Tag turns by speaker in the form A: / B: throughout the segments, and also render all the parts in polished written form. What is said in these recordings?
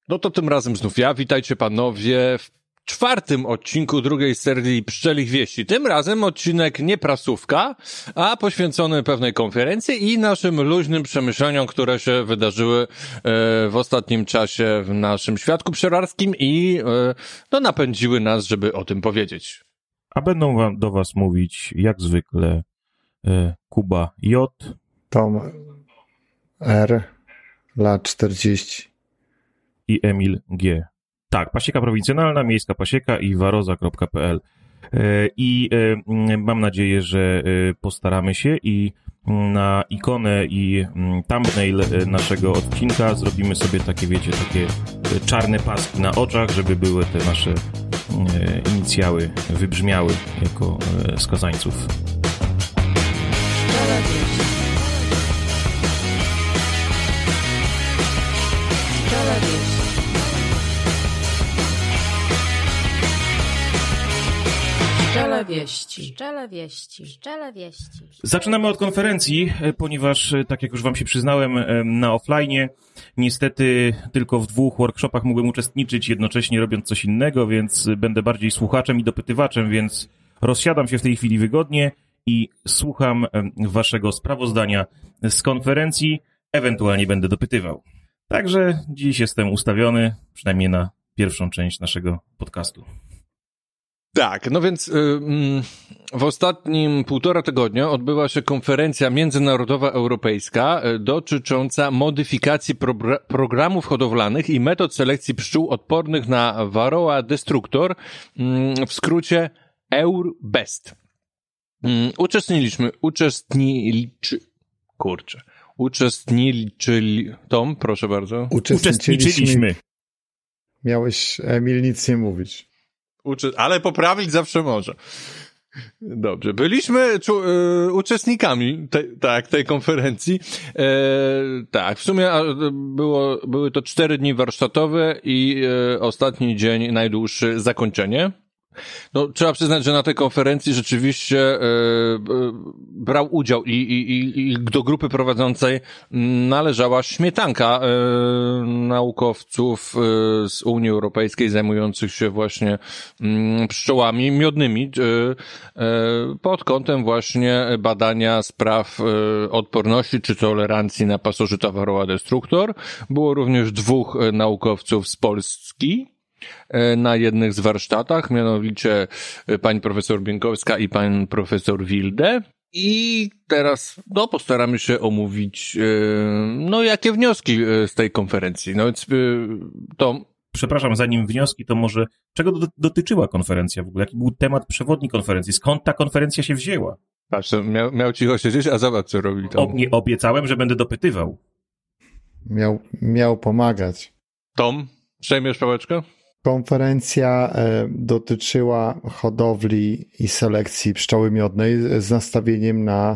A: No to tym razem znów ja. Witajcie panowie w 4. odcinku drugiej serii Pszczelich Wieści. Tym razem odcinek nie prasówka, a poświęcony pewnej konferencji i naszym luźnym przemyśleniom, które się wydarzyły w ostatnim czasie w naszym świadku pszczelarskim i napędziły nas, żeby o tym powiedzieć.
B: A będą do was mówić jak zwykle Kuba J,
C: Tom R, lat 40
B: i Emil G. Tak, pasieka prowincjonalna, miejska pasieka i waroza.pl. I mam nadzieję, że postaramy się i na ikonę i thumbnail naszego odcinka zrobimy sobie takie, wiecie, takie czarne paski na oczach, żeby były te nasze inicjały wybrzmiały jako skazańców.
D: Pszczele wieści.
B: Zaczynamy od konferencji, ponieważ, tak jak już wam się przyznałem, na offline niestety tylko w 2 workshopach mogłem uczestniczyć, jednocześnie robiąc coś innego, więc będę bardziej słuchaczem i dopytywaczem, więc rozsiadam się w tej chwili wygodnie i słucham waszego sprawozdania z konferencji, ewentualnie będę dopytywał. Także dziś jestem ustawiony, przynajmniej na pierwszą część naszego podcastu.
A: Tak, no więc w ostatnim 1,5 tygodnia odbyła się konferencja międzynarodowa europejska dotycząca modyfikacji programów hodowlanych i metod selekcji pszczół odpornych na Varroa destructor, w skrócie EUR-BEST. Tom, proszę bardzo.
B: Uczestniczyliśmy.
C: Miałeś, Emil, nic nie mówić.
A: Ale poprawić zawsze może. Dobrze. Byliśmy uczestnikami tej konferencji. Tak, w sumie były to 4 dni warsztatowe i ostatni dzień najdłuższy zakończenie. No, trzeba przyznać, że na tej konferencji rzeczywiście brał udział i do grupy prowadzącej należała śmietanka naukowców z Unii Europejskiej zajmujących się właśnie pszczołami miodnymi pod kątem właśnie badania spraw odporności czy tolerancji na pasożyta Varroa destructor. Było również 2 naukowców z Polski na jednych z warsztatach, mianowicie pani profesor Bienkowska i pan profesor Wilde. I teraz postaramy się omówić jakie wnioski z tej konferencji. No więc to...
B: Przepraszam, zanim wnioski, to może czego dotyczyła konferencja w ogóle? Jaki był temat przewodni konferencji? Skąd ta konferencja się wzięła?
A: Patrz, miał cicho siedzieć, a zobacz, co robi Tom.
B: Obiecałem, że będę dopytywał.
C: Miał pomagać.
A: Tom, przejmiesz pałeczkę?
C: Konferencja dotyczyła hodowli i selekcji pszczoły miodnej z nastawieniem na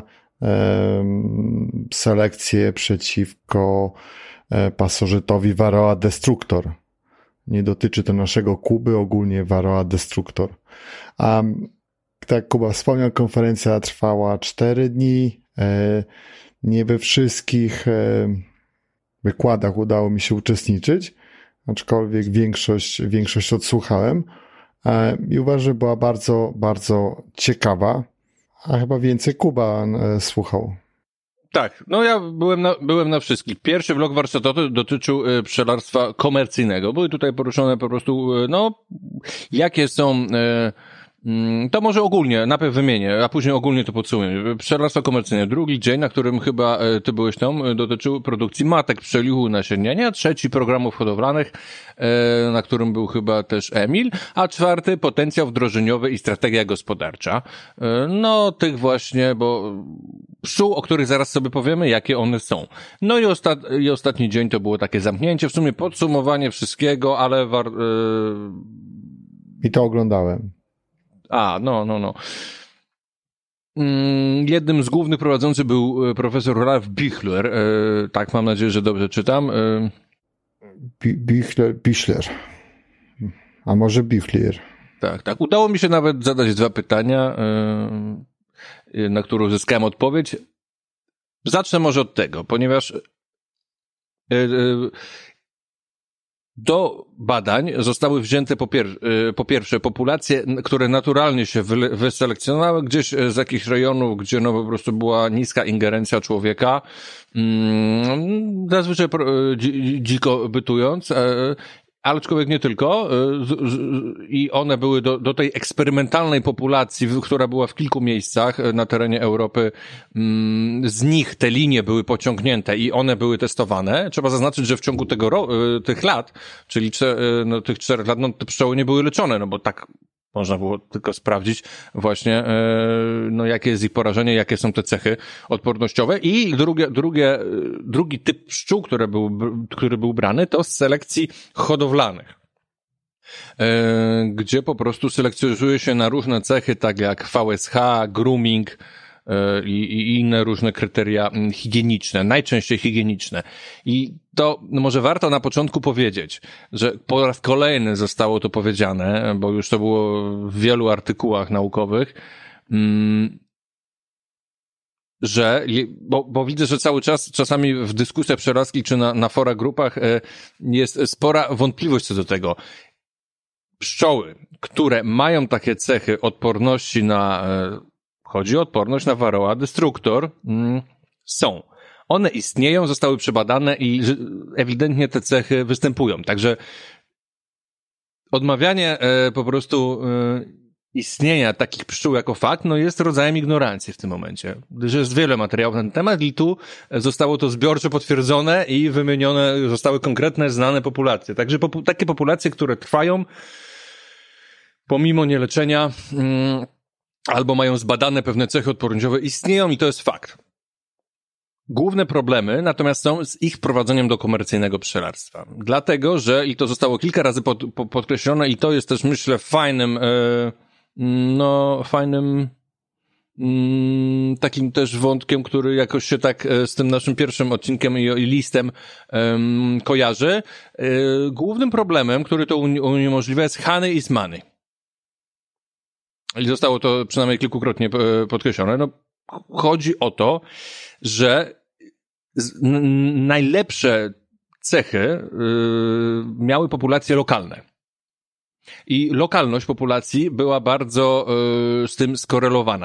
C: selekcję przeciwko pasożytowi Varroa destructor. Nie dotyczy to naszego Kuby, ogólnie Varroa destructor. A tak Kuba wspomniał, konferencja trwała 4 dni. Nie we wszystkich wykładach udało mi się uczestniczyć, aczkolwiek większość odsłuchałem i uważam, że była bardzo, bardzo ciekawa, a chyba więcej Kuba słuchał.
A: Tak, no ja byłem na wszystkich. Pierwszy blok warsztatowy dotyczył pszczelarstwa komercyjnego. Były tutaj poruszone po prostu, jakie są... To może ogólnie, najpierw wymienię, a później ogólnie to podsumuję. Pszczelarstwo komercyjne. Drugi dzień, na którym chyba ty byłeś tam, dotyczył produkcji matek pszczelichu nasienniania. 3 programów hodowlanych, na którym był chyba też Emil. A 4 potencjał wdrożeniowy i strategia gospodarcza. No, tych właśnie, bo pszczół, o których zaraz sobie powiemy, jakie one są. No i ostatni dzień to było takie zamknięcie, w sumie podsumowanie wszystkiego, ale
C: I to oglądałem.
A: No. Jednym z głównych prowadzących był profesor Ralf Bichler. Tak, mam nadzieję, że dobrze czytam.
C: Bichler. A może Bichler.
A: Tak. Udało mi się nawet zadać 2 pytania, na które uzyskałem odpowiedź. Zacznę może od tego, ponieważ Do badań zostały wzięte po pierwsze populacje, które naturalnie się wyselekcjonowały gdzieś z jakichś rejonów, gdzie no po prostu była niska ingerencja człowieka, zazwyczaj dziko bytując, ale człowiek nie tylko, i one były do tej eksperymentalnej populacji, która była w kilku miejscach na terenie Europy, z nich te linie były pociągnięte i one były testowane. Trzeba zaznaczyć, że w ciągu tych lat, czyli tych 4 lat, no te pszczoły nie były leczone, no bo tak można było tylko sprawdzić właśnie, no jakie jest ich porażenie, jakie są te cechy odpornościowe. I drugi typ pszczół, który był brany, to z selekcji hodowlanych, gdzie po prostu selekcjonuje się na różne cechy, tak jak VSH, grooming i inne różne kryteria higieniczne, najczęściej higieniczne. I to może warto na początku powiedzieć, że po raz kolejny zostało to powiedziane, bo już to było w wielu artykułach naukowych, że, bo widzę, że cały czas, czasami w dyskusjach pszczelarskich czy na forach, grupach jest spora wątpliwość co do tego. Pszczoły, które mają takie cechy odporności chodzi o odporność na Varroa destructor, są. One istnieją, zostały przebadane i ewidentnie te cechy występują. Także odmawianie po prostu istnienia takich pszczół jako fakt, no jest rodzajem ignorancji w tym momencie. Gdyż jest wiele materiałów na ten temat i tu zostało to zbiorczo potwierdzone i wymienione zostały konkretne, znane populacje. Także takie populacje, które trwają pomimo nieleczenia, albo mają zbadane pewne cechy odpornościowe, istnieją i to jest fakt. Główne problemy natomiast są z ich wprowadzeniem do komercyjnego pszczelarstwa. Dlatego, że, i to zostało kilka razy podkreślone i to jest też, myślę, fajnym takim też wątkiem, który jakoś się tak z tym naszym pierwszym odcinkiem i listem kojarzy. Głównym problemem, który to uniemożliwia, jest honey is money. I zostało to przynajmniej kilkukrotnie podkreślone. No, chodzi o to, że najlepsze cechy miały populacje lokalne. I lokalność populacji była bardzo z tym skorelowana.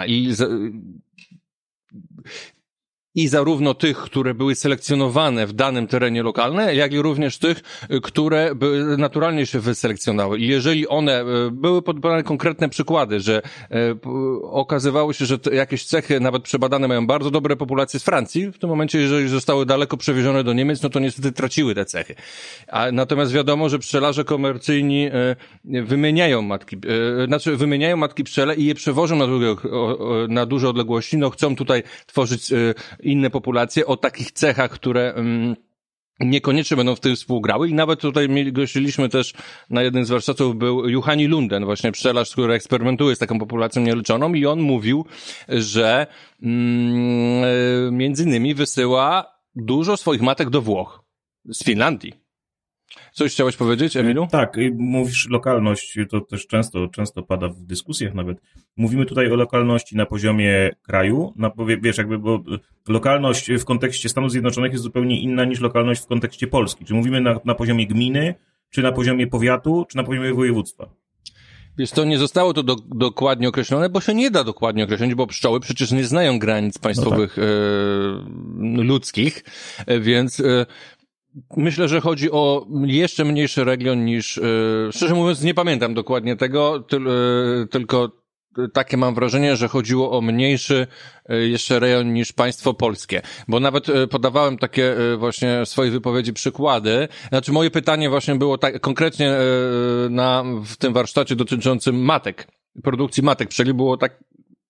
A: I zarówno tych, które były selekcjonowane w danym terenie lokalne, jak i również tych, które naturalnie się wyselekcjonowały. I jeżeli one były podane konkretne przykłady, że okazywało się, że jakieś cechy nawet przebadane mają bardzo dobre populacje z Francji, w tym momencie, jeżeli zostały daleko przewiezione do Niemiec, no to niestety traciły te cechy. Natomiast wiadomo, że pszczelarze komercyjni wymieniają matki pszczele i je przewożą na duże odległości, no chcą tutaj tworzyć inne populacje o takich cechach, które niekoniecznie będą w tym współgrały i nawet tutaj gościliśmy też na jednym z warsztatów był Juhani Lunden, właśnie pszczelarz, który eksperymentuje z taką populacją nieleczoną i on mówił, że między innymi wysyła dużo swoich matek do Włoch, z Finlandii. Coś chciałeś powiedzieć, Emilu?
B: Tak, mówisz lokalność, to też często pada w dyskusjach nawet. Mówimy tutaj o lokalności na poziomie kraju, wiesz, bo lokalność w kontekście Stanów Zjednoczonych jest zupełnie inna niż lokalność w kontekście Polski. Czy mówimy na poziomie gminy, czy na poziomie powiatu, czy na poziomie województwa?
A: Wiesz, to nie zostało to dokładnie określone, bo się nie da dokładnie określić, bo pszczoły przecież nie znają granic państwowych, ludzkich, więc myślę, że chodzi o jeszcze mniejszy region niż, szczerze mówiąc nie pamiętam dokładnie tego, tylko takie mam wrażenie, że chodziło o mniejszy jeszcze rejon niż państwo polskie, bo nawet podawałem takie właśnie w swojej wypowiedzi przykłady, znaczy moje pytanie właśnie było tak konkretnie w tym warsztacie dotyczącym matek, produkcji matek, czyli było tak,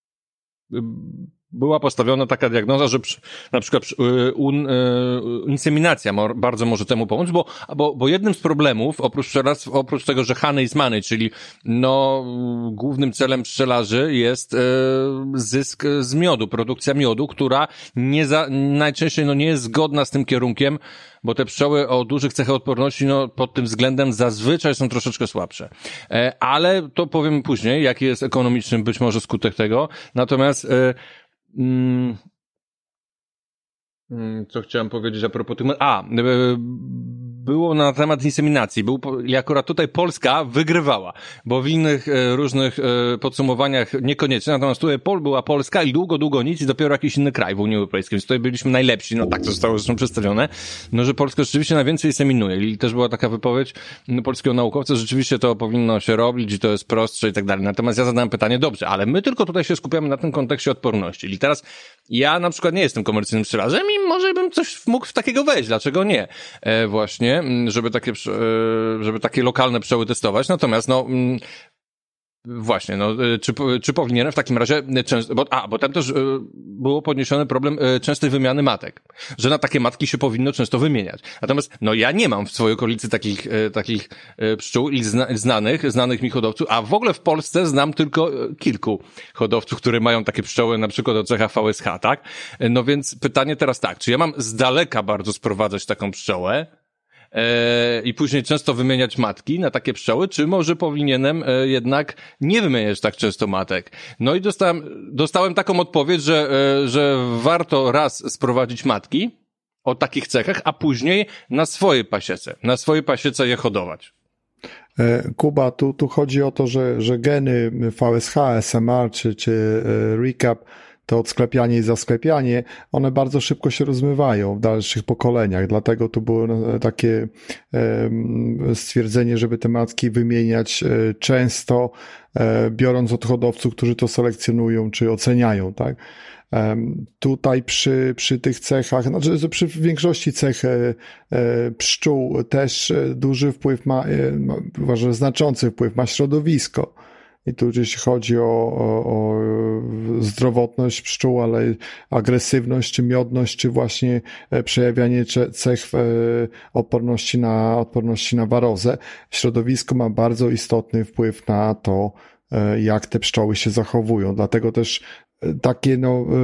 A: była postawiona taka diagnoza, że na przykład inseminacja bardzo może temu pomóc, bo jednym z problemów, oprócz tego, że honey is money, czyli głównym celem pszczelarzy jest zysk z miodu, produkcja miodu, która najczęściej nie jest zgodna z tym kierunkiem, bo te pszczoły o dużych cechach odporności pod tym względem zazwyczaj są troszeczkę słabsze. Ale to powiem później, jaki jest ekonomiczny być może skutek tego. Natomiast co chciałem powiedzieć a propos tych... było na temat inseminacji. I akurat tutaj Polska wygrywała, bo w innych różnych podsumowaniach niekoniecznie, natomiast tutaj była Polska i długo nic i dopiero jakiś inny kraj w Unii Europejskiej, więc tutaj byliśmy najlepsi, no tak to zostało zresztą przedstawione, no że Polska rzeczywiście najwięcej inseminuje i też była taka wypowiedź polskiego naukowca, że rzeczywiście to powinno się robić i to jest prostsze i tak dalej. Natomiast ja zadałem pytanie, dobrze, ale my tylko tutaj się skupiamy na tym kontekście odporności. I teraz ja na przykład nie jestem komercyjnym pszczelarzem i może bym coś mógł w takiego wejść, dlaczego nie? Właśnie, żeby takie lokalne pszczoły testować. Natomiast właśnie, czy powinienem w takim razie często, bo tam też było podniesiony problem częstej wymiany matek, że na takie matki się powinno często wymieniać. Natomiast, ja nie mam w swojej okolicy takich pszczół i znanych mi hodowców, a w ogóle w Polsce znam tylko kilku hodowców, które mają takie pszczoły, na przykład o cechach VSH, tak? No więc pytanie teraz tak, czy ja mam z daleka bardzo sprowadzać taką pszczołę, i później często wymieniać matki na takie pszczoły, czy może powinienem jednak nie wymieniać tak często matek? No i dostałem taką odpowiedź, że warto raz sprowadzić matki o takich cechach, a później na swojej pasiece je hodować.
C: Kuba, tu chodzi o to, że geny VSH, SMR czy recap, to odsklepianie i zasklepianie, one bardzo szybko się rozmywają w dalszych pokoleniach, dlatego tu było takie stwierdzenie, żeby te matki wymieniać często, biorąc od hodowców, którzy to selekcjonują czy oceniają, tak? Tutaj przy tych cechach, znaczy przy większości cech pszczół też duży wpływ uważam, znaczący wpływ ma środowisko. I tu jeśli chodzi o zdrowotność pszczół, ale agresywność, czy miodność, czy właśnie przejawianie cech odporności na warozę. Środowisko ma bardzo istotny wpływ na to, jak te pszczoły się zachowują. Dlatego też takie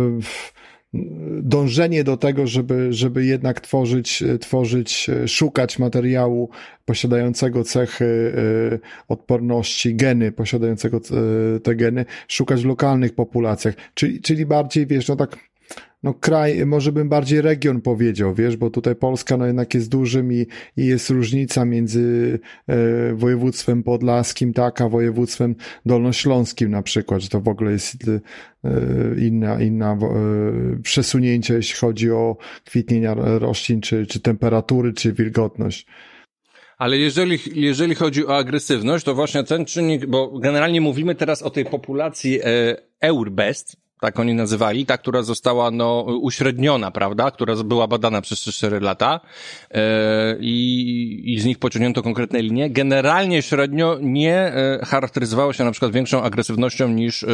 C: dążenie do tego, żeby jednak szukać materiału posiadającego cechy odporności, geny posiadającego te geny, szukać w lokalnych populacjach, czyli bardziej, kraj, może bym bardziej region powiedział, bo tutaj Polska jednak jest dużym i jest różnica między województwem podlaskim, a województwem dolnośląskim na przykład, że to w ogóle jest inna przesunięcie, jeśli chodzi o kwitnienia roślin, czy temperatury, czy wilgotność.
A: Ale jeżeli chodzi o agresywność, to właśnie ten czynnik, bo generalnie mówimy teraz o tej populacji EURBEST, tak oni nazywali, ta, która została uśredniona, prawda, która była badana przez 4 lata i z nich pociągnięto konkretne linie. Generalnie średnio nie charakteryzowało się na przykład większą agresywnością niż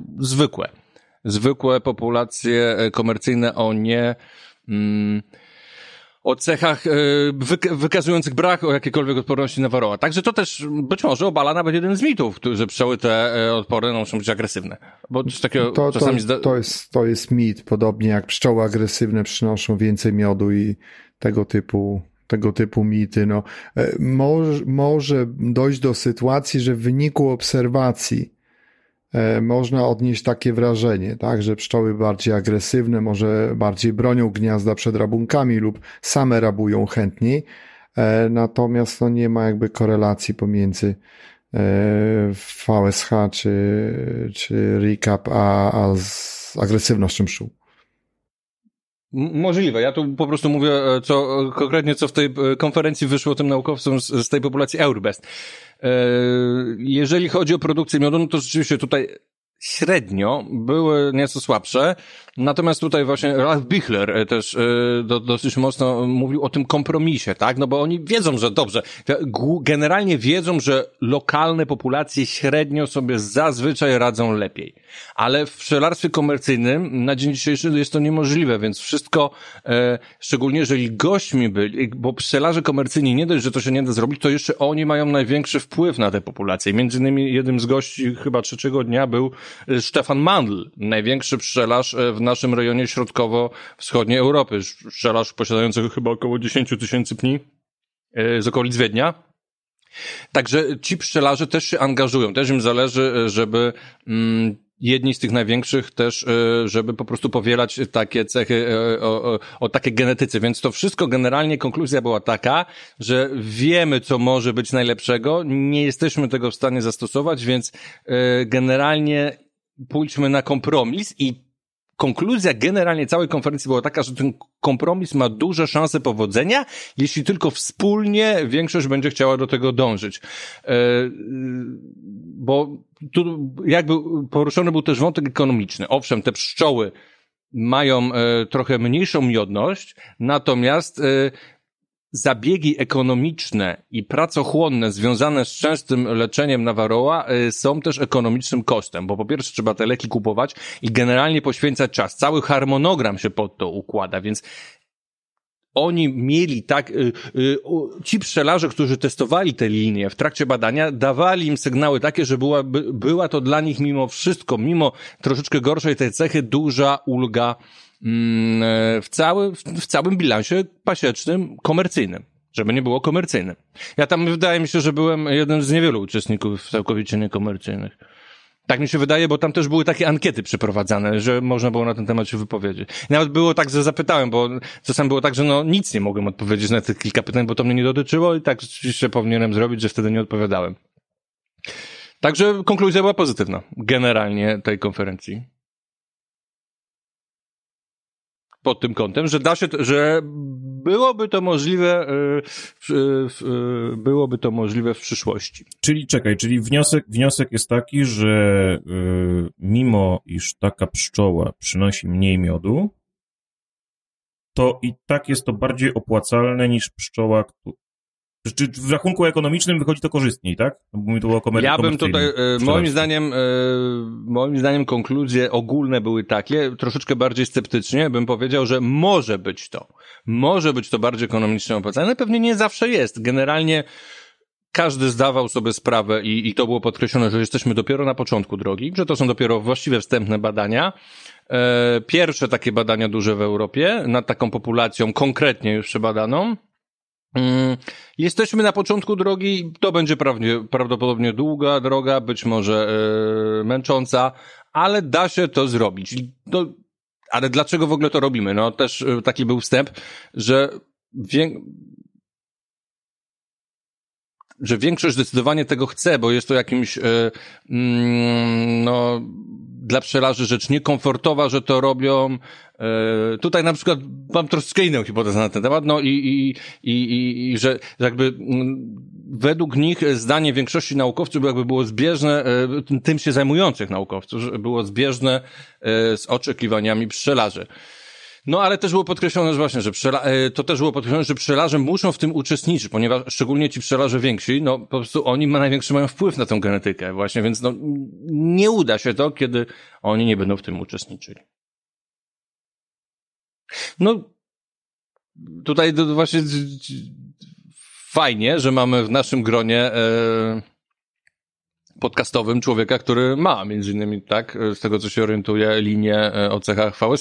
A: zwykłe populacje komercyjne o cechach wykazujących brak jakiejkolwiek odporności na waroła. Także to też być może obala nawet jeden z mitów, że pszczoły te odporne muszą być agresywne. Bo coś takiego czasami
C: to jest mit, podobnie jak pszczoły agresywne przynoszą więcej miodu i tego typu mity. Może dojść do sytuacji, że w wyniku obserwacji można odnieść takie wrażenie, tak, że pszczoły bardziej agresywne, może bardziej bronią gniazda przed rabunkami lub same rabują chętniej, natomiast nie ma jakby korelacji pomiędzy VSH czy recap a z agresywnością pszczół.
A: Możliwe. Ja tu po prostu mówię konkretnie, co w tej konferencji wyszło tym naukowcom z tej populacji EURBEST. Jeżeli chodzi o produkcję miodu, to rzeczywiście tutaj średnio były nieco słabsze. Natomiast tutaj właśnie Ralf Bichler też dosyć mocno mówił o tym kompromisie, tak? Bo oni wiedzą, że dobrze, generalnie wiedzą, że lokalne populacje średnio sobie zazwyczaj radzą lepiej. Ale w pszczelarstwie komercyjnym na dzień dzisiejszy jest to niemożliwe, więc wszystko, szczególnie jeżeli gośćmi byli, bo pszczelarze komercyjni nie dość, że to się nie da zrobić, to jeszcze oni mają największy wpływ na te populacje. Między innymi jednym z gości chyba 3. dnia był Stefan Mandl, największy pszczelarz w naszym rejonie środkowo-wschodniej Europy. Pszczelarz posiadający chyba około 10 000 pni z okolic Wiednia. Także ci pszczelarze też się angażują, też im zależy, żeby jedni z tych największych też, żeby po prostu powielać takie cechy o takiej genetyce. Więc to wszystko generalnie konkluzja była taka, że wiemy, co może być najlepszego, nie jesteśmy tego w stanie zastosować, więc generalnie pójdźmy na kompromis i konkluzja generalnie całej konferencji była taka, że ten kompromis ma duże szanse powodzenia, jeśli tylko wspólnie większość będzie chciała do tego dążyć. Bo tu jakby poruszony był też wątek ekonomiczny. Owszem, te pszczoły mają trochę mniejszą miodność, natomiast zabiegi ekonomiczne i pracochłonne związane z częstym leczeniem na waroła są też ekonomicznym kosztem, bo po pierwsze trzeba te leki kupować i generalnie poświęcać czas. Cały harmonogram się pod to układa, więc oni mieli ci pszczelarze, którzy testowali te linie w trakcie badania, dawali im sygnały takie, że była to dla nich mimo wszystko, mimo troszeczkę gorszej tej cechy, duża ulga w całym bilansie pasiecznym, komercyjnym, żeby nie było komercyjnym. Ja tam wydaje mi się, że byłem jednym z niewielu uczestników całkowicie niekomercyjnych. Tak mi się wydaje, bo tam też były takie ankiety przeprowadzane, że można było na ten temat się wypowiedzieć. Nawet było tak, że zapytałem, bo czasem było tak, że nic nie mogłem odpowiedzieć na tych kilka pytań, bo to mnie nie dotyczyło i tak rzeczywiście powinienem zrobić, że wtedy nie odpowiadałem. Także konkluzja była pozytywna, generalnie tej konferencji. Pod tym kątem, że że byłoby to możliwe w przyszłości.
B: Czyli wniosek jest taki, że mimo iż taka pszczoła przynosi mniej miodu, to i tak jest to bardziej opłacalne niż pszczoła, czy w rachunku ekonomicznym wychodzi to korzystniej, tak? Mówimy tu o
A: Ja bym tutaj, moim zdaniem konkluzje ogólne były takie, troszeczkę bardziej sceptycznie bym powiedział, że może być to bardziej ekonomicznie opłacalne, pewnie nie zawsze jest. Generalnie każdy zdawał sobie sprawę i to było podkreślone, że jesteśmy dopiero na początku drogi, że to są dopiero właściwie wstępne badania. Pierwsze takie badania duże w Europie nad taką populacją konkretnie już przebadaną. Jesteśmy na początku drogi, to będzie prawdopodobnie długa droga, być może męcząca, ale da się to zrobić. Ale dlaczego w ogóle to robimy? No też taki był wstęp, że większość zdecydowanie tego chce, bo jest to jakimś dla pszczelarzy rzecz niekomfortowa, że to robią. Tutaj na przykład mam troszeczkę inną hipotezę na ten temat, że jakby według nich zdanie większości naukowców jakby było zbieżne, tym się zajmujących naukowców, że było zbieżne z oczekiwaniami pszczelarzy. No, ale też było podkreślone, że właśnie, że pszczelarze muszą w tym uczestniczyć, ponieważ szczególnie ci pszczelarze więksi, po prostu oni mają wpływ na tę genetykę właśnie, więc nie uda się to, kiedy oni nie będą w tym uczestniczyli. Tutaj właśnie fajnie, że mamy w naszym gronie podcastowym człowieka, który ma między innymi, tak, z tego co się orientuje, linię o cechach VSH.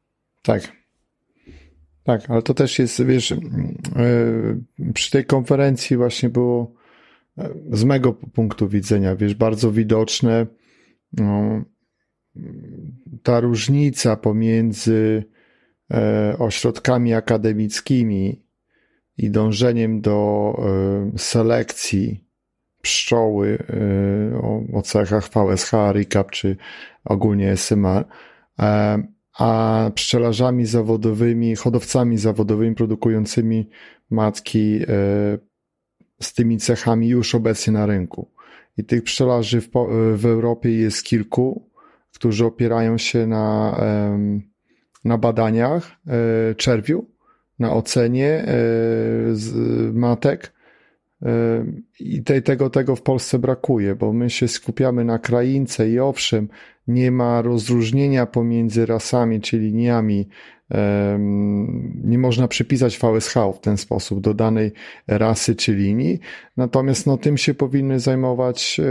C: Tak, ale to też jest, wiesz, przy tej konferencji właśnie było z mego punktu widzenia, wiesz, bardzo widoczne ta różnica pomiędzy ośrodkami akademickimi i dążeniem do selekcji pszczoły o cechach VSH, RICAP czy ogólnie SMR, a pszczelarzami zawodowymi, hodowcami zawodowymi produkującymi matki z tymi cechami już obecnie na rynku. I tych pszczelarzy w Europie jest kilku, którzy opierają się na badaniach czerwiu, na ocenie matek. I tego w Polsce brakuje, bo my się skupiamy na kraince i owszem, nie ma rozróżnienia pomiędzy rasami czy liniami. Nie można przypisać VSH w ten sposób do danej rasy czy linii. Natomiast tym się powinny zajmować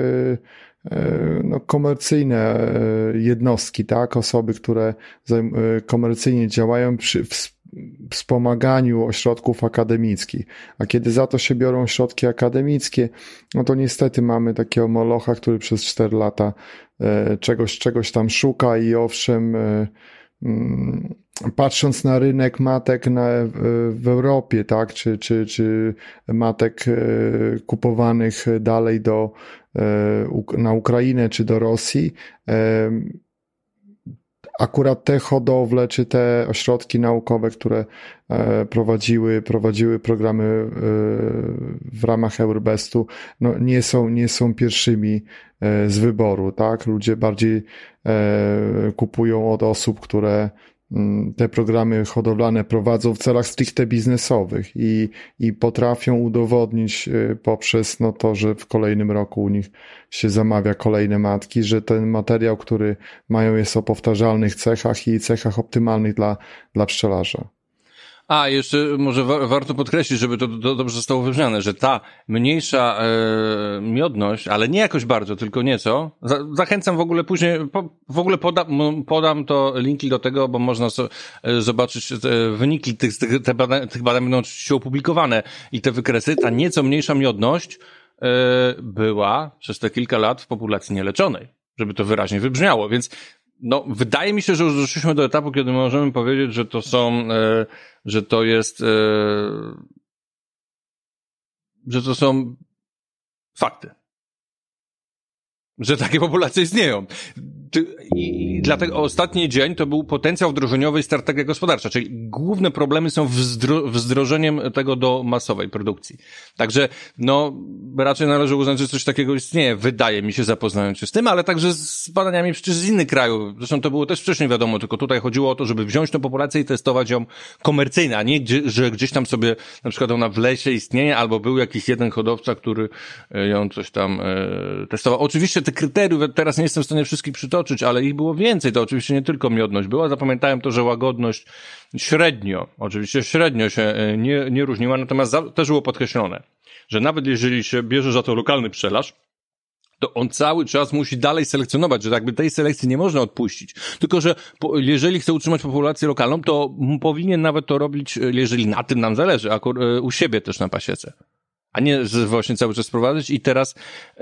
C: komercyjne jednostki, tak? Osoby, które komercyjnie działają wspomaganiu ośrodków akademickich. A kiedy za to się biorą środki akademickie, no to niestety mamy takiego molocha, który przez 4 lata czegoś tam szuka i owszem, patrząc na rynek matek w Europie, tak, czy matek kupowanych dalej na Ukrainę czy do Rosji, akurat te hodowle, czy te ośrodki naukowe, które prowadziły programy w ramach Eurbestu, no nie są pierwszymi z wyboru, tak? Ludzie bardziej kupują od osób, które te programy hodowlane prowadzą w celach stricte biznesowych i potrafią udowodnić poprzez no to, że w kolejnym roku u nich się zamawia kolejne matki, że ten materiał, który mają, jest o powtarzalnych cechach i cechach optymalnych dla pszczelarza.
A: A, jeszcze może warto podkreślić, żeby to dobrze zostało wybrzmiane, że ta mniejsza miodność, ale nie jakoś bardzo, tylko nieco. Zachęcam w ogóle później, w ogóle podam to linki do tego, bo można zobaczyć wyniki tych badań będą oczywiście opublikowane i te wykresy. Ta nieco mniejsza miodność była przez te kilka lat w populacji nieleczonej, żeby to wyraźnie wybrzmiało, więc no, wydaje mi się, że już doszliśmy do etapu, kiedy możemy powiedzieć, że to są, że to jest, że to są fakty. Że takie populacje istnieją. I dlatego ostatni dzień to był potencjał wdrożeniowy i strategia gospodarcza, czyli główne problemy są wdrożeniem tego do masowej produkcji. Także, no, raczej należy uznać, że coś takiego istnieje. Wydaje mi się, zapoznając się z tym, ale także z badaniami przecież z innych krajów. Zresztą to było też wcześniej wiadomo, tylko tutaj chodziło o to, żeby wziąć tę populację i testować ją komercyjnie, a nie, że gdzieś tam sobie, na przykład ona w lesie istnieje, albo był jakiś jeden hodowca, który ją coś tam testował. Oczywiście te kryteriów, teraz nie jestem w stanie wszystkich przytoczyć, ale ich było więcej, to oczywiście nie tylko miodność była, zapamiętałem to, że łagodność oczywiście średnio się nie różniła, natomiast też było podkreślone, że nawet jeżeli się bierze za to lokalny pszczelarz, to on cały czas musi dalej selekcjonować, że jakby tej selekcji nie można odpuścić. Tylko, że jeżeli chce utrzymać populację lokalną, to powinien nawet to robić, jeżeli na tym nam zależy, u siebie też na pasiece. A nie właśnie cały czas prowadzić i teraz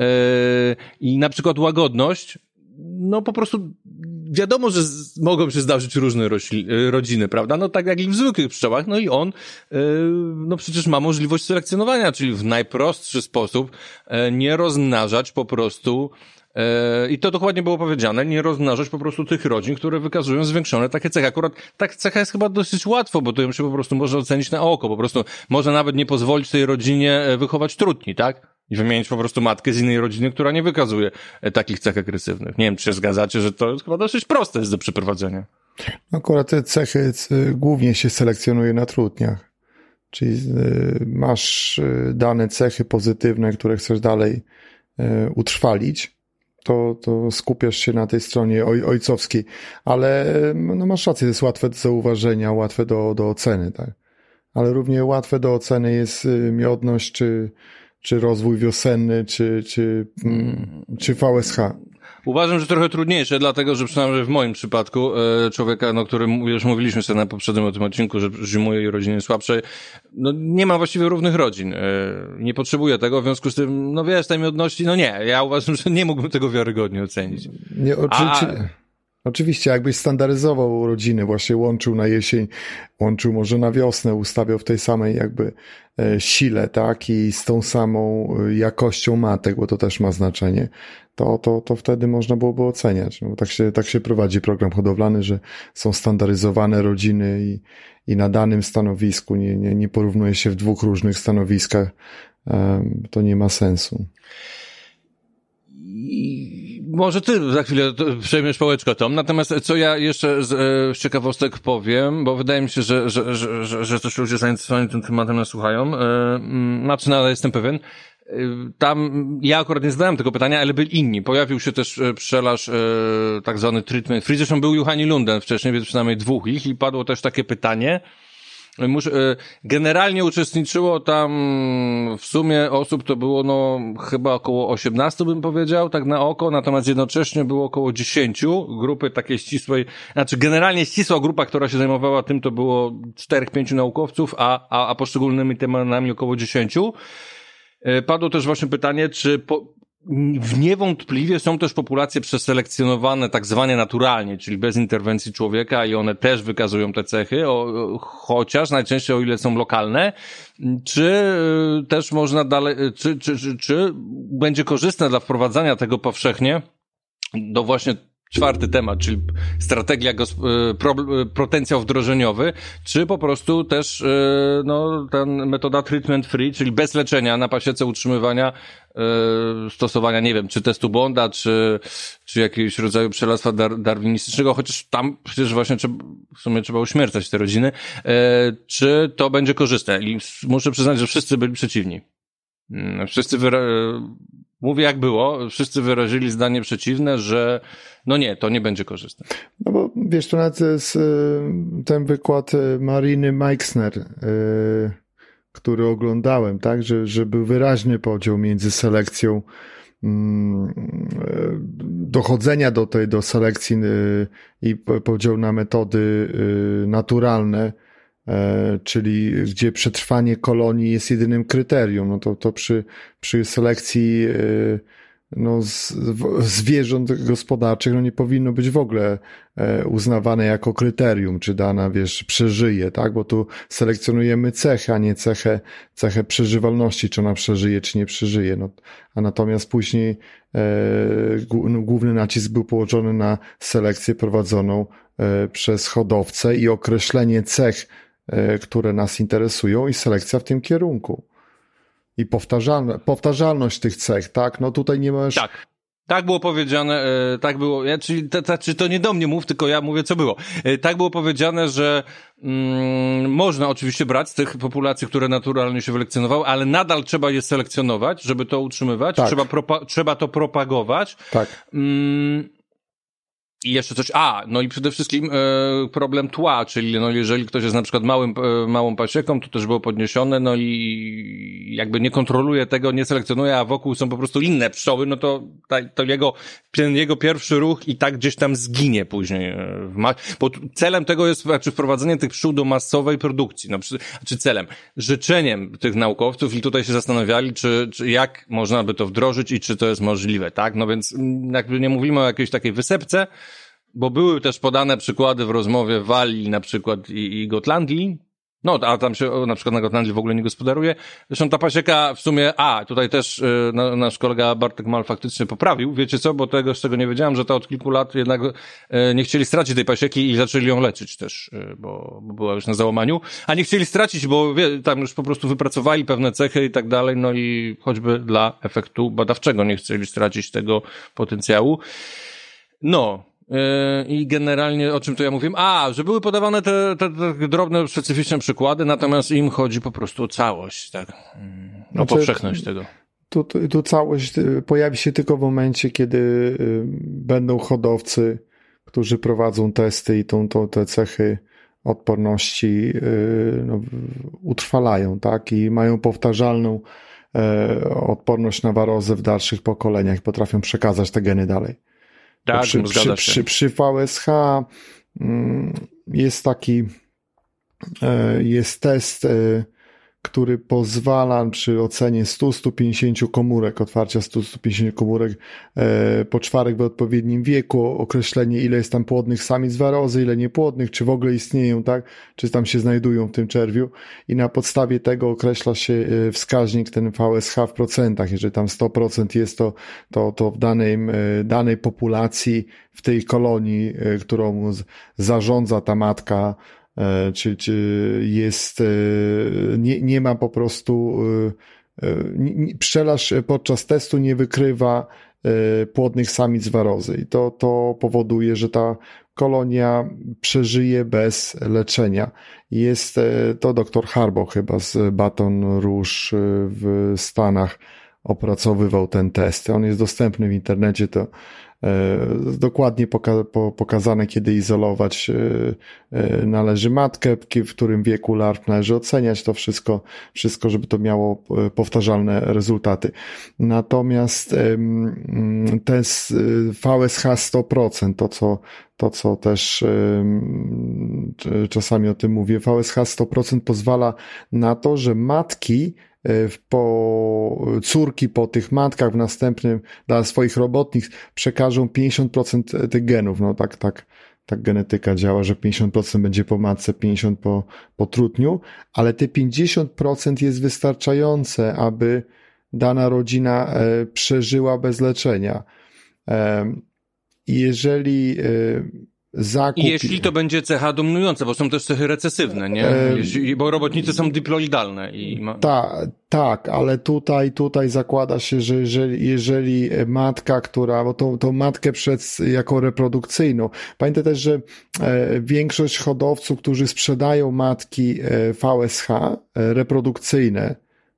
A: i na przykład łagodność, no po prostu wiadomo, że mogą się zdarzyć różne rodziny, prawda? No tak jak i w zwykłych pszczołach, no i on no przecież ma możliwość selekcjonowania, czyli w najprostszy sposób nie rozmnażać po prostu i to dokładnie było powiedziane, nie rozmnażać po prostu tych rodzin, które wykazują zwiększone takie cechy. Akurat ta cecha jest chyba dosyć łatwo, bo to ją się po prostu może ocenić na oko, po prostu można nawet nie pozwolić tej rodzinie wychować trutni, tak? I wymienić po prostu matkę z innej rodziny, która nie wykazuje takich cech agresywnych. Nie wiem, czy się zgadzacie, że to jest chyba dosyć proste jest do przeprowadzenia.
C: Akurat te cechy głównie się selekcjonuje na trutniach. Czyli masz dane cechy pozytywne, które chcesz dalej utrwalić, to skupiasz się na tej stronie ojcowskiej. Ale no masz rację, to jest łatwe do zauważenia, łatwe do oceny, tak? Ale równie łatwe do oceny jest miodność, czy rozwój wiosenny, czy VSH.
A: Uważam, że trochę trudniejsze, dlatego, że przynajmniej w moim przypadku człowieka, no, którym już mówiliśmy sobie na poprzednim o tym odcinku, że zimuje i rodziny słabszej, no nie ma właściwie równych rodzin. Nie potrzebuję tego, w związku z tym, no wiesz, tej miodności, no nie, ja uważam, że nie mógłbym tego wiarygodnie ocenić.
C: Oczywiście, jakbyś standaryzował rodziny, właśnie łączył na jesień, łączył może na wiosnę, ustawiał w tej samej jakby sile, tak, i z tą samą jakością matek, bo to też ma znaczenie, to wtedy można byłoby oceniać. No, tak się prowadzi program hodowlany, że są standaryzowane rodziny i na danym stanowisku nie porównuje się w 2 różnych stanowiskach, to nie ma sensu.
A: Może ty za chwilę przejmiesz pałeczkę, Tom. Natomiast co ja jeszcze z ciekawostek powiem, bo wydaje mi się, że też ludzie zainteresowani tym tematem nas słuchają. Znaczy, ale jestem pewien. Tam, ja akurat nie zadałem tego pytania, ale byli inni. Pojawił się też pszczelarz, tak zwany treatment free. Zresztą był Juhani Lunden wcześniej, więc przynajmniej 2 ich i padło też takie pytanie, Generalnie uczestniczyło tam w sumie osób to było chyba około 18 bym powiedział, tak na oko, natomiast jednocześnie było około 10 grupy takiej ścisłej, znaczy generalnie ścisła grupa, która się zajmowała tym to było 4-5 naukowców, a poszczególnymi tematami około 10. Padło też właśnie pytanie, czy niewątpliwie są też populacje przeselekcjonowane tak zwane naturalnie, czyli bez interwencji człowieka i one też wykazują te cechy, chociaż najczęściej o ile są lokalne, czy też można dalej, czy będzie korzystne dla wprowadzania tego powszechnie do właśnie 4. temat, czyli strategia, potencjał wdrożeniowy, czy po prostu też ten metoda treatment free, czyli bez leczenia na pasiece utrzymywania, stosowania, nie wiem, czy testu Bonda, czy jakiegoś rodzaju przelastwa darwinistycznego, chociaż tam przecież właśnie w sumie trzeba uśmiercać te rodziny, czy to będzie korzystne. I muszę przyznać, że wszyscy byli przeciwni. Mówię jak było, wszyscy wyrazili zdanie przeciwne, że nie, to nie będzie korzystne.
C: No bo wiesz, to nawet jest ten wykład Mariny Meixner, który oglądałem, tak, że był wyraźny podział między selekcją, dochodzenia do selekcji i podział na metody naturalne, czyli gdzie przetrwanie kolonii jest jedynym kryterium, no to przy selekcji zwierząt gospodarczych nie powinno być w ogóle uznawane jako kryterium, czy dana, przeżyje, tak? Bo tu selekcjonujemy cechę, a nie cechę przeżywalności, czy ona przeżyje, czy nie przeżyje. A natomiast później główny nacisk był położony na selekcję prowadzoną przez hodowcę i określenie cech, które nas interesują i selekcja w tym kierunku. I powtarzalność tych cech, tak? No tutaj nie masz...
A: Tak było powiedziane, tak było, czy to nie do mnie mów, tylko ja mówię, co było. Tak było powiedziane, że można oczywiście brać z tych populacji, które naturalnie się wylekcjonowały, ale nadal trzeba je selekcjonować, żeby to utrzymywać, tak. Trzeba to propagować.
C: Tak.
A: I jeszcze coś, i przede wszystkim problem tła, czyli jeżeli ktoś jest na przykład małą pasieką, to też było podniesione, i jakby nie kontroluje tego, nie selekcjonuje, a wokół są po prostu inne pszczoły, to jego pierwszy ruch i tak gdzieś tam zginie później. Bo celem tego jest wprowadzenie tych pszczół do masowej produkcji, życzeniem tych naukowców i tutaj się zastanawiali, czy jak można by to wdrożyć i czy to jest możliwe, tak? Więc jakby nie mówimy o jakiejś takiej wysepce, bo były też podane przykłady w rozmowie Walii na przykład i Gotlandii. A tam się na przykład na Gotlandii w ogóle nie gospodaruje. Zresztą ta pasieka w sumie, tutaj też nasz kolega Bartek Mal faktycznie poprawił. Wiecie co? Bo z tego nie wiedziałem, że to od kilku lat jednak nie chcieli stracić tej pasieki i zaczęli ją leczyć też, bo była już na załamaniu. A nie chcieli stracić, bo tam już po prostu wypracowali pewne cechy i tak dalej, i choćby dla efektu badawczego nie chcieli stracić tego potencjału. I generalnie o czym tu ja mówiłem? Że były podawane te drobne, specyficzne przykłady, natomiast im chodzi po prostu o całość, tak? O powszechność tego.
C: Tu całość pojawi się tylko w momencie, kiedy będą hodowcy, którzy prowadzą testy i te cechy odporności utrwalają, tak? I mają powtarzalną odporność na warozę w dalszych pokoleniach i potrafią przekazać te geny dalej.
A: Tak, zgadza się.
C: Przy VSH jest test, który pozwala przy ocenie 100-150 komórek, otwarcia 100-150 komórek poczwarek w odpowiednim wieku, określenie ile jest tam płodnych samic warozy, ile niepłodnych, czy w ogóle istnieją, tak? Czy tam się znajdują w tym czerwiu i na podstawie tego określa się wskaźnik ten VSH w procentach. Jeżeli tam 100% jest to w danej populacji, w tej kolonii, którą zarządza ta matka, czy jest, nie ma po prostu, pszczelarz podczas testu nie wykrywa płodnych samic warozy i to powoduje, że ta kolonia przeżyje bez leczenia. Jest to dr Harbaugh chyba z Baton Rouge w Stanach opracowywał ten test. On jest dostępny w internecie, to dokładnie pokazane, kiedy izolować należy matkę, w którym wieku larw należy oceniać to wszystko, żeby to miało powtarzalne rezultaty. Natomiast ten VSH 100%, to co też czasami o tym mówię, VSH 100% pozwala na to, że córki po tych matkach w następnym dla swoich robotnic przekażą 50% tych genów. No tak genetyka działa, że 50% będzie po matce, 50% po trutniu, ale te 50% jest wystarczające, aby dana rodzina przeżyła bez leczenia. Jeśli
A: to będzie cecha dominująca, bo są też cechy recesywne, nie? Bo robotnice są diploidalne.
C: Tak, ale tutaj zakłada się, że jeżeli matka, bo tą matkę jako reprodukcyjną. Pamiętaj też, że większość hodowców, którzy sprzedają matki VSH reprodukcyjne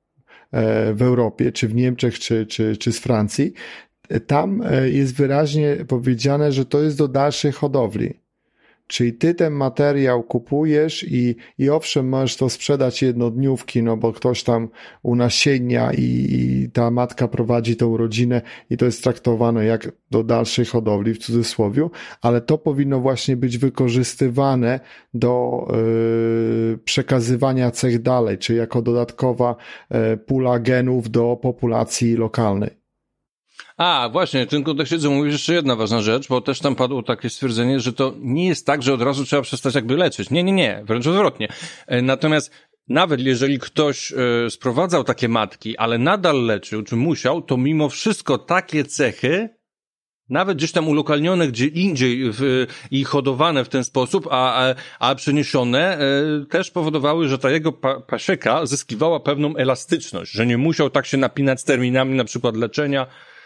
C: w Europie, czy w Niemczech, czy z Francji, tam jest wyraźnie powiedziane, że to jest do dalszej hodowli. Czyli ty ten materiał kupujesz i owszem, możesz to sprzedać jednodniówki, no bo ktoś tam unasienia i ta matka prowadzi tą rodzinę i to jest traktowane jak do dalszej hodowli, w cudzysłowiu, ale to powinno właśnie być wykorzystywane do przekazywania cech dalej, czyli jako dodatkowa pula genów do populacji lokalnej.
A: Właśnie, w tym kontekście mówisz jeszcze jedna ważna rzecz, bo też tam padło takie stwierdzenie, że to nie jest tak, że od razu trzeba przestać jakby leczyć. Nie, wręcz odwrotnie. Natomiast nawet jeżeli ktoś sprowadzał takie matki, ale nadal leczył, czy musiał, to mimo wszystko takie cechy, nawet gdzieś tam ulokalnione gdzie indziej i hodowane w ten sposób, a przeniesione, też powodowały, że ta jego pasieka zyskiwała pewną elastyczność, że nie musiał tak się napinać z terminami na przykład leczenia.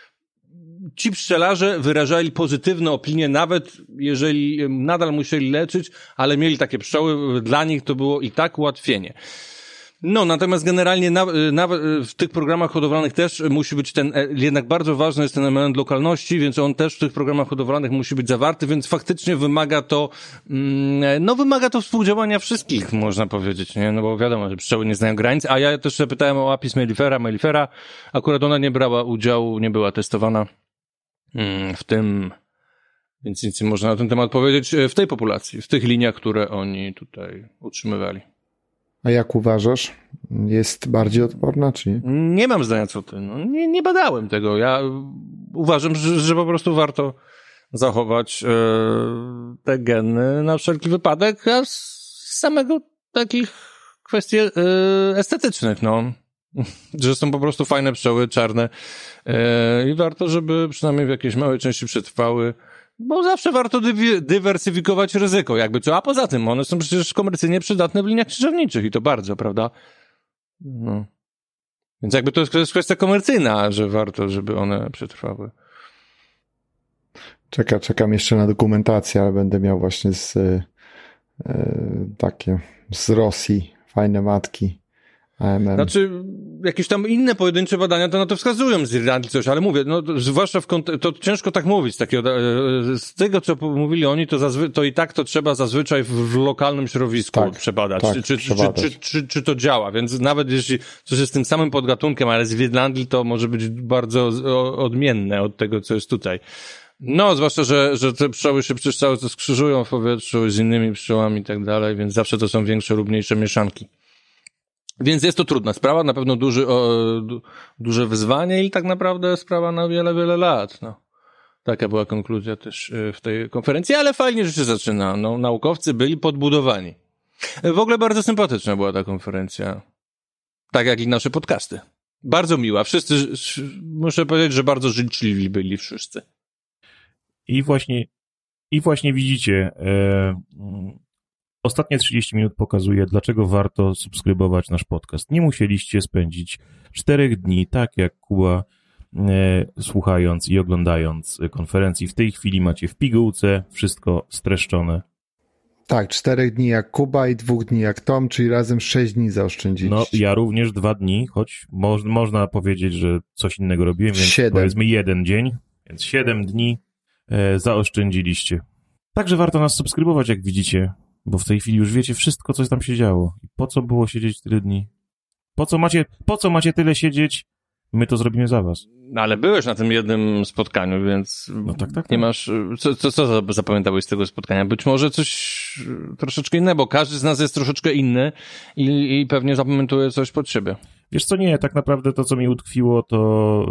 A: Ci pszczelarze wyrażali pozytywne opinie, nawet jeżeli nadal musieli leczyć, ale mieli takie pszczoły, dla nich to było i tak ułatwienie. No, natomiast generalnie nawet w tych programach hodowlanych też musi być jednak bardzo ważny jest ten element lokalności, więc on też w tych programach hodowlanych musi być zawarty, więc faktycznie wymaga to współdziałania wszystkich, można powiedzieć, nie? No bo wiadomo, że pszczoły nie znają granic, a ja też pytałem o Apis mellifera, akurat ona nie brała udziału, nie była testowana w tym, więc nic nie można na ten temat powiedzieć w tej populacji, w tych liniach, które oni tutaj utrzymywali.
C: A jak uważasz? Jest bardziej odporna, czy nie?
A: Nie mam zdania co ty. No, nie badałem tego. Ja uważam, że po prostu warto zachować te geny na wszelki wypadek, a z samego takich kwestii estetycznych, no. Że są po prostu fajne pszczoły, czarne i warto, żeby przynajmniej w jakiejś małej części przetrwały, bo zawsze warto dywersyfikować ryzyko, jakby co, a poza tym one są przecież komercyjnie przydatne w liniach krzyżowniczych i to bardzo, prawda? No. Więc jakby to jest kwestia komercyjna, że warto, żeby one przetrwały.
C: Czekam jeszcze na dokumentację, ale będę miał właśnie z Rosji fajne matki. AMM.
A: Znaczy, jakieś tam inne pojedyncze badania to na to wskazują z Irlandii coś, ale mówię, no zwłaszcza to ciężko tak mówić, z tego co mówili oni, to i tak to trzeba zazwyczaj w lokalnym środowisku przebadać, czy to działa, więc nawet jeśli coś jest tym samym podgatunkiem, ale z Irlandii to może być bardzo odmienne od tego, co jest tutaj. No, zwłaszcza, że te pszczoły się przecież cały czas skrzyżują w powietrzu z innymi pszczołami i tak dalej, więc zawsze to są większe lub mniejsze mieszanki. Więc jest to trudna sprawa, na pewno duże wyzwanie i tak naprawdę sprawa na wiele, wiele lat. No. Taka była konkluzja też w tej konferencji, ale fajnie, że się zaczyna. No, naukowcy byli podbudowani. W ogóle bardzo sympatyczna była ta konferencja. Tak jak i nasze podcasty. Bardzo miła. Wszyscy, muszę powiedzieć, że bardzo życzliwi byli wszyscy.
B: I właśnie widzicie, ostatnie 30 minut pokazuje, dlaczego warto subskrybować nasz podcast. Nie musieliście spędzić 4 dni, tak jak Kuba, słuchając i oglądając konferencji. W tej chwili macie w pigułce wszystko streszczone.
C: Tak, 4 dni jak Kuba i 2 dni jak Tom, czyli razem 6 dni zaoszczędziliście.
B: No, ja również 2 dni, choć można powiedzieć, że coś innego robiłem, więc
C: 7.
B: Powiedzmy 1 dzień, więc 7 dni zaoszczędziliście. Także warto nas subskrybować, jak widzicie, bo w tej chwili już wiecie wszystko, co tam się działo. I po co było siedzieć tyle dni? Po co macie tyle siedzieć? My to zrobimy za was.
A: No ale byłeś na tym jednym spotkaniu, więc
B: No tak.
A: nie masz... Co zapamiętałeś z tego spotkania? Być może coś troszeczkę innego, bo każdy z nas jest troszeczkę inny i pewnie zapamiętuje coś pod siebie.
B: Wiesz co, nie, tak naprawdę to, co mi utkwiło, to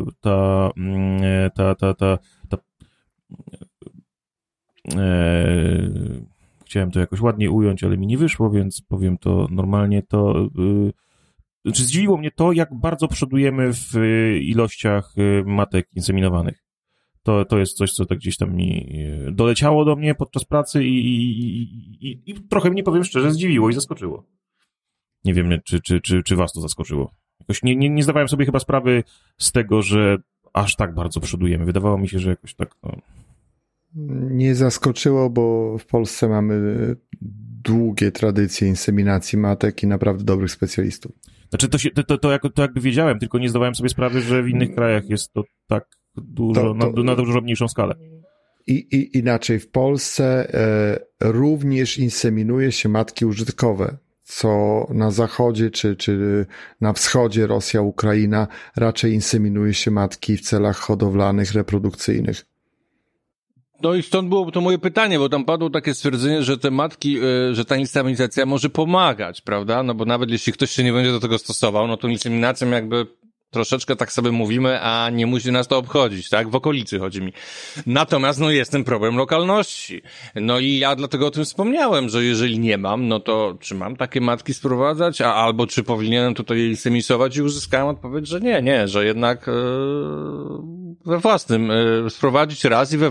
B: chciałem to jakoś ładnie ująć, ale mi nie wyszło, więc powiem to normalnie, zdziwiło mnie to, jak bardzo przodujemy w ilościach matek inseminowanych. To jest coś, co tak gdzieś tam mi doleciało do mnie podczas pracy i trochę mnie, powiem szczerze, zdziwiło i zaskoczyło. Nie wiem, czy was to zaskoczyło. Jakoś nie zdawałem sobie chyba sprawy z tego, że aż tak bardzo przodujemy. Wydawało mi się, że jakoś tak... No...
C: Nie zaskoczyło, bo w Polsce mamy długie tradycje inseminacji matek i naprawdę dobrych specjalistów.
B: Znaczy to jakby wiedziałem, tylko nie zdawałem sobie sprawy, że w innych krajach jest to tak dużo, na dużo mniejszą skalę.
C: I inaczej, w Polsce również inseminuje się matki użytkowe, co na zachodzie czy na wschodzie, Rosja, Ukraina, raczej inseminuje się matki w celach hodowlanych, reprodukcyjnych.
A: No i stąd było to moje pytanie, bo tam padło takie stwierdzenie, że te matki, że ta inseminacja może pomagać, prawda? No bo nawet jeśli ktoś się nie będzie do tego stosował, no to inseminacją jakby troszeczkę tak sobie mówimy, a nie musi nas to obchodzić, tak? W okolicy chodzi mi. Natomiast, no jest ten problem lokalności. No i ja dlatego o tym wspomniałem, że jeżeli nie mam, no to czy mam takie matki sprowadzać, albo czy powinienem tutaj je insemisować i uzyskałem odpowiedź, że nie, że jednak we własnym, sprowadzić raz i we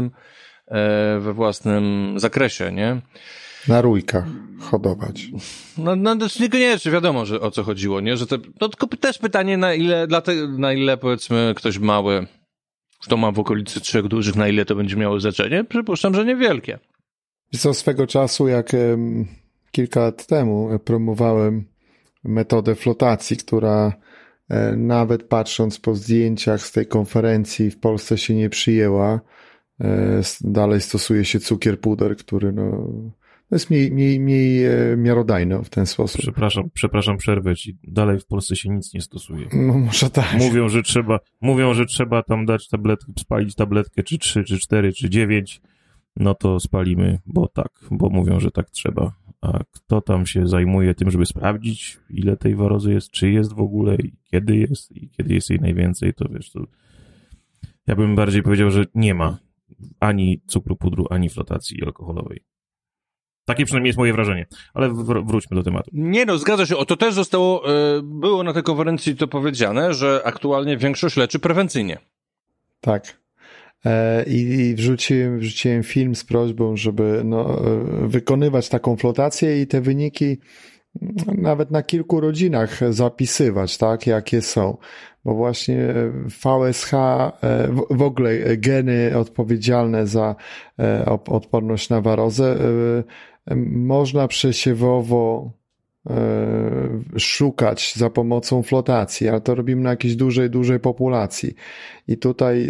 A: własnym zakresie, nie?
C: Na rójkach hodować.
A: No niekoniecznie wiadomo, że o co chodziło, nie? Że no tylko też pytanie, na ile powiedzmy ktoś mały, kto ma w okolicy 3 dużych, na ile to będzie miało znaczenie? Przypuszczam, że niewielkie.
C: Co swego czasu, jak kilka lat temu promowałem metodę flotacji, która nawet patrząc po zdjęciach z tej konferencji w Polsce się nie przyjęła. Dalej stosuje się cukier puder, który jest mniej miarodajny w ten sposób.
B: Przepraszam, przerwę ci. Dalej w Polsce się nic nie stosuje.
C: No może tak.
B: Mówią, że trzeba tam dać tabletkę, spalić tabletkę, czy 3, czy 4, czy 9. No to spalimy, bo mówią, że tak trzeba. A kto tam się zajmuje tym, żeby sprawdzić, ile tej warozy jest, czy jest w ogóle, i kiedy jest jej najwięcej, to wiesz, to ja bym bardziej powiedział, że nie ma ani cukru pudru, ani flotacji alkoholowej. Takie przynajmniej jest moje wrażenie. Ale wróćmy do tematu.
A: Nie no, zgadza się. To też było na tej konferencji to powiedziane, że aktualnie większość leczy prewencyjnie.
C: Tak. I wrzuciłem film z prośbą, żeby wykonywać taką flotację i te wyniki nawet na kilku rodzinach zapisywać, tak, jakie są. Bo właśnie VSH, w ogóle geny odpowiedzialne za odporność na warozę, można przesiewowo szukać za pomocą flotacji, ale to robimy na jakiejś dużej populacji. I tutaj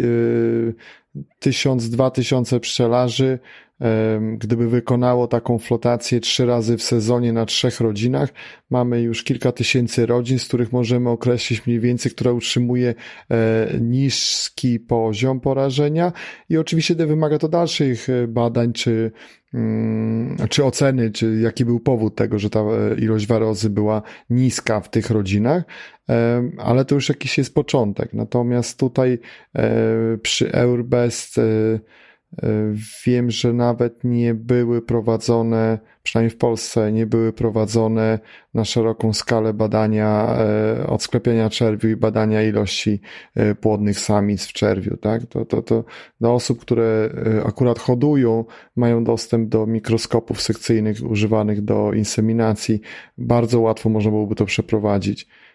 C: 1000-2000 pszczelarzy, gdyby wykonało taką flotację 3 razy w sezonie na 3 rodzinach, mamy już kilka tysięcy rodzin, z których możemy określić mniej więcej, która utrzymuje niski poziom porażenia i oczywiście wymaga to dalszych badań, czy oceny, czy jaki był powód tego, że ta ilość warozy była niska w tych rodzinach, ale to już jakiś jest początek. Natomiast tutaj przy EURBEST wiem, że nawet nie były prowadzone, przynajmniej w Polsce, nie były prowadzone na szeroką skalę badania odsklepiania czerwiu i badania ilości płodnych samic w czerwiu, tak? To dla osób, które akurat hodują, mają dostęp do mikroskopów sekcyjnych używanych do inseminacji, bardzo łatwo można byłoby to przeprowadzić.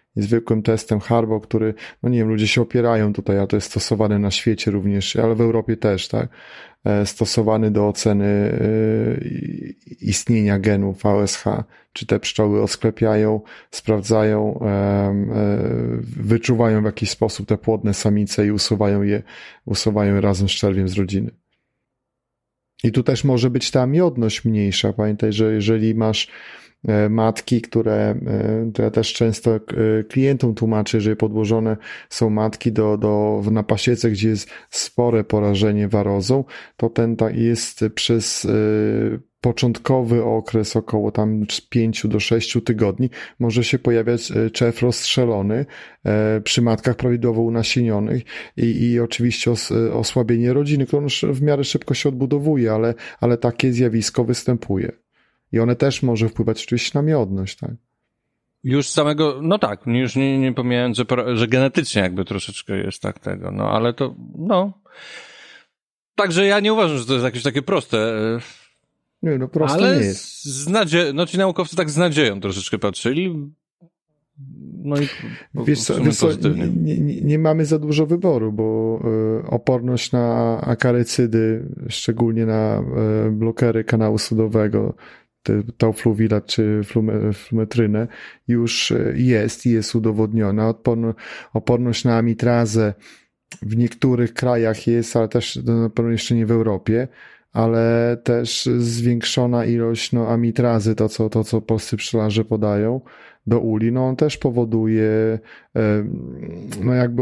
C: zwykłym testem Harbaugh, który, no nie wiem, ludzie się opierają tutaj, a to jest stosowane na świecie również, ale w Europie też, tak? Stosowany do oceny istnienia genu VSH, czy te pszczoły osklepiają, sprawdzają, wyczuwają w jakiś sposób te płodne samice i usuwają je razem z czerwiem z rodziny. I tu też może być ta miodność mniejsza. Pamiętaj, że jeżeli masz matki, to ja też często klientom tłumaczę, że podłożone są matki na pasiece, gdzie jest spore porażenie warozą, to ten jest przez początkowy okres około tam 5 do 6 tygodni może się pojawiać czew rozstrzelony przy matkach prawidłowo unasienionych i oczywiście osłabienie rodziny, które w miarę szybko się odbudowuje, ale takie zjawisko występuje. I one też może wpływać oczywiście na miodność, tak?
A: Już samego, no tak, już nie pomijając, że genetycznie jakby troszeczkę jest tak tego, no ale to, no. Także ja nie uważam, że to jest jakieś takie proste.
C: Nie, no proste
A: ale
C: nie jest.
A: Ci naukowcy tak z nadzieją troszeczkę patrzyli. No i
C: wiesz co, nie mamy za dużo wyboru, bo oporność na akarycydy, szczególnie na blokery kanału sodowego, taufluwirat czy flumetrynę już jest udowodniona. Oporność na amitrazę w niektórych krajach jest, ale też na pewno jeszcze nie w Europie, ale też zwiększona ilość amitrazy, to co polscy pszczelarze podają do uli, on też powoduje jakby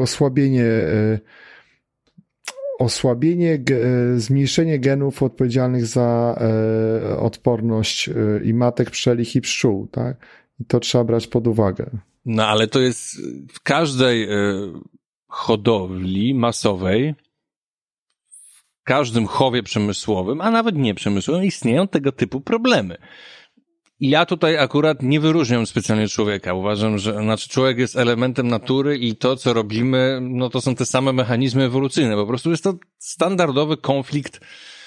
C: zmniejszenie genów odpowiedzialnych za odporność i matek pszczelich i pszczół, tak? I to trzeba brać pod uwagę.
A: No ale to jest w każdej hodowli masowej, w każdym chowie przemysłowym, a nawet nieprzemysłowym istnieją tego typu problemy. I ja tutaj akurat nie wyróżniam specjalnie człowieka. Uważam, że człowiek jest elementem natury i to, co robimy, no to są te same mechanizmy ewolucyjne. Po prostu jest to standardowy konflikt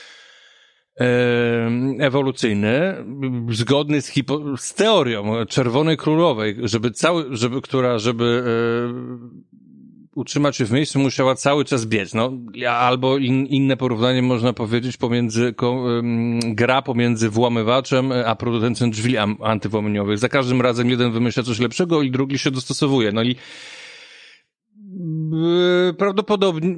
A: ewolucyjny, zgodny z teorią Czerwonej Królowej, żeby utrzymać się w miejscu, musiała cały czas biec. Albo inne porównanie można powiedzieć gra pomiędzy włamywaczem a producentem drzwi antywłamaniowych. Za każdym razem jeden wymyśla coś lepszego i drugi się dostosowuje. No i prawdopodobnie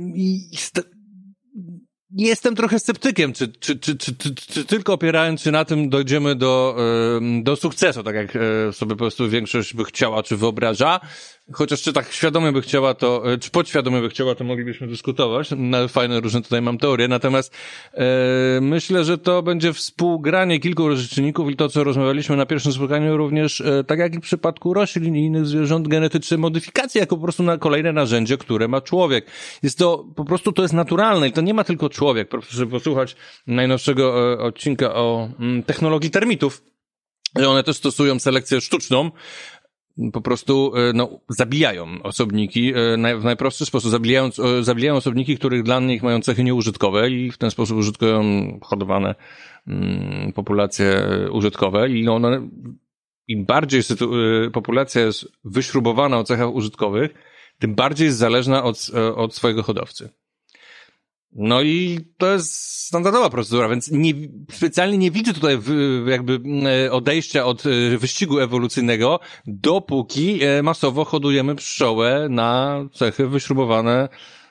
A: jestem trochę sceptykiem, czy tylko opierając się na tym dojdziemy do sukcesu, tak jak sobie po prostu większość by chciała, czy wyobraża. Chociaż czy tak świadomie by chciała to, czy podświadomie by chciała, to moglibyśmy dyskutować. Fajne różne tutaj mam teorie. Natomiast myślę, że to będzie współgranie kilku czynników i to, co rozmawialiśmy na pierwszym spotkaniu, również tak jak i w przypadku roślin i innych zwierząt, genetyczne modyfikacje jako po prostu na kolejne narzędzie, które ma człowiek. Jest to, po prostu to jest naturalne i to nie ma tylko człowiek. Proszę posłuchać najnowszego odcinka o technologii termitów, że one też stosują selekcję sztuczną, po prostu zabijają osobniki w najprostszy sposób, zabijają osobniki, których dla nich mają cechy nieużytkowe i w ten sposób użytkują hodowane populacje użytkowe i one, im bardziej populacja jest wyśrubowana o cechach użytkowych, tym bardziej jest zależna od swojego hodowcy. No i to jest standardowa procedura, więc specjalnie nie widzę tutaj jakby odejścia od wyścigu ewolucyjnego, dopóki masowo hodujemy pszczołę na cechy wyśrubowane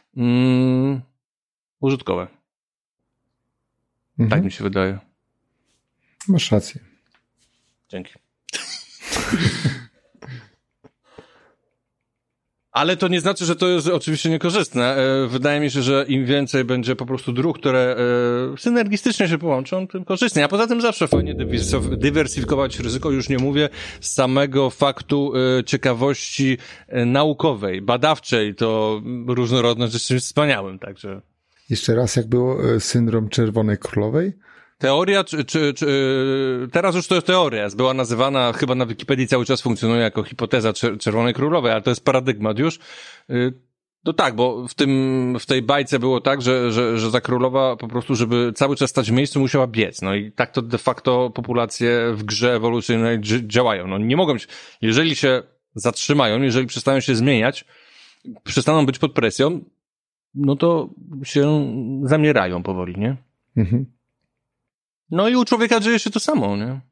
A: użytkowe. Tak mi się wydaje.
C: Masz rację.
A: Dzięki. Ale to nie znaczy, że to jest oczywiście niekorzystne. Wydaje mi się, że im więcej będzie po prostu dróg, które synergistycznie się połączą, tym korzystniej. A poza tym zawsze fajnie dywersyfikować ryzyko. Już nie mówię z samego faktu ciekawości naukowej, badawczej. To różnorodność jest czymś wspaniałym, także.
C: Jeszcze raz, jak było syndrom Czerwonej Królowej?
A: Teoria, teraz już to jest teoria, była nazywana, chyba na Wikipedii cały czas funkcjonuje jako hipoteza Czerwonej Królowej, ale to jest paradygmat już. No tak, bo w tej bajce było tak, że ta królowa po prostu, żeby cały czas stać w miejscu, musiała biec. No i tak to de facto populacje w grze ewolucyjnej działają. No nie mogą się, jeżeli się zatrzymają, jeżeli przestają się zmieniać, przestaną być pod presją, no to się zamierają powoli, nie? Mhm. No i u człowieka dzieje się to samo, nie?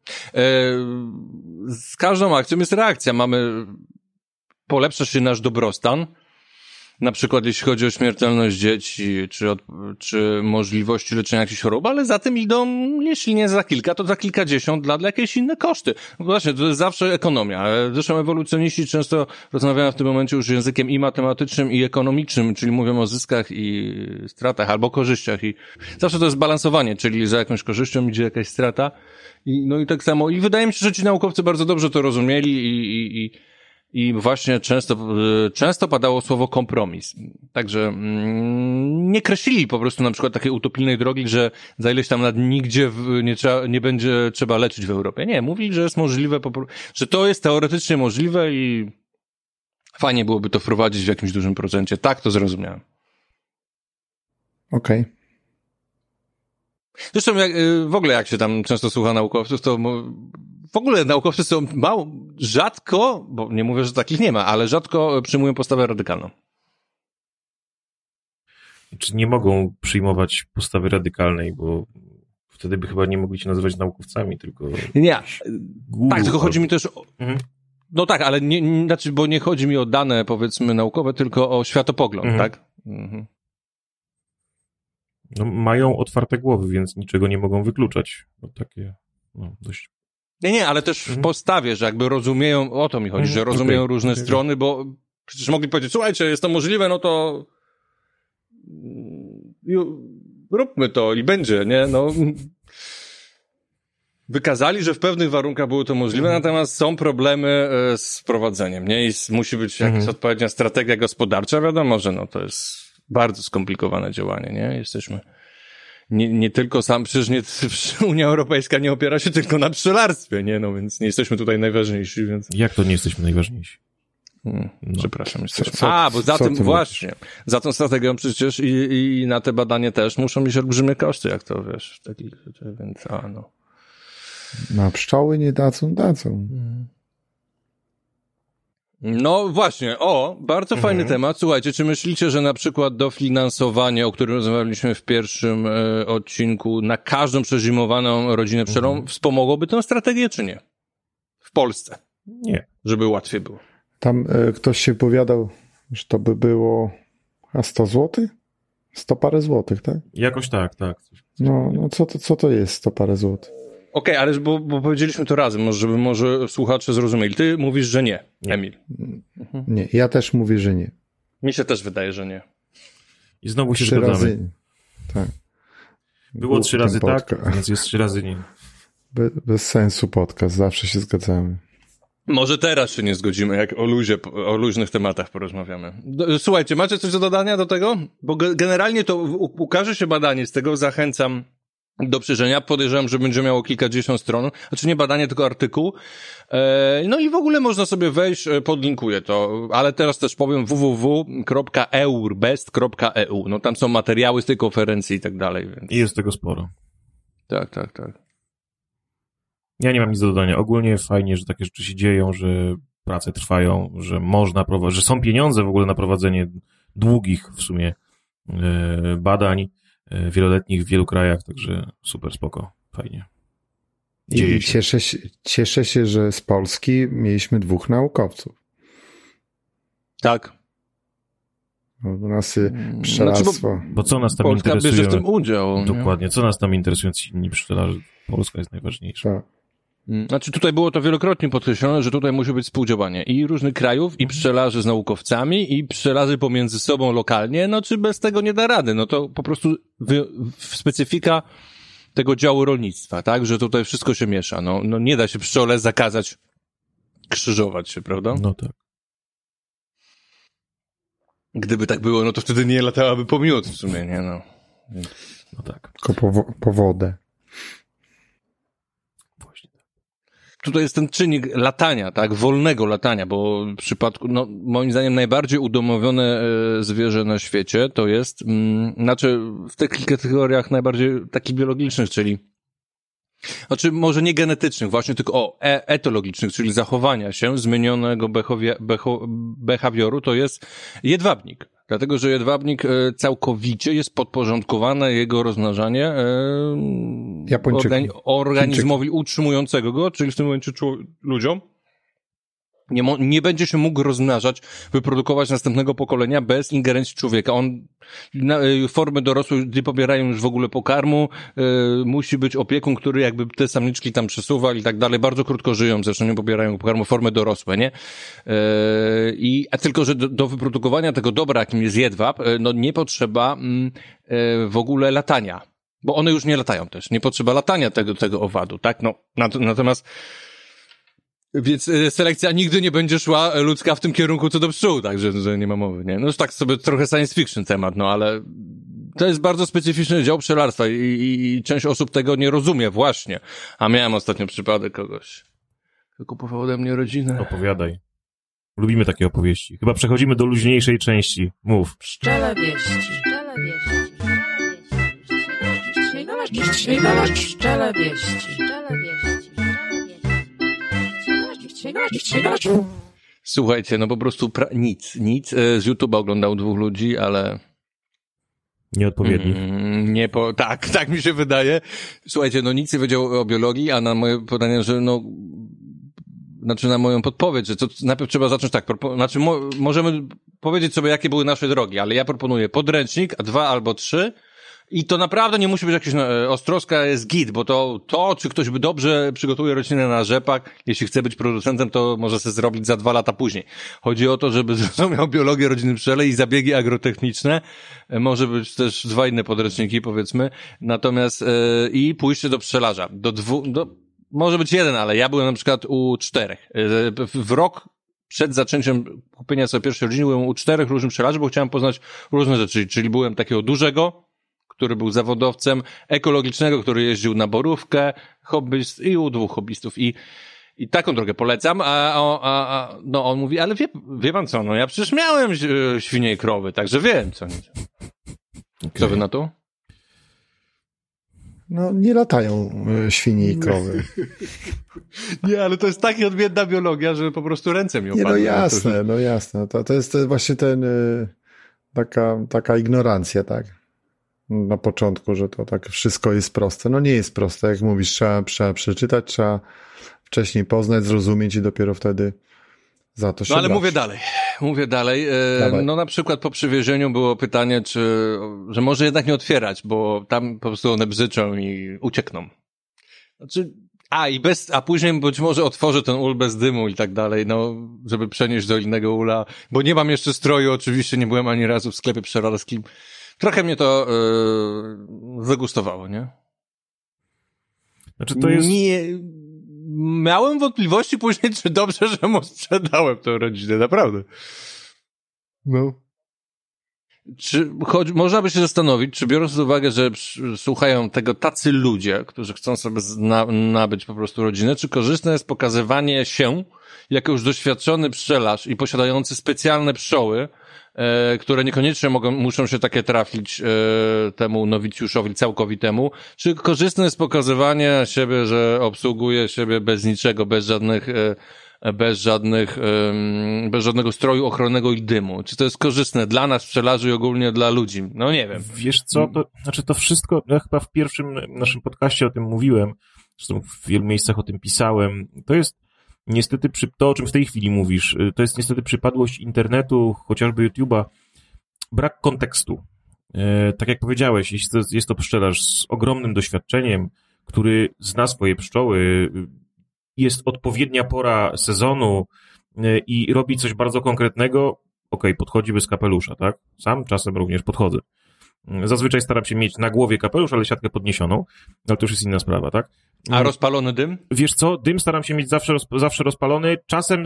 A: Z każdą akcją jest reakcja. Polepsza się nasz dobrostan, na przykład jeśli chodzi o śmiertelność dzieci, czy możliwości leczenia jakichś chorób, ale za tym idą, jeśli nie za kilka, to za kilkadziesiąt lat dla jakieś inne koszty. No właśnie, to jest zawsze ekonomia. Zresztą ewolucjoniści często rozmawiają w tym momencie już językiem i matematycznym, i ekonomicznym, czyli mówią o zyskach i stratach, albo korzyściach. I zawsze to jest balansowanie, czyli za jakąś korzyścią idzie jakaś strata. No i tak samo. I wydaje mi się, że ci naukowcy bardzo dobrze to rozumieli i właśnie często padało słowo kompromis. Także nie kreślili po prostu na przykład takiej utopijnej drogi, że za ileś tam lat nigdzie nie będzie trzeba leczyć w Europie. Nie, mówili, że jest możliwe, że to jest teoretycznie możliwe i fajnie byłoby to wprowadzić w jakimś dużym procencie. Tak to zrozumiałem.
C: Okej.
A: Zresztą w ogóle jak się tam często słucha naukowców, to w ogóle naukowcy są rzadko, bo nie mówię, że takich nie ma, ale rzadko przyjmują postawę radykalną.
B: Czy nie mogą przyjmować postawy radykalnej, bo wtedy by chyba nie mogli się nazywać naukowcami, tylko...
A: Nie, tak, tylko chodzi mi też o... No tak, ale znaczy, bo nie chodzi mi o dane, powiedzmy, naukowe, tylko o światopogląd, tak? Mhm.
B: No, mają otwarte głowy, więc niczego nie mogą wykluczać. No, takie, dość...
A: Nie, ale też w postawie, że jakby rozumieją, o to mi chodzi, że rozumieją różne strony, bo przecież mogli powiedzieć, słuchajcie, jest to możliwe, no to róbmy to i będzie, nie? No, wykazali, że w pewnych warunkach było to możliwe, natomiast są problemy z prowadzeniem, nie? I musi być jakaś odpowiednia strategia gospodarcza, wiadomo, że to jest bardzo skomplikowane działanie, nie? Jesteśmy nie tylko przecież Unia Europejska nie opiera się tylko na pszczelarstwie, nie? No więc nie jesteśmy tutaj najważniejsi, więc...
B: Jak to nie jesteśmy najważniejsi?
A: Przepraszam, jesteśmy... bo za tym właśnie, za tą strategią przecież i na te badanie też muszą mieć olbrzymie koszty, jak to wiesz, takich rzeczy, więc
C: Na pszczoły nie dadzą.
A: No właśnie, bardzo fajny temat. Słuchajcie, czy myślicie, że na przykład dofinansowanie, o którym rozmawialiśmy w pierwszym odcinku, na każdą przezimowaną rodzinę pszczelą wspomogłoby tę strategię, czy nie? W Polsce.
B: Nie.
A: Żeby łatwiej było.
C: Tam ktoś się powiadał, że to by było 100 zł? 100 parę złotych, tak?
B: Jakoś tak.
C: No co to jest 100 parę złotych?
A: Okej, ale bo powiedzieliśmy to razem, żeby może słuchacze zrozumieli. Ty mówisz, że nie, Emil.
C: Nie, ja też mówię, że nie.
A: Mi się też wydaje, że nie.
B: I znowu się
C: 3
B: zgadzamy.
C: razy. Tak.
B: Było 3 razy tak, więc jest 3 razy nie.
C: Bez sensu podcast, zawsze się zgadzamy.
A: Może teraz się nie zgodzimy, jak o luźnych tematach porozmawiamy. Słuchajcie, macie coś do dodania do tego? Bo generalnie to ukaże się badanie, z tego zachęcam do przejrzenia. Podejrzewam, że będzie miało kilkadziesiąt stron. Znaczy nie badanie, tylko artykuł. No i w ogóle można sobie wejść, podlinkuję to, ale teraz też powiem www.eurbest.eu. No tam są materiały z tej konferencji i tak dalej. Więc...
B: I jest tego sporo.
A: Tak.
B: Ja nie mam nic do dodania. Ogólnie fajnie, że takie rzeczy się dzieją, że prace trwają, że można że są pieniądze w ogóle na prowadzenie długich w sumie badań wieloletnich w wielu krajach, także super spoko, fajnie.
C: I cieszę się, że z Polski mieliśmy 2 naukowców.
A: Tak.
C: U nas pszczelarstwo.
B: Bo co nas tam
A: Polska
B: interesuje?
A: bierze w tym udział.
B: Dokładnie. Nie? Co nas tam interesuje? Inni pszczelarze? Polska jest najważniejsza.
C: Tak.
A: Znaczy tutaj było to wielokrotnie podkreślone, że tutaj musi być współdziałanie i różnych krajów, i pszczelarzy z naukowcami, i pszczelarzy pomiędzy sobą lokalnie, no czy bez tego nie da rady, no to po prostu specyfika tego działu rolnictwa, tak, że tutaj wszystko się miesza, no nie da się pszczole zakazać krzyżować się, prawda?
B: No tak.
A: Gdyby tak było, no to wtedy nie latałaby po miód w sumie, nie no.
B: No tak.
C: Tylko po wodę.
A: Tutaj jest ten czynnik latania, tak, wolnego latania, bo w przypadku, no moim zdaniem najbardziej udomowione zwierzę na świecie to jest, znaczy w tych kategoriach najbardziej takich biologicznych, czyli Znaczy, może nie genetycznych właśnie, tylko etologicznych, czyli zachowania się, zmienionego behawioru, to jest jedwabnik. Dlatego, że jedwabnik całkowicie jest podporządkowane jego rozmnażanie organizmowi utrzymującego go, czyli w tym momencie ludziom. Nie będzie się mógł rozmnażać, wyprodukować następnego pokolenia bez ingerencji człowieka. Formy dorosłe nie pobierają już w ogóle pokarmu, musi być opiekun, który jakby te samiczki tam przesuwa i tak dalej. Bardzo krótko żyją, zresztą nie pobierają pokarmu, formy dorosłe, nie? A tylko, że do wyprodukowania tego dobra, jakim jest jedwab, no nie potrzeba w ogóle latania. Bo one już nie latają też. Nie potrzeba latania tego owadu, tak? No, natomiast więc selekcja nigdy nie będzie szła ludzka w tym kierunku co do pszczół, także że nie ma mowy, nie? No już tak sobie trochę science fiction temat, no ale to jest bardzo specyficzny dział pszczelarstwa i część osób tego nie rozumie właśnie. A miałem ostatnio przypadek kogoś, kto kupował ode mnie rodzinę.
B: Opowiadaj. Lubimy takie opowieści. Chyba przechodzimy do luźniejszej części. Mów.
D: Pszczele wieści. Pszczele wieści. Pszczele wieści. Pszczele wieści.
A: Słuchajcie, no po prostu nic. Z YouTube'a oglądał 2 ludzi, ale
B: nieodpowiedni.
A: Tak mi się wydaje. Słuchajcie, no nic nie wiedział o biologii, a na moje pytanie, że na moją podpowiedź, że to najpierw trzeba zacząć tak, możemy powiedzieć sobie, jakie były nasze drogi, ale ja proponuję podręcznik, 2 albo 3, i to naprawdę nie musi być jakieś Ostrowska jest git, bo to, czy ktoś by dobrze przygotuje roślinę na rzepak, jeśli chce być producentem, to może sobie zrobić za 2 lata później. Chodzi o to, żeby zrozumiał biologię rodziny pszczele i zabiegi agrotechniczne. Może być też 2 inne podręczniki, powiedzmy. Natomiast i pójście do pszczelarza. Może być 1, ale ja byłem na przykład u 4. W rok przed zaczęciem kupienia sobie pierwszej rodziny byłem u 4 różnych pszczelarzy, bo chciałem poznać różne rzeczy. Czyli byłem takiego dużego, który był zawodowcem, ekologicznego, który jeździł na borówkę, hobbyst i u 2 hobbystów. I taką drogę polecam, no on mówi, ale wie pan co, no ja przecież miałem świnie i krowy, także wiem co. Co wy na to?
C: No, nie latają świnie i krowy.
A: Nie, ale to jest taka odmienna biologia, że po prostu ręce mi opadły.
C: No jasne. To jest właśnie taka ignorancja, tak? Na początku, że to tak wszystko jest proste. No nie jest proste, jak mówisz, trzeba przeczytać, trzeba wcześniej poznać, zrozumieć i dopiero wtedy za to się
A: ale
C: brać.
A: Mówię dalej. No na przykład po przywiezieniu było pytanie, że może jednak nie otwierać, bo tam po prostu one bzyczą i uciekną. Znaczy, a później być może otworzę ten ul bez dymu i tak dalej, no, żeby przenieść do innego ula, bo nie mam jeszcze stroju, oczywiście nie byłem ani razu w sklepie pszczelarskim. Trochę mnie to zagustowało, nie?
B: Znaczy to jest...
A: Miałem wątpliwości później, czy dobrze, że mu sprzedałem tę rodzinę, naprawdę. No. Można by się zastanowić, czy biorąc pod uwagę, że słuchają tego tacy ludzie, którzy chcą sobie nabyć po prostu rodzinę, czy korzystne jest pokazywanie się jako już doświadczony pszczelarz i posiadający specjalne pszczoły, które niekoniecznie muszą się takie trafić temu nowicjuszowi całkowitemu, czy korzystne jest pokazywanie siebie, że obsługuje siebie bez niczego, bez żadnego stroju ochronnego i dymu. Czy to jest korzystne dla nas, pszczelarzy i ogólnie dla ludzi? No nie wiem.
B: Wiesz co, to wszystko, ja chyba w pierwszym naszym podcaście o tym mówiłem, zresztą w wielu miejscach o tym pisałem, to jest niestety to, o czym w tej chwili mówisz, to jest niestety przypadłość internetu, chociażby YouTube'a, brak kontekstu. Tak jak powiedziałeś, jest to pszczelarz z ogromnym doświadczeniem, który zna swoje pszczoły, jest odpowiednia pora sezonu i robi coś bardzo konkretnego, podchodzi bez kapelusza, tak? Sam czasem również podchodzę. Zazwyczaj staram się mieć na głowie kapelusz, ale siatkę podniesioną, ale to już jest inna sprawa, tak?
A: A rozpalony dym?
B: Wiesz co, dym staram się mieć zawsze rozpalony, czasem,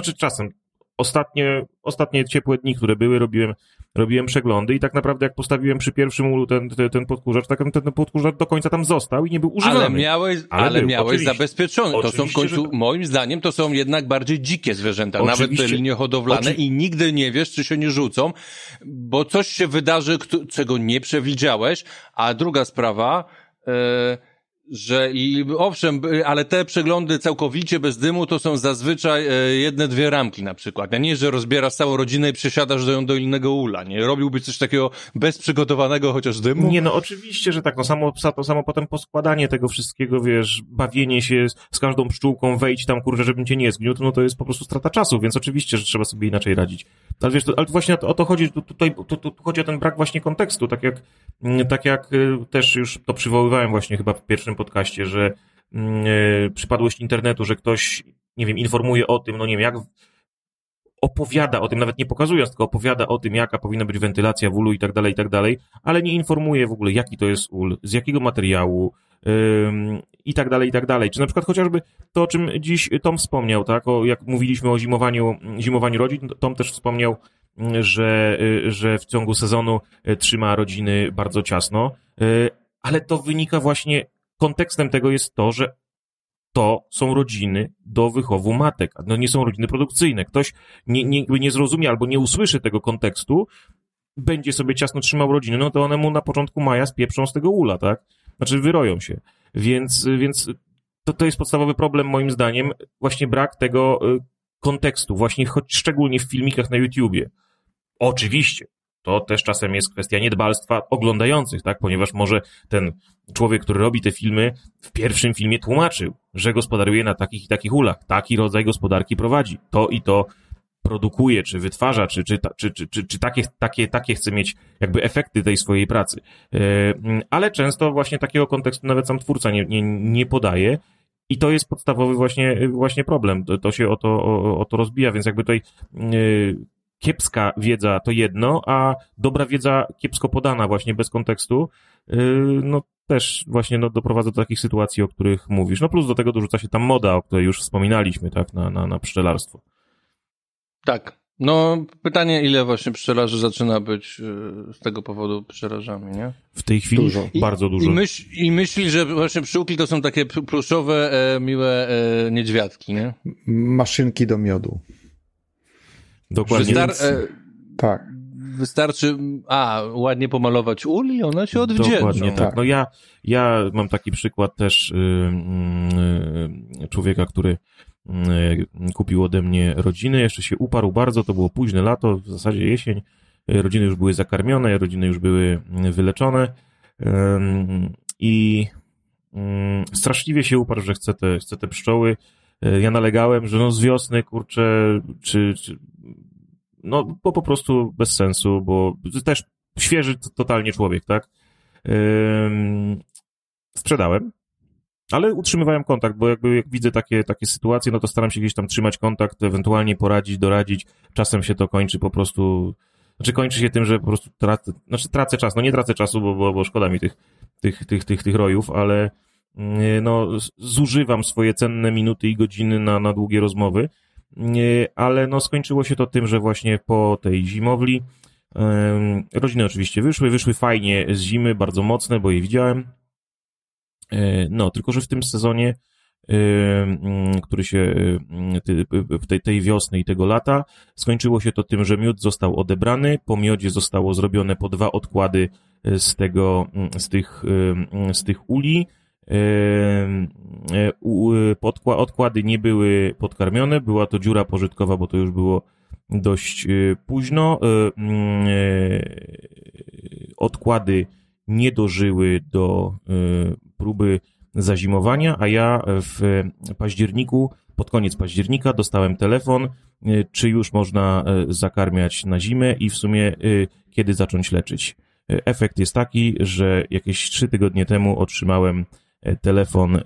B: ostatnie ciepłe dni, które były, robiłem przeglądy i tak naprawdę jak postawiłem przy pierwszym ulu ten podkurzacz, tak ten podkurzacz do końca tam został i nie był używany.
A: Ale miałeś zabezpieczony. To są w końcu, moim zdaniem, to są jednak bardziej dzikie zwierzęta, nawet te linie hodowlane i nigdy nie wiesz, czy się nie rzucą, bo coś się wydarzy, czego nie przewidziałeś, a druga sprawa, że i owszem, ale te przeglądy całkowicie bez dymu to są zazwyczaj jedne, dwie ramki na przykład. A nie, że rozbierasz całą rodzinę i przesiadasz do innego ula, nie? Robiłbyś coś takiego bez przygotowanego chociaż dymu?
B: Nie, no oczywiście, że tak, no samo potem poskładanie tego wszystkiego, wiesz, bawienie się z każdą pszczółką, wejdź tam, kurczę, żebym cię nie zgniótł, no to jest po prostu strata czasu, więc oczywiście, że trzeba sobie inaczej radzić. Ale wiesz, ale właśnie o to chodzi, tutaj chodzi o ten brak właśnie kontekstu, tak jak też już to przywoływałem właśnie chyba w pierwszym podcaście, że przypadłość internetu, że ktoś, nie wiem, informuje o tym, no nie wiem, jak opowiada o tym, nawet nie pokazując, tylko opowiada o tym, jaka powinna być wentylacja w ulu i tak dalej, ale nie informuje w ogóle, jaki to jest ul, z jakiego materiału i tak dalej. Czy na przykład chociażby to, o czym dziś Tom wspomniał, tak, jak mówiliśmy o zimowaniu rodzin, Tom też wspomniał, że w ciągu sezonu trzyma rodziny bardzo ciasno, ale to wynika właśnie, kontekstem tego jest to, że to są rodziny do wychowu matek. No nie są rodziny produkcyjne. Ktoś nie zrozumie albo nie usłyszy tego kontekstu, będzie sobie ciasno trzymał rodziny, no to one mu na początku maja spieprzą z tego ula, tak? Znaczy wyroją się. Więc to jest podstawowy problem moim zdaniem, właśnie brak tego kontekstu, właśnie szczególnie w filmikach na YouTubie. Oczywiście, to też czasem jest kwestia niedbalstwa oglądających, tak? Ponieważ może ten człowiek, który robi te filmy, w pierwszym filmie tłumaczył, że gospodaruje na takich i takich ulach, taki rodzaj gospodarki prowadzi, to i to produkuje, czy wytwarza, czy takie chce mieć jakby efekty tej swojej pracy. Ale często właśnie takiego kontekstu nawet sam twórca nie podaje i to jest podstawowy właśnie problem. To się o to rozbija, więc jakby tutaj kiepska wiedza to jedno, a dobra wiedza kiepsko podana właśnie bez kontekstu, no też właśnie doprowadza do takich sytuacji, o których mówisz. No plus do tego dorzuca się tam moda, o której już wspominaliśmy, tak, na pszczelarstwo.
A: Tak. No, pytanie, ile właśnie pszczelarzy zaczyna być z tego powodu pszczelarzami, nie?
B: W tej chwili
C: dużo.
B: Bardzo dużo.
A: I myśli, że właśnie pszczółki to są takie pluszowe, miłe niedźwiadki, nie?
C: Maszynki do miodu.
B: Dokładnie.
C: Tak.
A: Wystarczy, ładnie pomalować ul i one się odwdzięczą.
B: Dokładnie tak. No ja mam taki przykład też człowieka, który kupił ode mnie rodziny, jeszcze się uparł bardzo, to było późne lato, w zasadzie jesień, rodziny już były zakarmione, rodziny już były wyleczone i straszliwie się uparł, że chce te pszczoły. Ja nalegałem, że z wiosny, kurczę, bo po prostu bez sensu, bo też świeży totalnie człowiek, tak? Sprzedałem. Ale utrzymywałem kontakt, bo jakby jak widzę takie sytuacje, no to staram się gdzieś tam trzymać kontakt, ewentualnie poradzić, doradzić. Czasem się to kończy po prostu, kończy się tym, że po prostu tracę czas. No nie tracę czasu, bo szkoda mi tych rojów, ale zużywam swoje cenne minuty i godziny na długie rozmowy. Ale skończyło się to tym, że właśnie po tej zimowli rodziny oczywiście wyszły fajnie z zimy, bardzo mocne, bo je widziałem. Tylko że w tym sezonie, który się tej wiosny i tego lata, skończyło się to tym, że miód został odebrany, po miodzie zostało zrobione po 2 odkłady z tych uli. Odkłady nie były podkarmione, była to dziura pożytkowa, bo to już było dość późno. Odkłady nie dożyły do próby zazimowania, a ja w październiku, pod koniec października dostałem telefon, czy już można zakarmiać na zimę i w sumie kiedy zacząć leczyć. Efekt jest taki, że jakieś 3 tygodnie temu otrzymałem telefon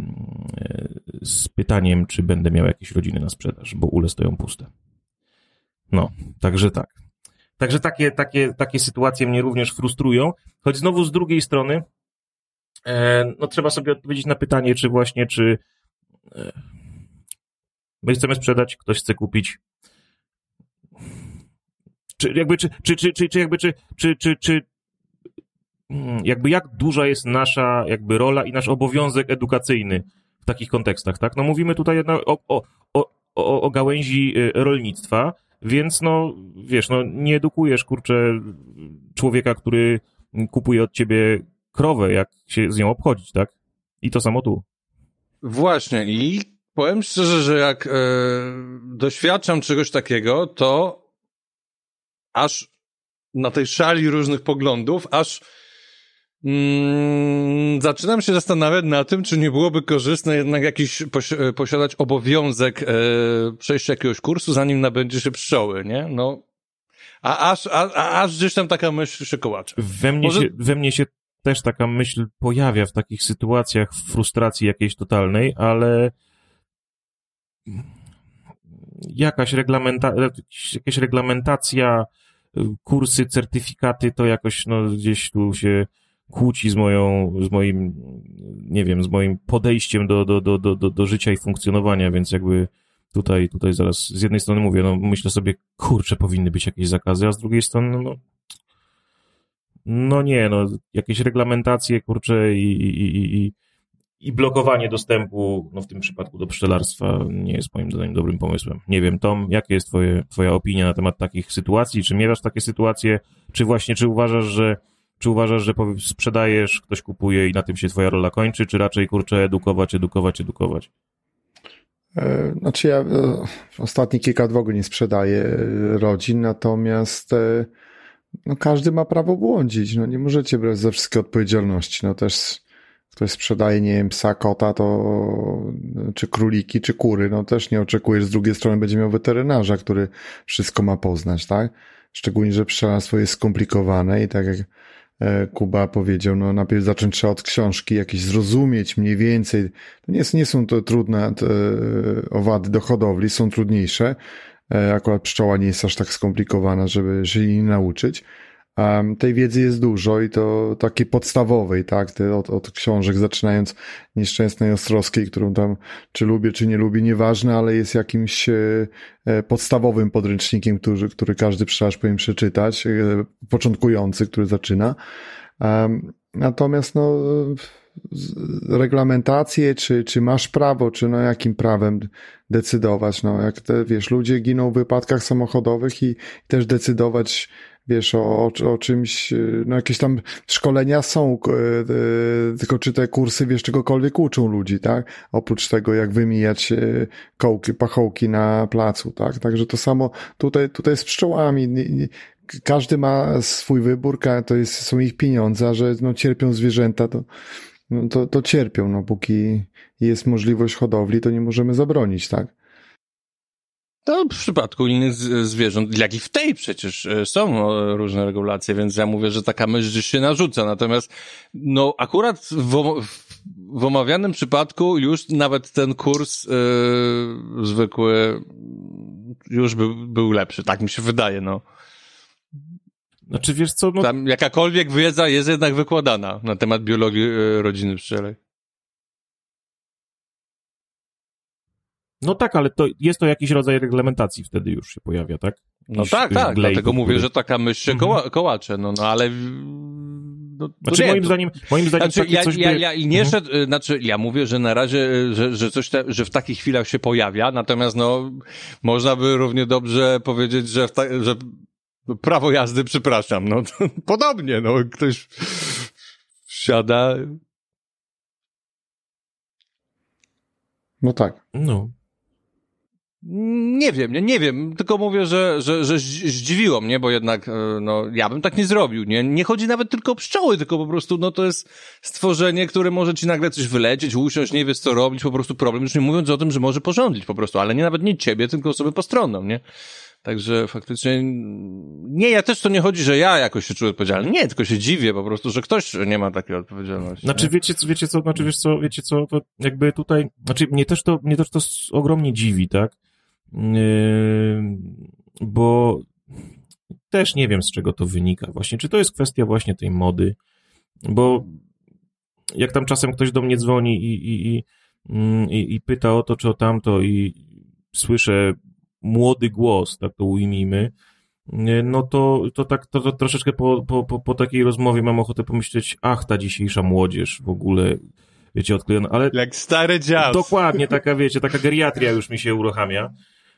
B: z pytaniem, czy będę miał jakieś rodziny na sprzedaż, bo ule stoją puste. Także tak. Także takie sytuacje mnie również frustrują, choć znowu z drugiej strony trzeba sobie odpowiedzieć na pytanie, czy my chcemy sprzedać, ktoś chce kupić. Jak duża jest nasza rola i nasz obowiązek edukacyjny w takich kontekstach, tak? Mówimy tutaj o gałęzi rolnictwa, więc nie edukujesz, kurczę, człowieka, który kupuje od ciebie krowę, jak się z nią obchodzić, tak? I to samo tu.
A: Właśnie i powiem szczerze, że jak doświadczam czegoś takiego, to aż na tej szali różnych poglądów, aż zaczynam się zastanawiać na tym, czy nie byłoby korzystne jednak jakiś posiadać obowiązek przejścia jakiegoś kursu, zanim nabędzie się pszczoły, nie? No, aż gdzieś tam taka myśl się kołacze.
B: We mnie się też taka myśl pojawia w takich sytuacjach frustracji jakiejś totalnej, ale jakaś reglamentacja, kursy, certyfikaty, to jakoś no, gdzieś tu się kłóci z moim, nie wiem, z moim podejściem do życia i funkcjonowania, więc jakby tutaj zaraz z jednej strony mówię, no myślę sobie, kurczę, powinny być jakieś zakazy, a z drugiej strony, no nie, no jakieś reglamentacje, kurczę, i blokowanie dostępu, no w tym przypadku do pszczelarstwa nie jest moim zdaniem dobrym pomysłem. Nie wiem, Tom, jaka jest twoja opinia na temat takich sytuacji? Czy miewasz takie sytuacje? Czy uważasz, że sprzedajesz, ktoś kupuje i na tym się twoja rola kończy? Czy raczej, kurczę, edukować?
C: Znaczy ja ostatnie kilka lat w ogóle nie sprzedaję rodzin, natomiast no każdy ma prawo błądzić. No nie możecie brać za wszystkie odpowiedzialności. No też ktoś sprzedaje, nie wiem, psa, kota, to czy króliki, czy kury, no też nie oczekujesz, z drugiej strony będzie miał weterynarza, który wszystko ma poznać, tak? Szczególnie, że pszczelarstwo jest skomplikowane i tak jak Kuba powiedział, no najpierw zacząć trzeba od książki, jakieś zrozumieć mniej więcej. To nie są to trudne owady do hodowli, są trudniejsze. Akurat pszczoła nie jest aż tak skomplikowana, żeby się jej nauczyć. Tej wiedzy jest dużo i to takiej podstawowej, tak, od książek zaczynając Nieszczęsnej Ostrowskiej, którą tam czy lubię, czy nie lubię, nieważne, ale jest jakimś podstawowym podręcznikiem, który każdy pszczelarz powinien przeczytać, początkujący, który zaczyna. Natomiast no reglamentacje, czy masz prawo, czy no jakim prawem decydować, no jak wiesz, ludzie giną w wypadkach samochodowych i też decydować, wiesz, o czymś, no jakieś tam szkolenia są, tylko czy te kursy, wiesz, czegokolwiek uczą ludzi, tak? Oprócz tego, jak wymijać pachołki na placu, tak? Także to samo tutaj z pszczołami. Każdy ma swój wybór, są ich pieniądze, a że no cierpią zwierzęta, to cierpią, no póki jest możliwość hodowli, to nie możemy zabronić, tak?
A: To w przypadku innych zwierząt, jak i w tej przecież są różne regulacje, więc ja mówię, że taka myśl gdzieś się narzuca. Natomiast no akurat w omawianym przypadku już nawet ten kurs zwykły już był lepszy, tak mi się wydaje, no.
B: Znaczy wiesz co, no...
A: Tam jakakolwiek wiedza jest jednak wykładana na temat biologii rodziny pszczelej.
B: No tak, ale jest to jakiś rodzaj reglamentacji wtedy już się pojawia, tak?
A: No tak, dlatego mówię, że taka myśl się kołacze, no ale... No,
B: znaczy
A: nie,
B: moim zdaniem
A: znaczy,
B: takie coś
A: ja mówię, że na razie, że coś że w takich chwilach się pojawia, natomiast no, można by równie dobrze powiedzieć, że prawo jazdy, przepraszam, no to podobnie, no ktoś wsiada.
C: No tak.
B: No.
A: Nie wiem, tylko mówię, że zdziwiło mnie, bo jednak, no, ja bym tak nie zrobił, nie chodzi nawet tylko o pszczoły, tylko po prostu, no, to jest stworzenie, które może ci nagle coś wylecieć, usiąść, nie wiesz co robić, po prostu problem, już nie mówiąc o tym, że może porządzić po prostu, ale nawet nie ciebie, tylko osobę postronną, nie? Także faktycznie, ja też to nie chodzi, że ja jakoś się czuję odpowiedzialny, nie, tylko się dziwię po prostu, że ktoś nie ma takiej odpowiedzialności.
B: Znaczy, wiecie co, to jakby tutaj, znaczy, mnie też to ogromnie dziwi, tak? Bo też nie wiem, z czego to wynika właśnie, czy to jest kwestia właśnie tej mody, bo jak tam czasem ktoś do mnie dzwoni i pyta o to, czy o tamto i słyszę młody głos, tak to ujmijmy, no to troszeczkę po takiej rozmowie mam ochotę pomyśleć, ach, ta dzisiejsza młodzież w ogóle, wiecie, odklejona, ale...
A: Jak stary dziad.
B: Dokładnie, taka geriatria już mi się uruchamia.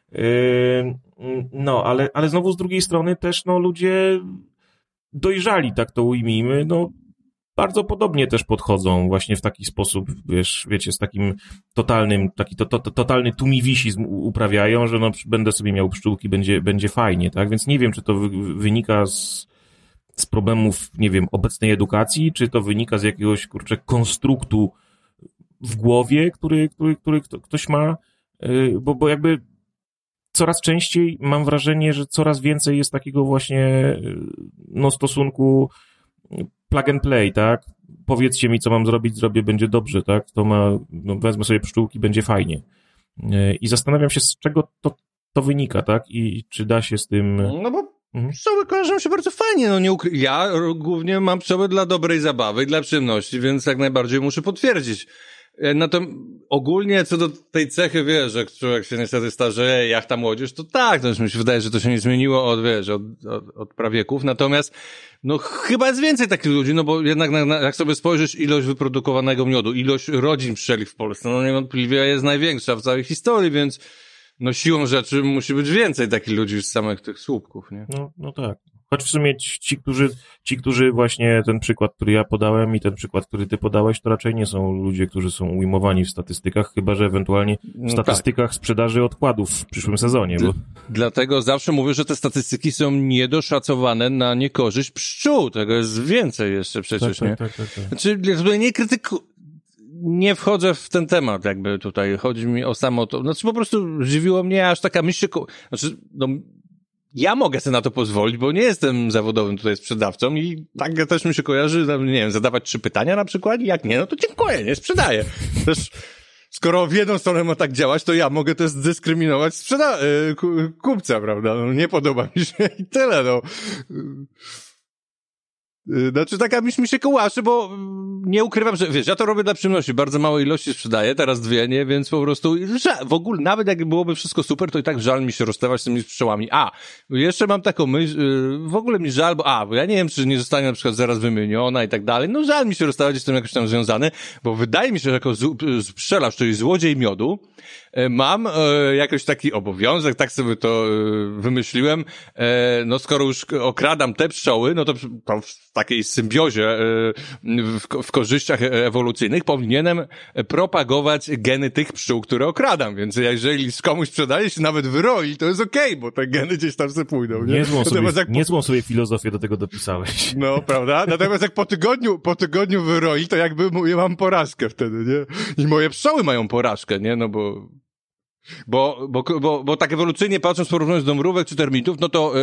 B: No, ale znowu z drugiej strony też, no, ludzie dojrzali, tak to ujmijmy, no, bardzo podobnie też podchodzą właśnie w taki sposób, wiecie, z takim totalnym, totalny tumiwisizm uprawiają, że no będę sobie miał pszczółki, będzie fajnie, tak? Więc nie wiem, czy to wynika z problemów, nie wiem, obecnej edukacji, czy to wynika z jakiegoś, kurczę, konstruktu w głowie, który ktoś ma, bo jakby coraz częściej mam wrażenie, że coraz więcej jest takiego właśnie, no, stosunku plug and play, tak? Powiedzcie mi, co mam zrobić, zrobię, będzie dobrze, tak? No, wezmę sobie pszczółki, będzie fajnie. I zastanawiam się, z czego to wynika, tak? I czy da się z tym...
A: No bo pszczoły kojarzą się bardzo fajnie, no ja głównie mam pszczoły dla dobrej zabawy i dla przyjemności, więc jak najbardziej muszę potwierdzić. Ogólnie co do tej cechy, wiesz, że człowiek się niestety starzeje, jachta młodzież, to tak, to już mi się wydaje, że to się nie zmieniło od prawieków, natomiast no chyba jest więcej takich ludzi, no bo jednak jak sobie spojrzysz ilość wyprodukowanego miodu, ilość rodzin pszczelich w Polsce, no niewątpliwie jest największa w całej historii, więc no siłą rzeczy musi być więcej takich ludzi niż samych tych słupków, nie?
B: No tak. Choć w sumie ci, którzy właśnie ten przykład, który ja podałem i ten przykład, który ty podałeś, to raczej nie są ludzie, którzy są ujmowani w statystykach, chyba że ewentualnie w statystykach sprzedaży odkładów w przyszłym sezonie. Bo...
A: Dlatego zawsze mówię, że te statystyki są niedoszacowane na niekorzyść pszczół. Tego jest więcej jeszcze przecież, nie? Tak. Znaczy, nie wchodzę w ten temat jakby tutaj. Chodzi mi o samo to. Znaczy po prostu zdziwiło mnie aż taka myśl, ja mogę sobie na to pozwolić, bo nie jestem zawodowym tutaj sprzedawcą i tak też mi się kojarzy, nie wiem, zadawać 3 pytania na przykład i jak nie, no to dziękuję, nie sprzedaję. Też skoro w jedną stronę ma tak działać, to ja mogę też zdyskryminować kupca, prawda? No, nie podoba mi się i tyle, no. Znaczy taka myśl mi się kołaczy, bo nie ukrywam, że wiesz, ja to robię dla przyjemności, bardzo małej ilości sprzedaję, teraz 2, nie, więc po prostu w ogóle, nawet jak byłoby wszystko super, to i tak żal mi się rozstawać z tymi pszczołami. Jeszcze mam taką myśl, w ogóle mi żal, bo ja nie wiem, czy nie zostanie na przykład zaraz wymieniona i tak dalej, no żal mi się rozstawać, jestem jakoś tam związany, bo wydaje mi się, że jako pszczelarz, czyli złodziej miodu, mam jakoś taki obowiązek, tak sobie to wymyśliłem, no skoro już okradam te pszczoły, no to w takiej symbiozie, w korzyściach ewolucyjnych powinienem propagować geny tych pszczół, które okradam, więc jeżeli komuś sprzedaje się nawet wyroi, to jest okej, bo te geny gdzieś tam se pójdą, nie?
B: Niezłą sobie filozofię do tego dopisałeś.
A: No, prawda? Natomiast jak po tygodniu wyroi, to jakby ja mam porażkę wtedy, nie? I moje pszczoły mają porażkę, nie? No bo tak ewolucyjnie patrząc, porównując do mrówek czy termitów, no to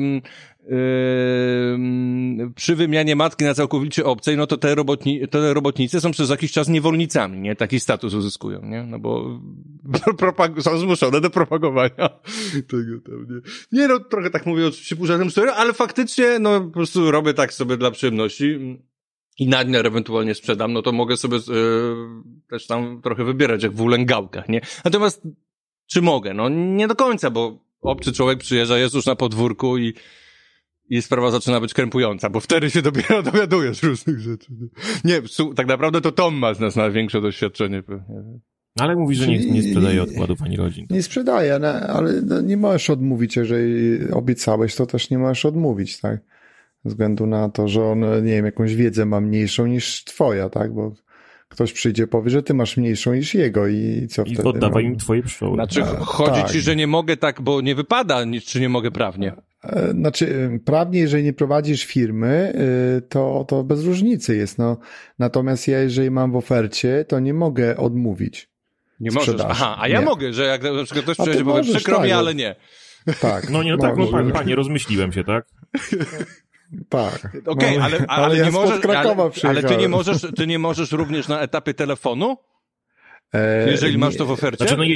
A: przy wymianie matki na całkowicie obcej, no to te robotnice są przez jakiś czas niewolnicami, nie? Taki status uzyskują, nie? No bo są zmuszone do propagowania tego tam, nie? Nie, no trochę tak mówię oczywiście pół żartem historii, ale faktycznie, no po prostu robię tak sobie dla przyjemności i nadmiar ewentualnie sprzedam, no to mogę sobie też tam trochę wybierać, jak w ulęgałkach, nie? Natomiast czy mogę? No nie do końca, bo obcy człowiek przyjeżdża, jest już na podwórku i sprawa zaczyna być krępująca, bo wtedy się dopiero dowiadujesz różnych rzeczy. Nie, tak naprawdę to Tom ma z nas największe doświadczenie pewnie.
B: Ale mówi, że nie sprzedaje odkładów ani rodzin.
C: Nie sprzedaje, ale nie możesz odmówić, jeżeli obiecałeś, to też nie możesz odmówić, tak? Ze względu na to, że on, nie wiem, jakąś wiedzę ma mniejszą niż twoja, tak? Bo ktoś przyjdzie, powie, że ty masz mniejszą niż jego i co wtedy?
B: I oddawaj im twoje pszczoły.
A: Znaczy, chodzi ci, że nie mogę tak, bo nie wypada, czy nie mogę prawnie?
C: Znaczy, prawnie, jeżeli nie prowadzisz firmy, to bez różnicy jest, no. Natomiast ja, jeżeli mam w ofercie, to nie mogę odmówić.
A: Nie możesz. Aha, a ja mogę, że jak na przykład ktoś przyjdzie, powie, przykro mi, ale nie.
C: Tak.
B: No nie, no tak, no panie, rozmyśliłem się, tak?
C: Tak.
A: Okej, ale
C: ja
A: nie możesz,
C: ale
A: ty nie możesz również na etapie telefonu? Jeżeli masz to w ofercie?
B: Znaczy,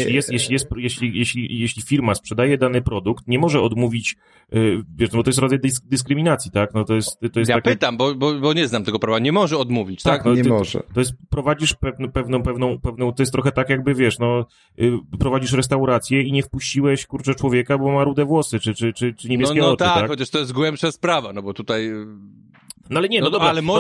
B: jeśli firma sprzedaje dany produkt, nie może odmówić, wiesz, no bo to jest rodzaj dyskryminacji, tak? No to jest
A: ja
B: takie...
A: pytam, bo nie znam tego prawa. Nie może odmówić, tak?
C: No, nie może.
B: To jest, prowadzisz pewną, to jest trochę tak jakby, wiesz, no, prowadzisz restaurację i nie wpuściłeś, kurczę, człowieka, bo ma rude włosy, czy niebieskie oczy,
A: tak? Chociaż to jest głębsza sprawa, no bo tutaj...
B: No ale nie, no dobra.
A: Ale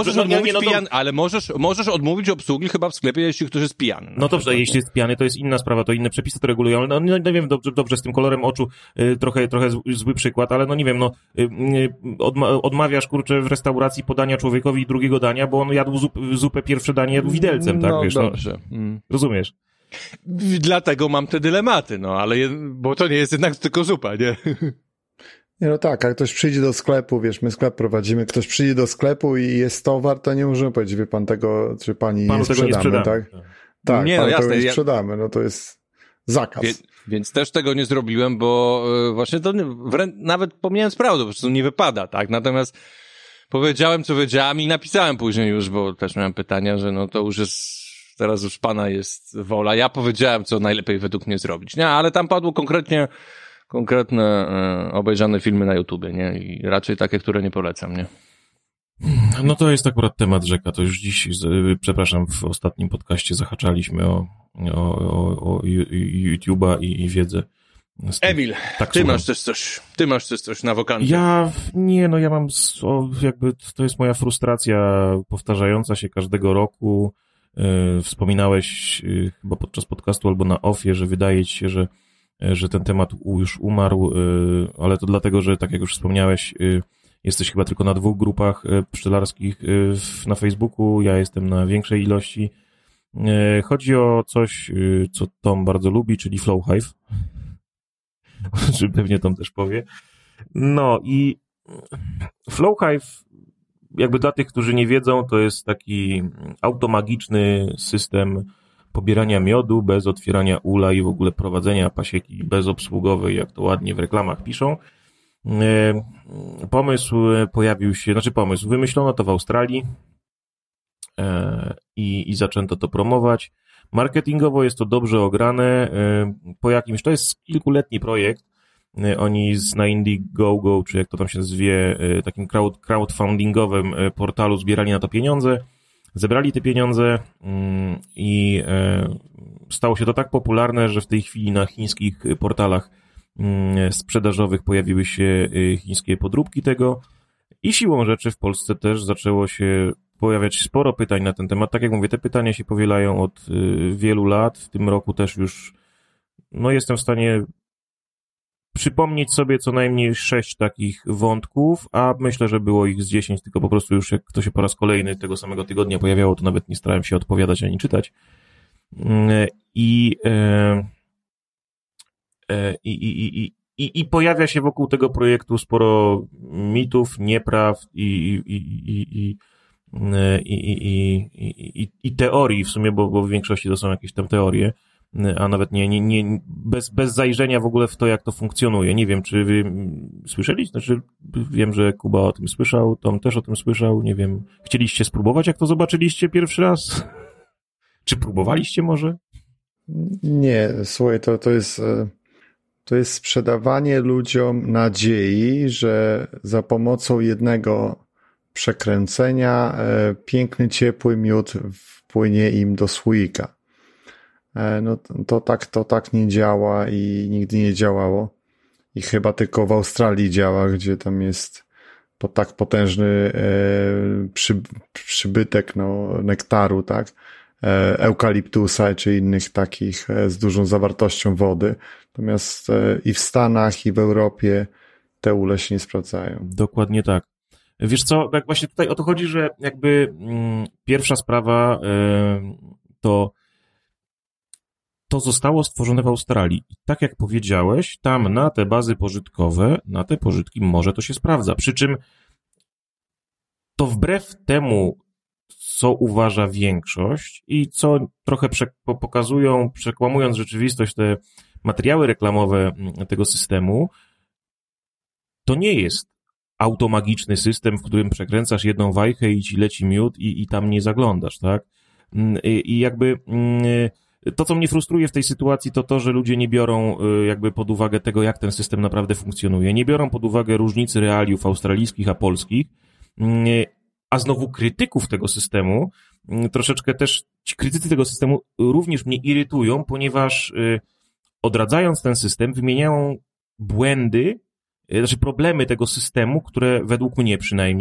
A: możesz odmówić obsługi chyba w sklepie, jeśli ktoś jest pijany.
B: No dobrze, jeśli jest pijany, to jest inna sprawa, to inne przepisy to regulują, ale no wiem, dobrze z tym kolorem oczu, trochę zły przykład, ale no nie wiem, odmawiasz, kurczę, w restauracji podania człowiekowi drugiego dania, bo on jadł zupę pierwsze danie, jadł widelcem, tak, wiesz,
A: dobrze.
B: Rozumiesz?
A: Dlatego mam te dylematy, ale bo to nie jest jednak tylko zupa, nie?
C: Nie, no tak, jak ktoś przyjdzie do sklepu, wiesz, my sklep prowadzimy, ktoś przyjdzie do sklepu i jest towar, to nie możemy powiedzieć, wie pan tego, czy pani
B: panu
C: nie sprzedamy, tak? Tak,
A: nie,
C: panu
A: jasne,
C: tego nie sprzedamy, no to jest zakaz.
A: Więc też tego nie zrobiłem, bo właśnie to nawet pomijając prawdę, po prostu nie wypada, tak? Natomiast powiedziałem, co wiedziałem i napisałem później już, bo też miałem pytania, że to już jest, teraz już pana jest wola. Ja powiedziałem, co najlepiej według mnie zrobić, nie? Ale tam padło konkretne obejrzane filmy na YouTubie, nie? I raczej takie, które nie polecam, nie?
B: No to jest akurat temat rzeka. To już dziś, przepraszam, w ostatnim podcaście zahaczaliśmy o YouTube'a i wiedzę.
A: Emil,
B: tak,
A: ty masz też coś na wokandzie.
B: Ja mam, jakby to jest moja frustracja powtarzająca się każdego roku. Wspominałeś chyba podczas podcastu albo na offie, że wydaje ci się, że ten temat już umarł, ale to dlatego, że tak jak już wspomniałeś, jesteś chyba tylko na 2 grupach pszczelarskich na Facebooku, ja jestem na większej ilości. Chodzi o coś, co Tom bardzo lubi, czyli Flowhive. Czy pewnie Tom też powie. No i Flowhive, jakby dla tych, którzy nie wiedzą, to jest taki automagiczny system pobierania miodu bez otwierania ula i w ogóle prowadzenia pasieki bezobsługowej, jak to ładnie w reklamach piszą. Wymyślono to w Australii i zaczęto to promować. Marketingowo jest to dobrze ograne. To jest kilkuletni projekt. Oni na Indiegogo, czy jak to tam się zwie, takim crowdfundingowym portalu zbierali na to pieniądze. Zebrali te pieniądze i stało się to tak popularne, że w tej chwili na chińskich portalach sprzedażowych pojawiły się chińskie podróbki tego i siłą rzeczy w Polsce też zaczęło się pojawiać sporo pytań na ten temat. Tak jak mówię, te pytania się powielają od wielu lat. W tym roku też już jestem w stanie przypomnieć sobie co najmniej 6 takich wątków, a myślę, że było ich z 10, tylko po prostu już jak to się po raz kolejny tego samego tygodnia pojawiało, to nawet nie starałem się odpowiadać ani czytać. I pojawia się wokół tego projektu sporo mitów, nieprawd i teorii w sumie, bo w większości to są jakieś tam teorie, a nawet nie bez zajrzenia w ogóle w to, jak to funkcjonuje. Nie wiem, czy wy słyszeli? Znaczy, wiem, że Kuba o tym słyszał, Tom też o tym słyszał, nie wiem. Chcieliście spróbować, jak to zobaczyliście pierwszy raz? Czy próbowaliście może?
C: Nie, słuchaj, to jest sprzedawanie ludziom nadziei, że za pomocą jednego przekręcenia piękny, ciepły miód wpłynie im do słoika. No to tak nie działa i nigdy nie działało. I chyba tylko w Australii działa, gdzie tam jest tak potężny przybytek nektaru, tak? Eukaliptusa czy innych takich z dużą zawartością wody. Natomiast i w Stanach, i w Europie te ule się nie sprawdzają.
B: Dokładnie tak. Wiesz co, jak właśnie tutaj o to chodzi, że jakby pierwsza sprawa to zostało stworzone w Australii. I tak jak powiedziałeś, tam na te bazy pożytkowe, na te pożytki może to się sprawdza. Przy czym to wbrew temu, co uważa większość i co trochę przekłamując rzeczywistość, te materiały reklamowe tego systemu, to nie jest automagiczny system, w którym przekręcasz jedną wajchę i ci leci miód i tam nie zaglądasz, tak? I jakby to, co mnie frustruje w tej sytuacji, to, że ludzie nie biorą jakby pod uwagę tego, jak ten system naprawdę funkcjonuje. Nie biorą pod uwagę różnicy realiów australijskich a polskich, a znowu krytyków tego systemu, troszeczkę też ci krytycy tego systemu również mnie irytują, ponieważ odradzając ten system wymieniają błędy, znaczy problemy tego systemu, które według mnie przynajmniej,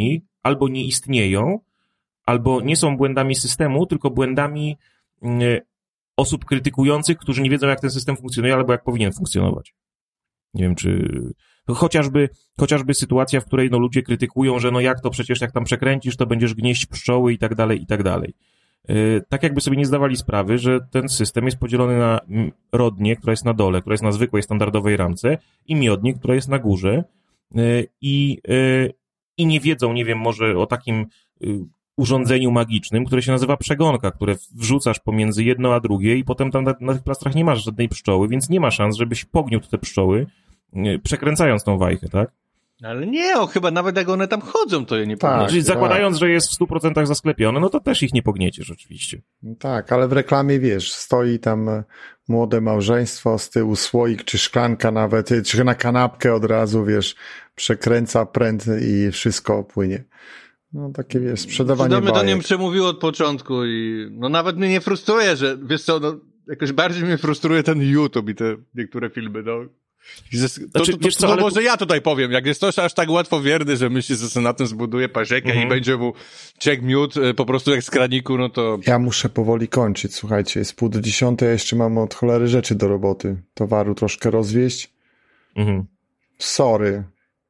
B: albo nie istnieją, albo nie są błędami systemu, tylko błędami osób krytykujących, którzy nie wiedzą, jak ten system funkcjonuje, albo jak powinien funkcjonować. Nie wiem, czy... Chociażby sytuacja, w której no, ludzie krytykują, że no jak to przecież, jak tam przekręcisz, to będziesz gnieść pszczoły i tak dalej, i tak dalej. Tak jakby sobie nie zdawali sprawy, że ten system jest podzielony na rodnię, która jest na dole, która jest na zwykłej, standardowej ramce i miodnię, która jest na górze i nie wiedzą, nie wiem, może o takim urządzeniu magicznym, które się nazywa przegonka, które wrzucasz pomiędzy jedno a drugie i potem tam na tych plastrach nie masz żadnej pszczoły, więc nie ma szans, żebyś pogniótł te pszczoły, przekręcając tą wajchę, tak?
A: Ale nie, chyba nawet jak one tam chodzą, to je nie
C: Tak.
A: pogniecie.
B: Czyli zakładając, że jest w 100% zasklepione, no to też ich nie pognieciesz oczywiście.
C: Tak, ale w reklamie, wiesz, stoi tam młode małżeństwo, z tyłu słoik czy szklanka nawet, czy na kanapkę od razu, wiesz, przekręca pręt i wszystko płynie. No takie, wiesz, sprzedawanie
A: Do mnie to
C: bajek.
A: nie przemówiło od początku i no nawet mnie nie frustruje, że wiesz co, no jakoś bardziej mnie frustruje ten YouTube i te niektóre filmy, no.
B: Wiesz co,
A: No
B: ale
A: może ja tutaj powiem, jak jest ktoś aż tak łatwowierny, że myśli, że na tym zbuduje pasiekę i będzie mu ciek miód po prostu jak z kraniku, no to...
C: Ja muszę powoli kończyć, słuchajcie, jest 9:30, ja jeszcze mam od cholery rzeczy do roboty. Towaru troszkę rozwieźć. Sorry.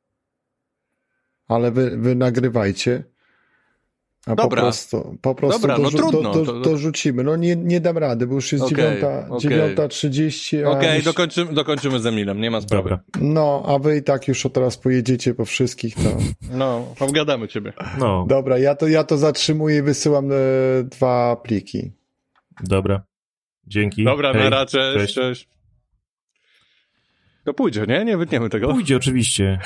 C: Ale wy nagrywajcie. A
A: Dobra.
C: po prostu
A: Dobra, no trudno.
C: dorzucimy. No nie dam rady, bo już jest
A: Okej,
C: 9:30.
A: Okej, dokończymy z Emilem, nie ma sprawy.
B: Dobra.
C: No, a wy i tak już od teraz pojedziecie po wszystkich, to...
A: No, obgadamy ciebie.
B: No,
C: Dobra, ja to zatrzymuję i wysyłam 2 pliki.
B: dobra. Dzięki.
A: Dobra,
B: Hej.
A: na razie, cześć. To pójdzie, nie? Nie wytniemy tego.
B: Pójdzie oczywiście.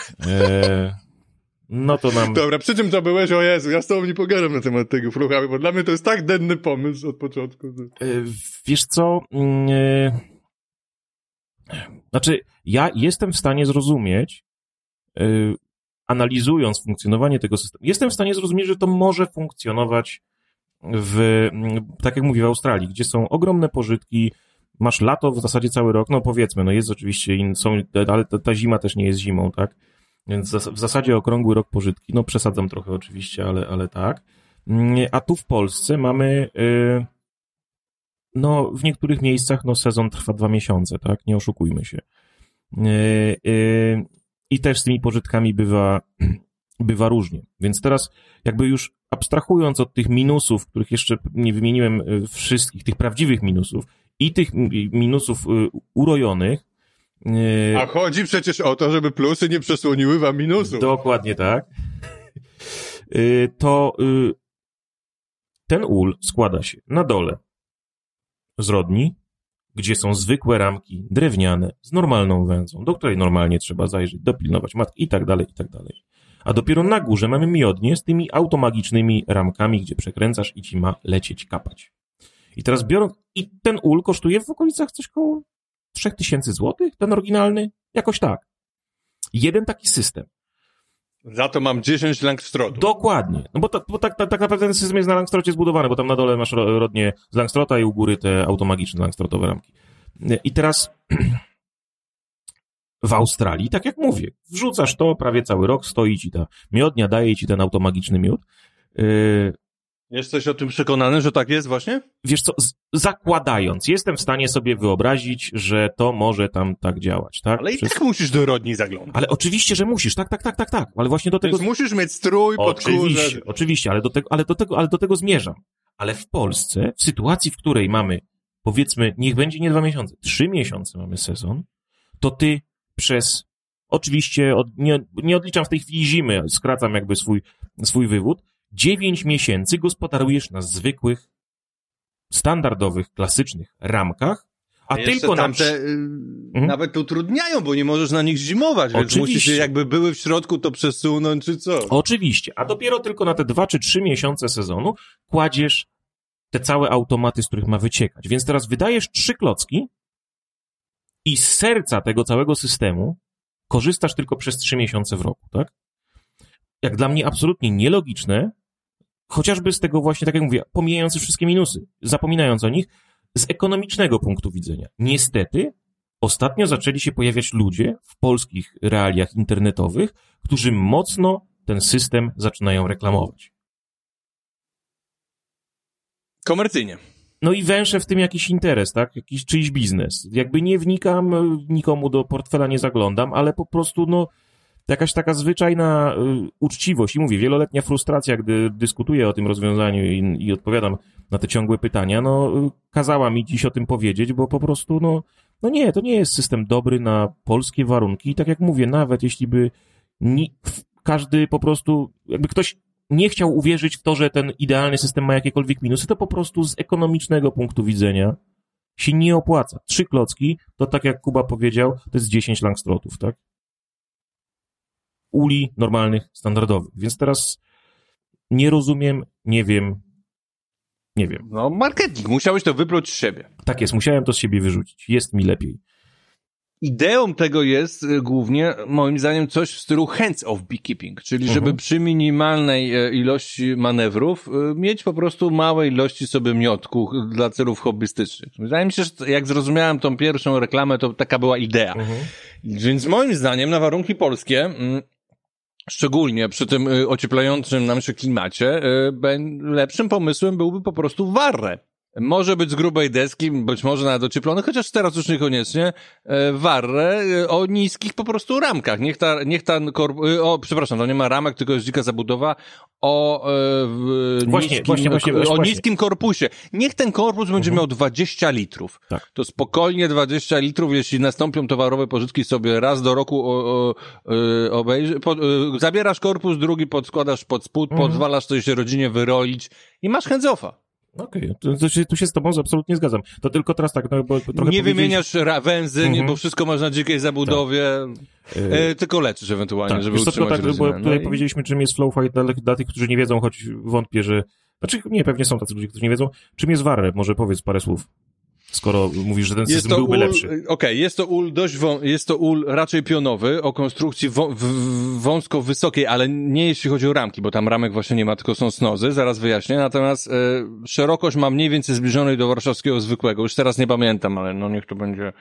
B: No to nam...
A: Dobra, przy czym to byłeś? O Jezu, ja z tobą nie pogadam na temat tego Fluchami, bo dla mnie to jest tak denny pomysł od początku.
B: Wiesz co? Znaczy, ja jestem w stanie zrozumieć, analizując funkcjonowanie tego systemu, jestem w stanie zrozumieć, że to może funkcjonować tak jak mówię, w Australii, gdzie są ogromne pożytki, masz lato w zasadzie cały rok, no powiedzmy, no jest oczywiście, ale ta zima też nie jest zimą, tak? Więc w zasadzie okrągły rok pożytki, no przesadzam trochę oczywiście, ale tak. A tu w Polsce mamy, no w niektórych miejscach no sezon trwa 2 miesiące, tak? Nie oszukujmy się. I też z tymi pożytkami bywa różnie. Więc teraz jakby już abstrahując od tych minusów, których jeszcze nie wymieniłem wszystkich, tych prawdziwych minusów i tych minusów urojonych.
A: A chodzi przecież o to, żeby plusy nie przesłoniły wam minusów.
B: Dokładnie tak. To ten ul składa się na dole z rodni, gdzie są zwykłe ramki drewniane z normalną węzą, do której normalnie trzeba zajrzeć, dopilnować matki i tak dalej, i tak dalej. A dopiero na górze mamy miodnię z tymi automagicznymi ramkami, gdzie przekręcasz i ci ma lecieć, kapać. I teraz i ten ul kosztuje w okolicach coś koło 3000 złotych, ten oryginalny? Jakoś tak. Jeden taki system.
A: Za to mam 10 Langstrotów.
B: Dokładnie. No bo tak naprawdę ten system jest na Langstrocie zbudowany, bo tam na dole masz rodnie z Langstrota i u góry te automagiczne Langstrotowe ramki. I teraz w Australii, tak jak mówię, wrzucasz to, prawie cały rok stoi ci ta miodnia, daje ci ten automagiczny miód.
A: Jesteś o tym przekonany, że tak jest właśnie?
B: Wiesz co, zakładając, jestem w stanie sobie wyobrazić, że to może tam tak działać, tak?
A: Ale i tak musisz do rodni zaglądać.
B: Ale oczywiście, że musisz, tak, ale właśnie do tego...
A: Więc musisz mieć strój, podkórze.
B: Oczywiście, ale do tego zmierzam. Ale w Polsce, w sytuacji, w której mamy, powiedzmy, niech będzie nie 2 miesiące, 3 miesiące mamy sezon, to ty oczywiście, nie odliczam w tej chwili zimy, skracam jakby swój wywód, 9 miesięcy gospodarujesz na zwykłych, standardowych, klasycznych ramkach, a tylko
A: tamte nawet utrudniają, bo nie możesz na nich zimować, więc musisz je jakby były w środku to przesunąć czy co.
B: Oczywiście, a dopiero tylko na te 2 czy 3 miesiące sezonu kładziesz te całe automaty, z których ma wyciekać. Więc teraz wydajesz 3 klocki i z serca tego całego systemu korzystasz tylko przez 3 miesiące w roku, tak? Jak dla mnie absolutnie nielogiczne, chociażby z tego właśnie, tak jak mówię, pomijając już wszystkie minusy, zapominając o nich, z ekonomicznego punktu widzenia. Niestety, ostatnio zaczęli się pojawiać ludzie w polskich realiach internetowych, którzy mocno ten system zaczynają reklamować.
A: Komercyjnie.
B: No i węszę w tym jakiś interes, tak? Jakiś czyjś biznes. Jakby nie wnikam, nikomu do portfela nie zaglądam, ale po prostu, no, jakaś taka zwyczajna uczciwość. I mówię, wieloletnia frustracja, gdy dyskutuję o tym rozwiązaniu i odpowiadam na te ciągłe pytania, no, kazała mi dziś o tym powiedzieć, bo po prostu, no nie, to nie jest system dobry na polskie warunki. I tak jak mówię, nawet jeśli by każdy po prostu, jakby ktoś nie chciał uwierzyć w to, że ten idealny system ma jakiekolwiek minusy, to po prostu z ekonomicznego punktu widzenia się nie opłaca. 3 klocki, to tak jak Kuba powiedział, to jest 10 langstrotów, tak? Uli normalnych, standardowych. Więc teraz nie rozumiem, nie wiem.
A: No marketing, musiałeś to wypluć z siebie.
B: Tak jest, musiałem to z siebie wyrzucić. Jest mi lepiej.
A: Ideą tego jest głównie, moim zdaniem, coś w stylu hands-off beekeeping, czyli żeby przy minimalnej ilości manewrów mieć po prostu małe ilości sobie miodku dla celów hobbystycznych. Wydaje mi się, że jak zrozumiałem tą pierwszą reklamę, to taka była idea. Więc moim zdaniem na warunki polskie, szczególnie przy tym ocieplającym nam się klimacie, lepszym pomysłem byłby po prostu warre. Może być z grubej deski, być może nawet ocieplony, chociaż teraz już niekoniecznie, warre o niskich po prostu ramkach. Przepraszam, to nie ma ramek, tylko jest dzika zabudowa o niskim korpusie. Niech ten korpus będzie miał 20 litrów. Tak. To spokojnie 20 litrów, jeśli nastąpią towarowe pożytki, sobie raz do roku zabierasz korpus, drugi podskładasz pod spód, pozwalasz coś rodzinie wyroić i masz hands-offa.
B: Okej, tu się z tobą absolutnie zgadzam. To tylko teraz tak, no bo trochę
A: nie wymieniasz węzy, bo wszystko masz na dzikiej zabudowie, tak. Tylko leczysz ewentualnie,
B: tak.
A: żeby utrzymać
B: tak,
A: rodzinę.
B: Bo tutaj powiedzieliśmy, czym jest flow fight dla tych, którzy nie wiedzą, choć wątpię, że... Znaczy, nie, pewnie są tacy ludzie, którzy nie wiedzą. Czym jest warre? Może powiedz parę słów. Skoro mówisz, że ten system byłby lepszy.
A: Okej, jest to ul raczej pionowy, o konstrukcji wąsko wysokiej, ale nie jeśli chodzi o ramki, bo tam ramek właśnie nie ma, tylko są snozy, zaraz wyjaśnię. Natomiast szerokość ma mniej więcej zbliżonej do warszawskiego zwykłego. Już teraz nie pamiętam, ale no niech to będzie...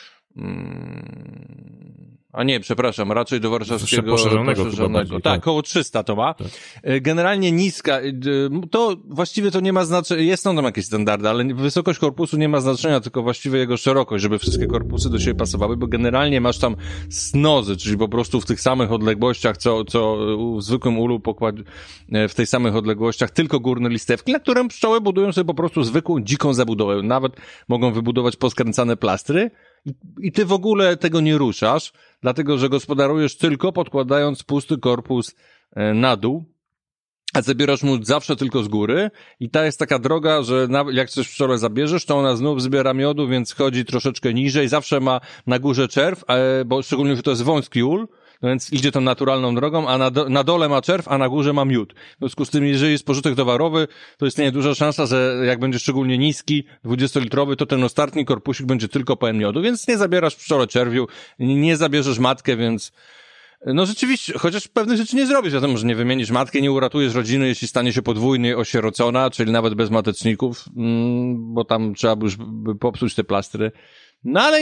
A: A nie, przepraszam, raczej do warszawskiego poszerzonego. Tak, około 300 to ma. Tak. Generalnie niska, to właściwie to nie ma znaczenia, są tam jakieś standardy, ale wysokość korpusu nie ma znaczenia, tylko właściwie jego szerokość, żeby wszystkie korpusy do siebie pasowały, bo generalnie masz tam snozy, czyli po prostu w tych samych odległościach, co w zwykłym ulu w tej samych odległościach, tylko górne listewki, na które pszczoły budują sobie po prostu zwykłą, dziką zabudowę. Nawet mogą wybudować poskręcane plastry i ty w ogóle tego nie ruszasz, dlatego że gospodarujesz tylko podkładając pusty korpus na dół, a zabierasz mu zawsze tylko z góry i ta jest taka droga, że jak coś pszczołę zabierzesz, to ona znów zbiera miodu, więc chodzi troszeczkę niżej, zawsze ma na górze czerw, bo szczególnie, że to jest wąski ul, no więc idzie tą naturalną drogą, a na dole ma czerw, a na górze ma miód. W związku z tym, jeżeli jest pożytek towarowy, to istnieje duża szansa, że jak będzie szczególnie niski, 20-litrowy, to ten ostatni korpusik będzie tylko pełen miodu, więc nie zabierasz pszczole czerwiu, nie zabierzesz matkę, więc no rzeczywiście, chociaż pewnych rzeczy nie zrobisz, wiadomo, że nie wymienisz matkę, nie uratujesz rodziny, jeśli stanie się podwójnie osierocona, czyli nawet bez mateczników, bo tam trzeba by już popsuć te plastry. No ale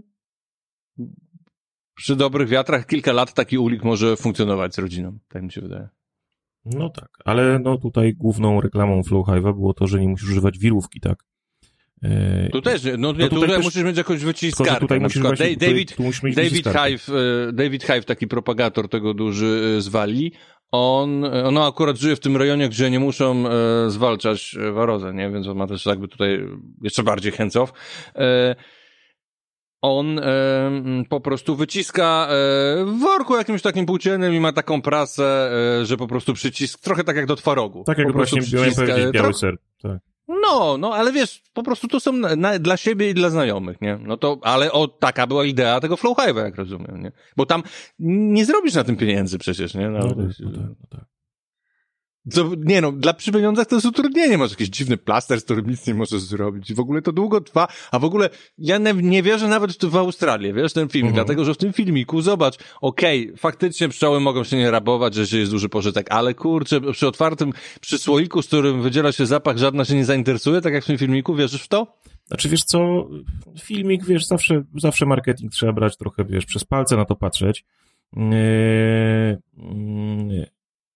A: przy dobrych wiatrach kilka lat taki ulik może funkcjonować z rodziną, tak mi się wydaje.
B: No tak, ale no tutaj główną reklamą Flow Hive'a było to, że nie musisz używać wirówki, tak?
A: Tu też, tutaj musisz mieć jakąś wyciskarkę.
B: Tutaj musisz
A: David Hive, taki propagator tego duży z Walii, on akurat żyje w tym rejonie, gdzie nie muszą zwalczać warozę, nie? Więc on ma też jakby tutaj jeszcze bardziej hands-off. On po prostu wyciska w worku jakimś takim płóciennym i ma taką prasę, że po prostu przycisk, trochę tak jak do twarogu.
B: Tak jak właśnie miałem powiedzieć, biały ser. Tak.
A: No, ale wiesz, po prostu to są dla siebie i dla znajomych, nie? No to, ale taka była idea tego Flow Hive'a, jak rozumiem, nie? Bo tam nie zrobisz na tym pieniędzy przecież, nie? No tak. Dla przy pieniądzach to jest utrudnienie, masz jakiś dziwny plaster, z którym nic nie możesz zrobić i w ogóle to długo trwa, a w ogóle ja nie wierzę nawet w Australię, wiesz, ten film, dlatego, że w tym filmiku, zobacz, faktycznie pszczoły mogą się nie rabować, że jest duży pożytek, ale kurczę, przy słoiku, z którym wydziela się zapach, żadna się nie zainteresuje, tak jak w tym filmiku, wierzysz w to?
B: Znaczy, wiesz co, filmik, wiesz, zawsze marketing trzeba brać trochę, wiesz, przez palce na to patrzeć.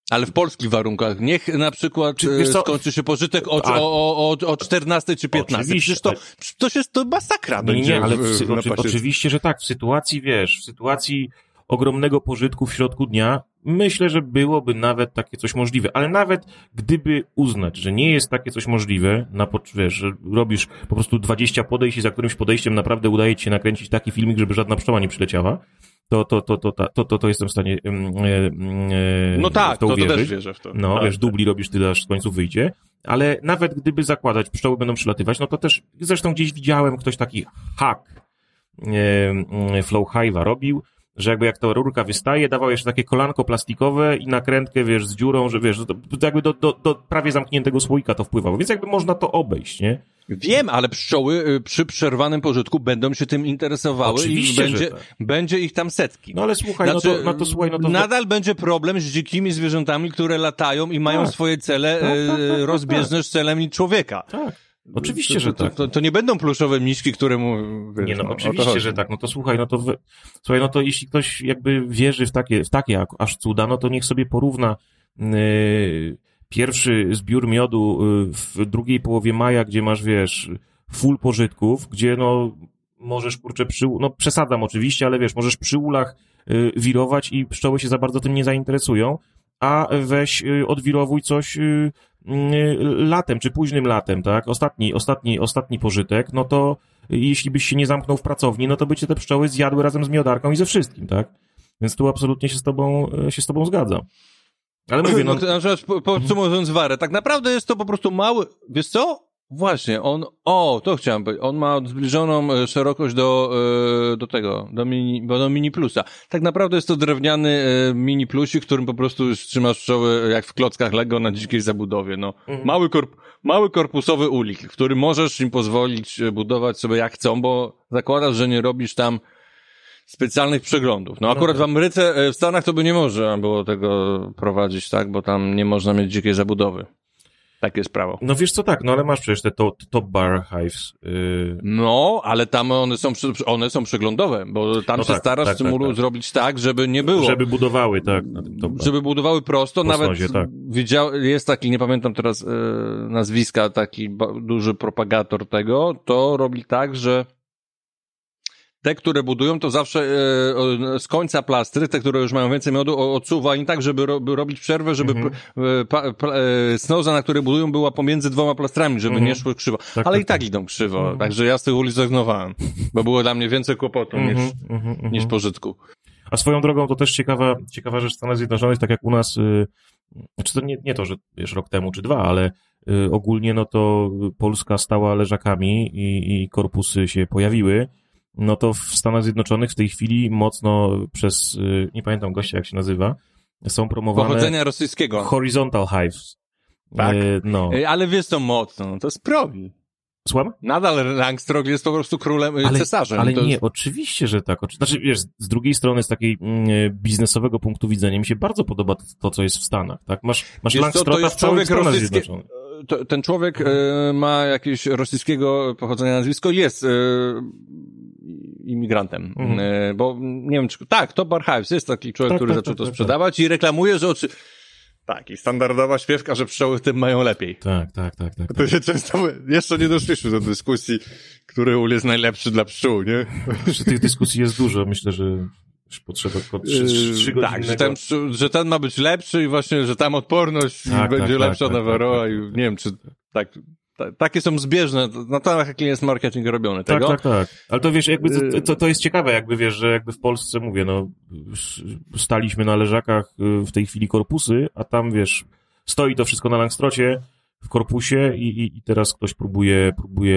A: Ale w polskich warunkach. Niech na przykład skończy się pożytek o 14 czy 15.
B: Oczywiście.
A: Przecież to masakra będzie.
B: Nie, ale oczywiście, że tak. W sytuacji ogromnego pożytku w środku dnia, myślę, że byłoby nawet takie coś możliwe. Ale nawet gdyby uznać, że nie jest takie coś możliwe, że robisz po prostu 20 podejść i za którymś podejściem naprawdę udaje ci się nakręcić taki filmik, żeby żadna pszczoła nie przyleciała, to jestem w stanie
A: no tak,
B: w to uwierzyć.
A: To też wierzę w to.
B: No,
A: tak,
B: wiesz, dubli robisz tyle, aż w końcu wyjdzie. Ale nawet gdyby zakładać, pszczoły będą przylatywać, no to też, zresztą gdzieś widziałem, ktoś taki hack Flow Hive'a robił, że jak ta rurka wystaje, dawał jeszcze takie kolanko plastikowe i nakrętkę, wiesz, z dziurą, że wiesz, to jakby do prawie zamkniętego słoika to wpływało, więc jakby można to obejść, nie?
A: Wiem, ale pszczoły przy przerwanym pożytku będą się tym interesowały.
B: Oczywiście,
A: i będzie ich tam setki.
B: No ale słuchaj,
A: nadal będzie problem z dzikimi zwierzętami, które latają i mają swoje cele rozbieżne z celem człowieka.
B: Tak. Oczywiście, że tak.
A: To nie będą pluszowe miśki, które mu... Wiesz,
B: nie, oczywiście, że tak. No to słuchaj, no to jeśli ktoś jakby wierzy w takie aż cuda, no to niech sobie porówna pierwszy zbiór miodu w drugiej połowie maja, gdzie masz, wiesz, full pożytków, gdzie możesz, przesadzam oczywiście, ale wiesz, możesz przy ulach wirować i pszczoły się za bardzo tym nie zainteresują, a weź odwirowuj coś latem, czy późnym latem, tak? Ostatni pożytek, no to jeśli byś się nie zamknął w pracowni, no to by cię te pszczoły zjadły razem z miodarką i ze wszystkim, tak? Więc tu absolutnie się z tobą zgadzam. Ale mówię,
A: na przykład podsumowując Warę, tak naprawdę jest to po prostu mały, wiesz co? Właśnie, to chciałem powiedzieć, on ma zbliżoną szerokość do mini plusa. Tak naprawdę jest to drewniany mini plusik, którym po prostu trzymasz pszczoły jak w klockach Lego na dzikiej zabudowie, no. Mały korpusowy ulik, który możesz im pozwolić budować sobie jak chcą, bo zakładasz, że nie robisz tam specjalnych przeglądów. No akurat w Ameryce, w Stanach to by nie można było tego prowadzić, tak, bo tam nie można mieć dzikiej zabudowy. Takie jest prawo.
B: No wiesz co, tak, no ale masz przecież te top bar hives.
A: No, ale tam one są przeglądowe, bo tam się starasz zrobić tak, żeby nie było.
B: Żeby budowały, tak.
A: Żeby budowały prosto, nawet tak. Jest taki, nie pamiętam teraz nazwiska, taki duży propagator tego, to robi tak, że te, które budują, to zawsze z końca plastry, te, które już mają więcej miodu, odsuwa im tak, żeby robić przerwę, żeby snoza, na której budują, była pomiędzy dwoma plastrami, żeby nie szły krzywo. Ale i tak idą krzywo. Także ja z tych ulic zrezygnowałem, bo było dla mnie więcej kłopotu niż pożytku.
B: A swoją drogą to też ciekawa rzecz w Stanach Zjednoczonych, tak jak u nas, znaczy to nie to, że wiesz, rok temu czy dwa, ale ogólnie no to Polska stała leżakami i korpusy się pojawiły. No to w Stanach Zjednoczonych w tej chwili mocno przez, nie pamiętam gościa jak się nazywa, są promowane...
A: Pochodzenia rosyjskiego.
B: Horizontal hives.
A: Tak? Ale wiesz co mocno, to jest progi.
B: Słucham?
A: Nadal Langstroth jest po prostu królem, cesarzem.
B: Ale nie, oczywiście, że tak. Znaczy, wiesz, z drugiej strony, z takiej biznesowego punktu widzenia, mi się bardzo podoba to, co jest w Stanach, tak? Masz Langstrotha w całych Stanach Zjednoczonych.
A: Ten człowiek ma jakieś rosyjskiego pochodzenia nazwisko, jest imigrantem, bo nie wiem, czy... Tak, Top Bar Hives jest taki człowiek, który zaczął to sprzedawać i reklamuje, że tak, i standardowa śpiewka, że pszczoły w tym mają lepiej.
B: Tak.
A: To się często... Jeszcze nie doszliśmy do dyskusji, który ul jest najlepszy dla pszczół, nie?
B: Tych dyskusji jest dużo, myślę, że potrzeba tylko 3 godziny.
A: Tak, że ten ma być lepszy i właśnie, że tam odporność będzie lepsza na Varroa i nie wiem, czy takie są zbieżne, na to jaki jest marketing robiony tego.
B: Tak. Ale to wiesz, jakby to jest ciekawe, jakby wiesz, że jakby w Polsce, mówię, no staliśmy na leżakach w tej chwili korpusy, a tam wiesz, stoi to wszystko na Langstrocie w korpusie i teraz ktoś próbuje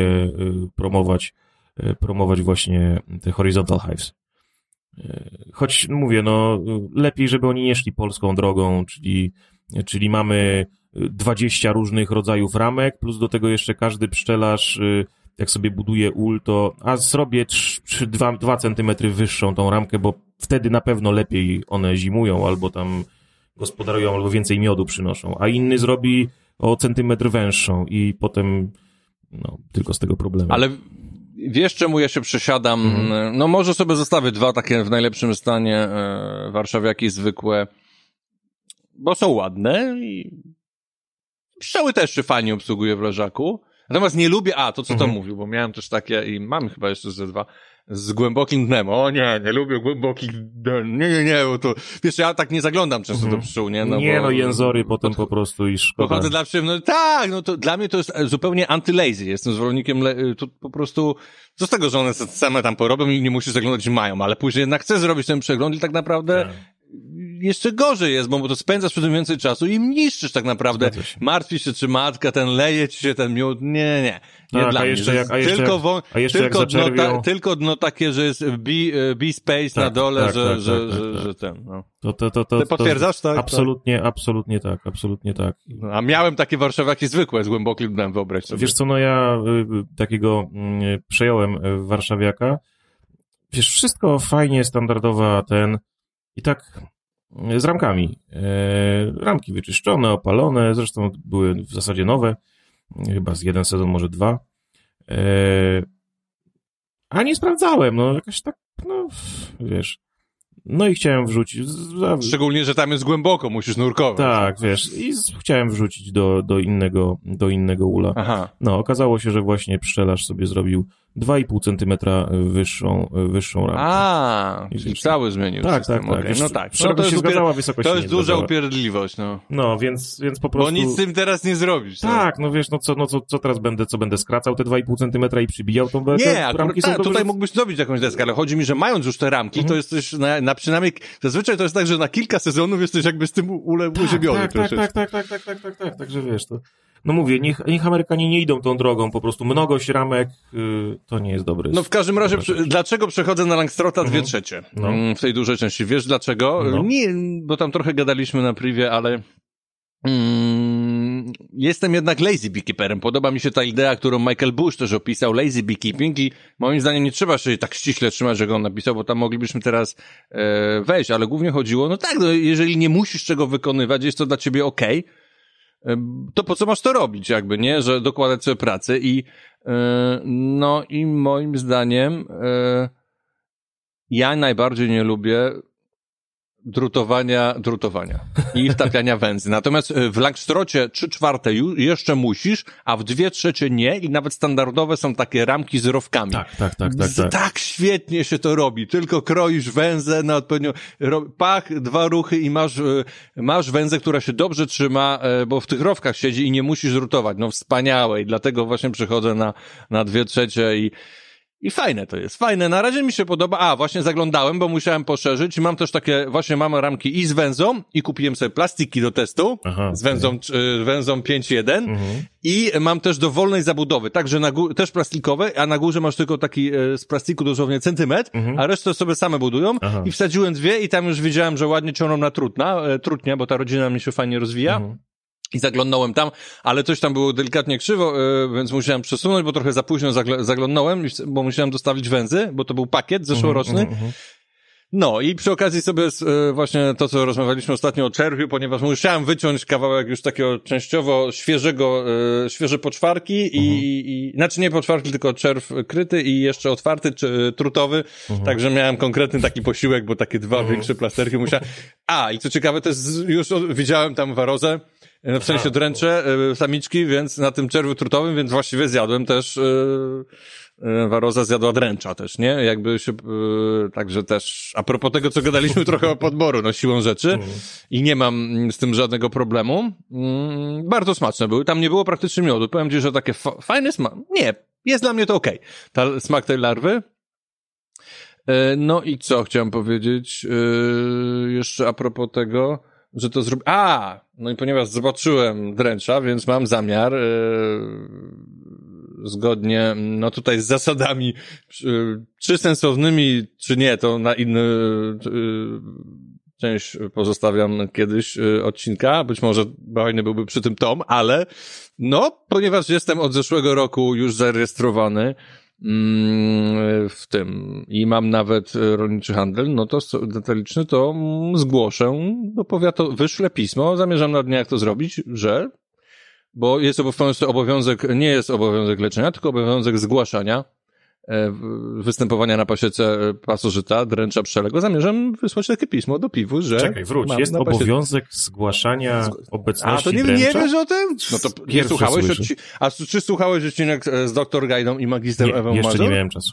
B: promować właśnie te horizontal hives. Choć mówię, no lepiej, żeby oni nie szli polską drogą, czyli mamy 20 różnych rodzajów ramek, plus do tego jeszcze każdy pszczelarz, jak sobie buduje ul, to zrobię 2 centymetry wyższą tą ramkę, bo wtedy na pewno lepiej one zimują, albo tam gospodarują, albo więcej miodu przynoszą, a inny zrobi o centymetr węższą i potem tylko z tego problemu.
A: Ale wiesz, czemu ja się przesiadam? No może sobie zostawię 2 takie w najlepszym stanie warszawiaki zwykłe. bo są ładne i pszczoły też się fajnie obsługuje w leżaku. Natomiast nie lubię, to co to mówił, bo miałem też takie i mam chyba jeszcze ze dwa, z głębokim dnem. O nie lubię głębokich dnem. Nie, bo to, wiesz, ja tak nie zaglądam często do pszczół, nie?
B: Jęzory potem po prostu i szkoda.
A: Pochodzę dla przyjemności. Tak, to dla mnie to jest zupełnie anty-lazy. Jestem zwolennikiem, to po prostu, co z tego, że one same tam porobią i nie musisz zaglądać, mają, ale później jednak chcę zrobić ten przegląd i tak naprawdę jeszcze gorzej jest, bo to spędzasz przy tym więcej czasu i niszczysz tak naprawdę. Martwisz się, czy matka, leje ci się ten miód. Nie dla mnie. Tylko dno takie, że jest B-space na dole, że ten, no. Ty potwierdzasz, tak?
B: Absolutnie tak.
A: A miałem takie warszawiaki zwykłe z głębokim dnem, wyobraź sobie.
B: Wiesz co, ja takiego przejąłem warszawiaka. Wiesz, wszystko fajnie, standardowa i tak z ramkami. Ramki wyczyszczone, opalone, zresztą były w zasadzie nowe, chyba z jeden sezon, może 2. A nie sprawdzałem, jakoś tak, wiesz. No i chciałem wrzucić.
A: Szczególnie, że tam jest głęboko, musisz nurkować.
B: Tak, wiesz, i chciałem wrzucić do innego ula.
A: Aha.
B: Okazało się, że właśnie pszczelarz sobie zrobił 2,5 centymetra wyższą ramkę.
A: Czyli cały zmienił system.
B: Tak.
A: Okay. No tak.
B: To się zgadzała, wysokość
A: to jest duża upierdliwość, więc
B: po prostu...
A: Bo nic z tym teraz nie zrobisz.
B: Tak, wiesz, co teraz będę skracał te 2,5 centymetra i przybijał tą ramki?
A: Nie, akurat tutaj mógłbyś zrobić jakąś deskę, ale chodzi mi, że mając już te ramki, to jesteś na przynajmniej, zazwyczaj to jest tak, że na kilka sezonów jesteś jakby z tym uziemiony.
B: Tak, także wiesz, to... No mówię, niech Amerykanie nie idą tą drogą, po prostu mnogość ramek to nie jest dobre.
A: No w każdym razie, dlaczego przechodzę na Langstrota 2/3 w tej dużej części? Wiesz dlaczego? Nie, bo tam trochę gadaliśmy na privie, ale jestem jednak lazy beekeeperem. Podoba mi się ta idea, którą Michael Bush też opisał, lazy beekeeping, i moim zdaniem nie trzeba się tak ściśle trzymać, że go on napisał, bo tam moglibyśmy teraz wejść, ale głównie chodziło, jeżeli nie musisz czego wykonywać, jest to dla ciebie okej, to po co masz to robić, jakby, nie? Że dokładać sobie pracy i moim zdaniem ja najbardziej nie lubię drutowania i wtapiania węzy. Natomiast w Langstrocie 3/4 jeszcze musisz, a w 2/3 nie, i nawet standardowe są takie ramki z rowkami.
B: Tak.
A: Tak świetnie się to robi. Tylko kroisz węzę na odpowiednio, pach, 2 ruchy i masz węzę, która się dobrze trzyma, bo w tych rowkach siedzi i nie musisz drutować. Wspaniałe, i dlatego właśnie przychodzę na 2/3 i fajne to jest, fajne. Na razie mi się podoba. Właśnie zaglądałem, bo musiałem poszerzyć i mam też takie, właśnie mam ramki i z węzą, i kupiłem sobie plastiki do testu z węzą 5.1 i mam też dowolnej zabudowy, także też plastikowe, a na górze masz tylko taki z plastiku dosłownie centymetr, a resztę sobie same budują. I wsadziłem 2 i tam już widziałem, że ładnie ciągną na trutnia, bo ta rodzina mi się fajnie rozwija. I zaglądnąłem tam, ale coś tam było delikatnie krzywo, więc musiałem przesunąć, bo trochę za późno zaglądnąłem, bo musiałem dostawić węzy, bo to był pakiet zeszłoroczny. No i przy okazji sobie właśnie to, co rozmawialiśmy ostatnio o czerwiu, ponieważ musiałem wyciąć kawałek już takiego częściowo świeże poczwarki i znaczy nie poczwarki, tylko czerw kryty i jeszcze otwarty, trutowy, także miałem konkretny taki posiłek, bo takie 2 większe plasterki musiałem. I co ciekawe, to jest, już widziałem tam warozę, w sensie dręcze, samiczki, więc na tym czerwiu trutowym, więc właściwie zjadłem też, waroza zjadła dręcza też, nie? Jakby się, także też, a propos tego, co gadaliśmy trochę o podboru, siłą rzeczy, i nie mam z tym żadnego problemu. Bardzo smaczne były, tam nie było praktycznie miodu, powiem ci, że takie fajny smak, nie, jest dla mnie to okej. Smak tej larwy. No i co chciałem powiedzieć, jeszcze a propos tego, że to zrobię. No i ponieważ zobaczyłem dręcza, więc mam zamiar zgodnie, tutaj z zasadami, czy sensownymi, czy nie, to na inny część pozostawiam kiedyś odcinka, być może fajny byłby przy tym tom, ale ponieważ jestem od zeszłego roku już zarejestrowany w tym i mam nawet rolniczy handel, to detaliczny, to zgłoszę do powiatu, wyślę pismo, zamierzam na dniach to zrobić, bo jest obowiązek, nie jest obowiązek leczenia, tylko obowiązek zgłaszania występowania na pasiece pasożyta, dręcza pszczelego, zamierzam wysłać takie pismo do PIW, że...
B: Czekaj, wróć, jest obowiązek zgłaszania obecności
A: A, to nie
B: dręcza?
A: wiesz o tym? No to nie słuchałeś A czy słuchałeś odcinek z Dr. Gajdą i magister Ewą Mazur?
B: Jeszcze nie miałem czasu.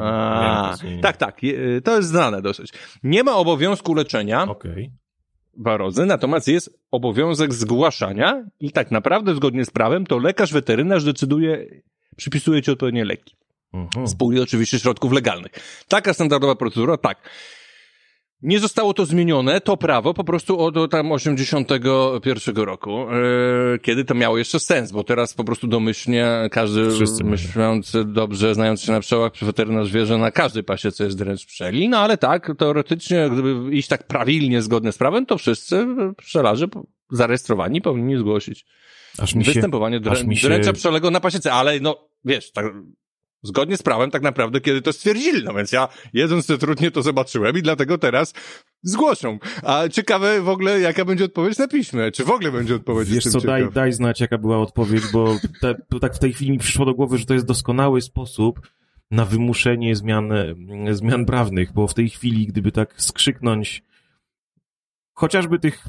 A: Tak, to jest znane dosyć. Nie ma obowiązku leczenia warozy, natomiast jest obowiązek zgłaszania i tak naprawdę zgodnie z prawem to lekarz weterynarz decyduje, przypisuje ci odpowiednie leki. Z puli oczywiście środków legalnych. Taka standardowa procedura, tak. Nie zostało to zmienione, to prawo po prostu od tam 81 roku, kiedy to miało jeszcze sens, bo teraz po prostu domyślnie każdy myślący dobrze, znając się na pszczołach, weterynarz wie, że na każdej pasiece jest dręcz pszczeli, no ale tak, teoretycznie, gdyby iść tak prawilnie zgodnie z prawem, to wszyscy pszczelarze zarejestrowani powinni zgłosić występowanie dręcza pszczelego na pasiece, ale no, wiesz, tak... Zgodnie z prawem tak naprawdę, kiedy to stwierdzili. No więc ja jedząc te trudnie to zobaczyłem i dlatego teraz zgłoszą. A ciekawe w ogóle, jaka będzie odpowiedź na piśmie. Czy w ogóle będzie odpowiedź?
B: Wiesz co, daj znać, jaka była odpowiedź, bo tak w tej chwili mi przyszło do głowy, że to jest doskonały sposób na wymuszenie zmian prawnych, bo w tej chwili, gdyby tak skrzyknąć chociażby tych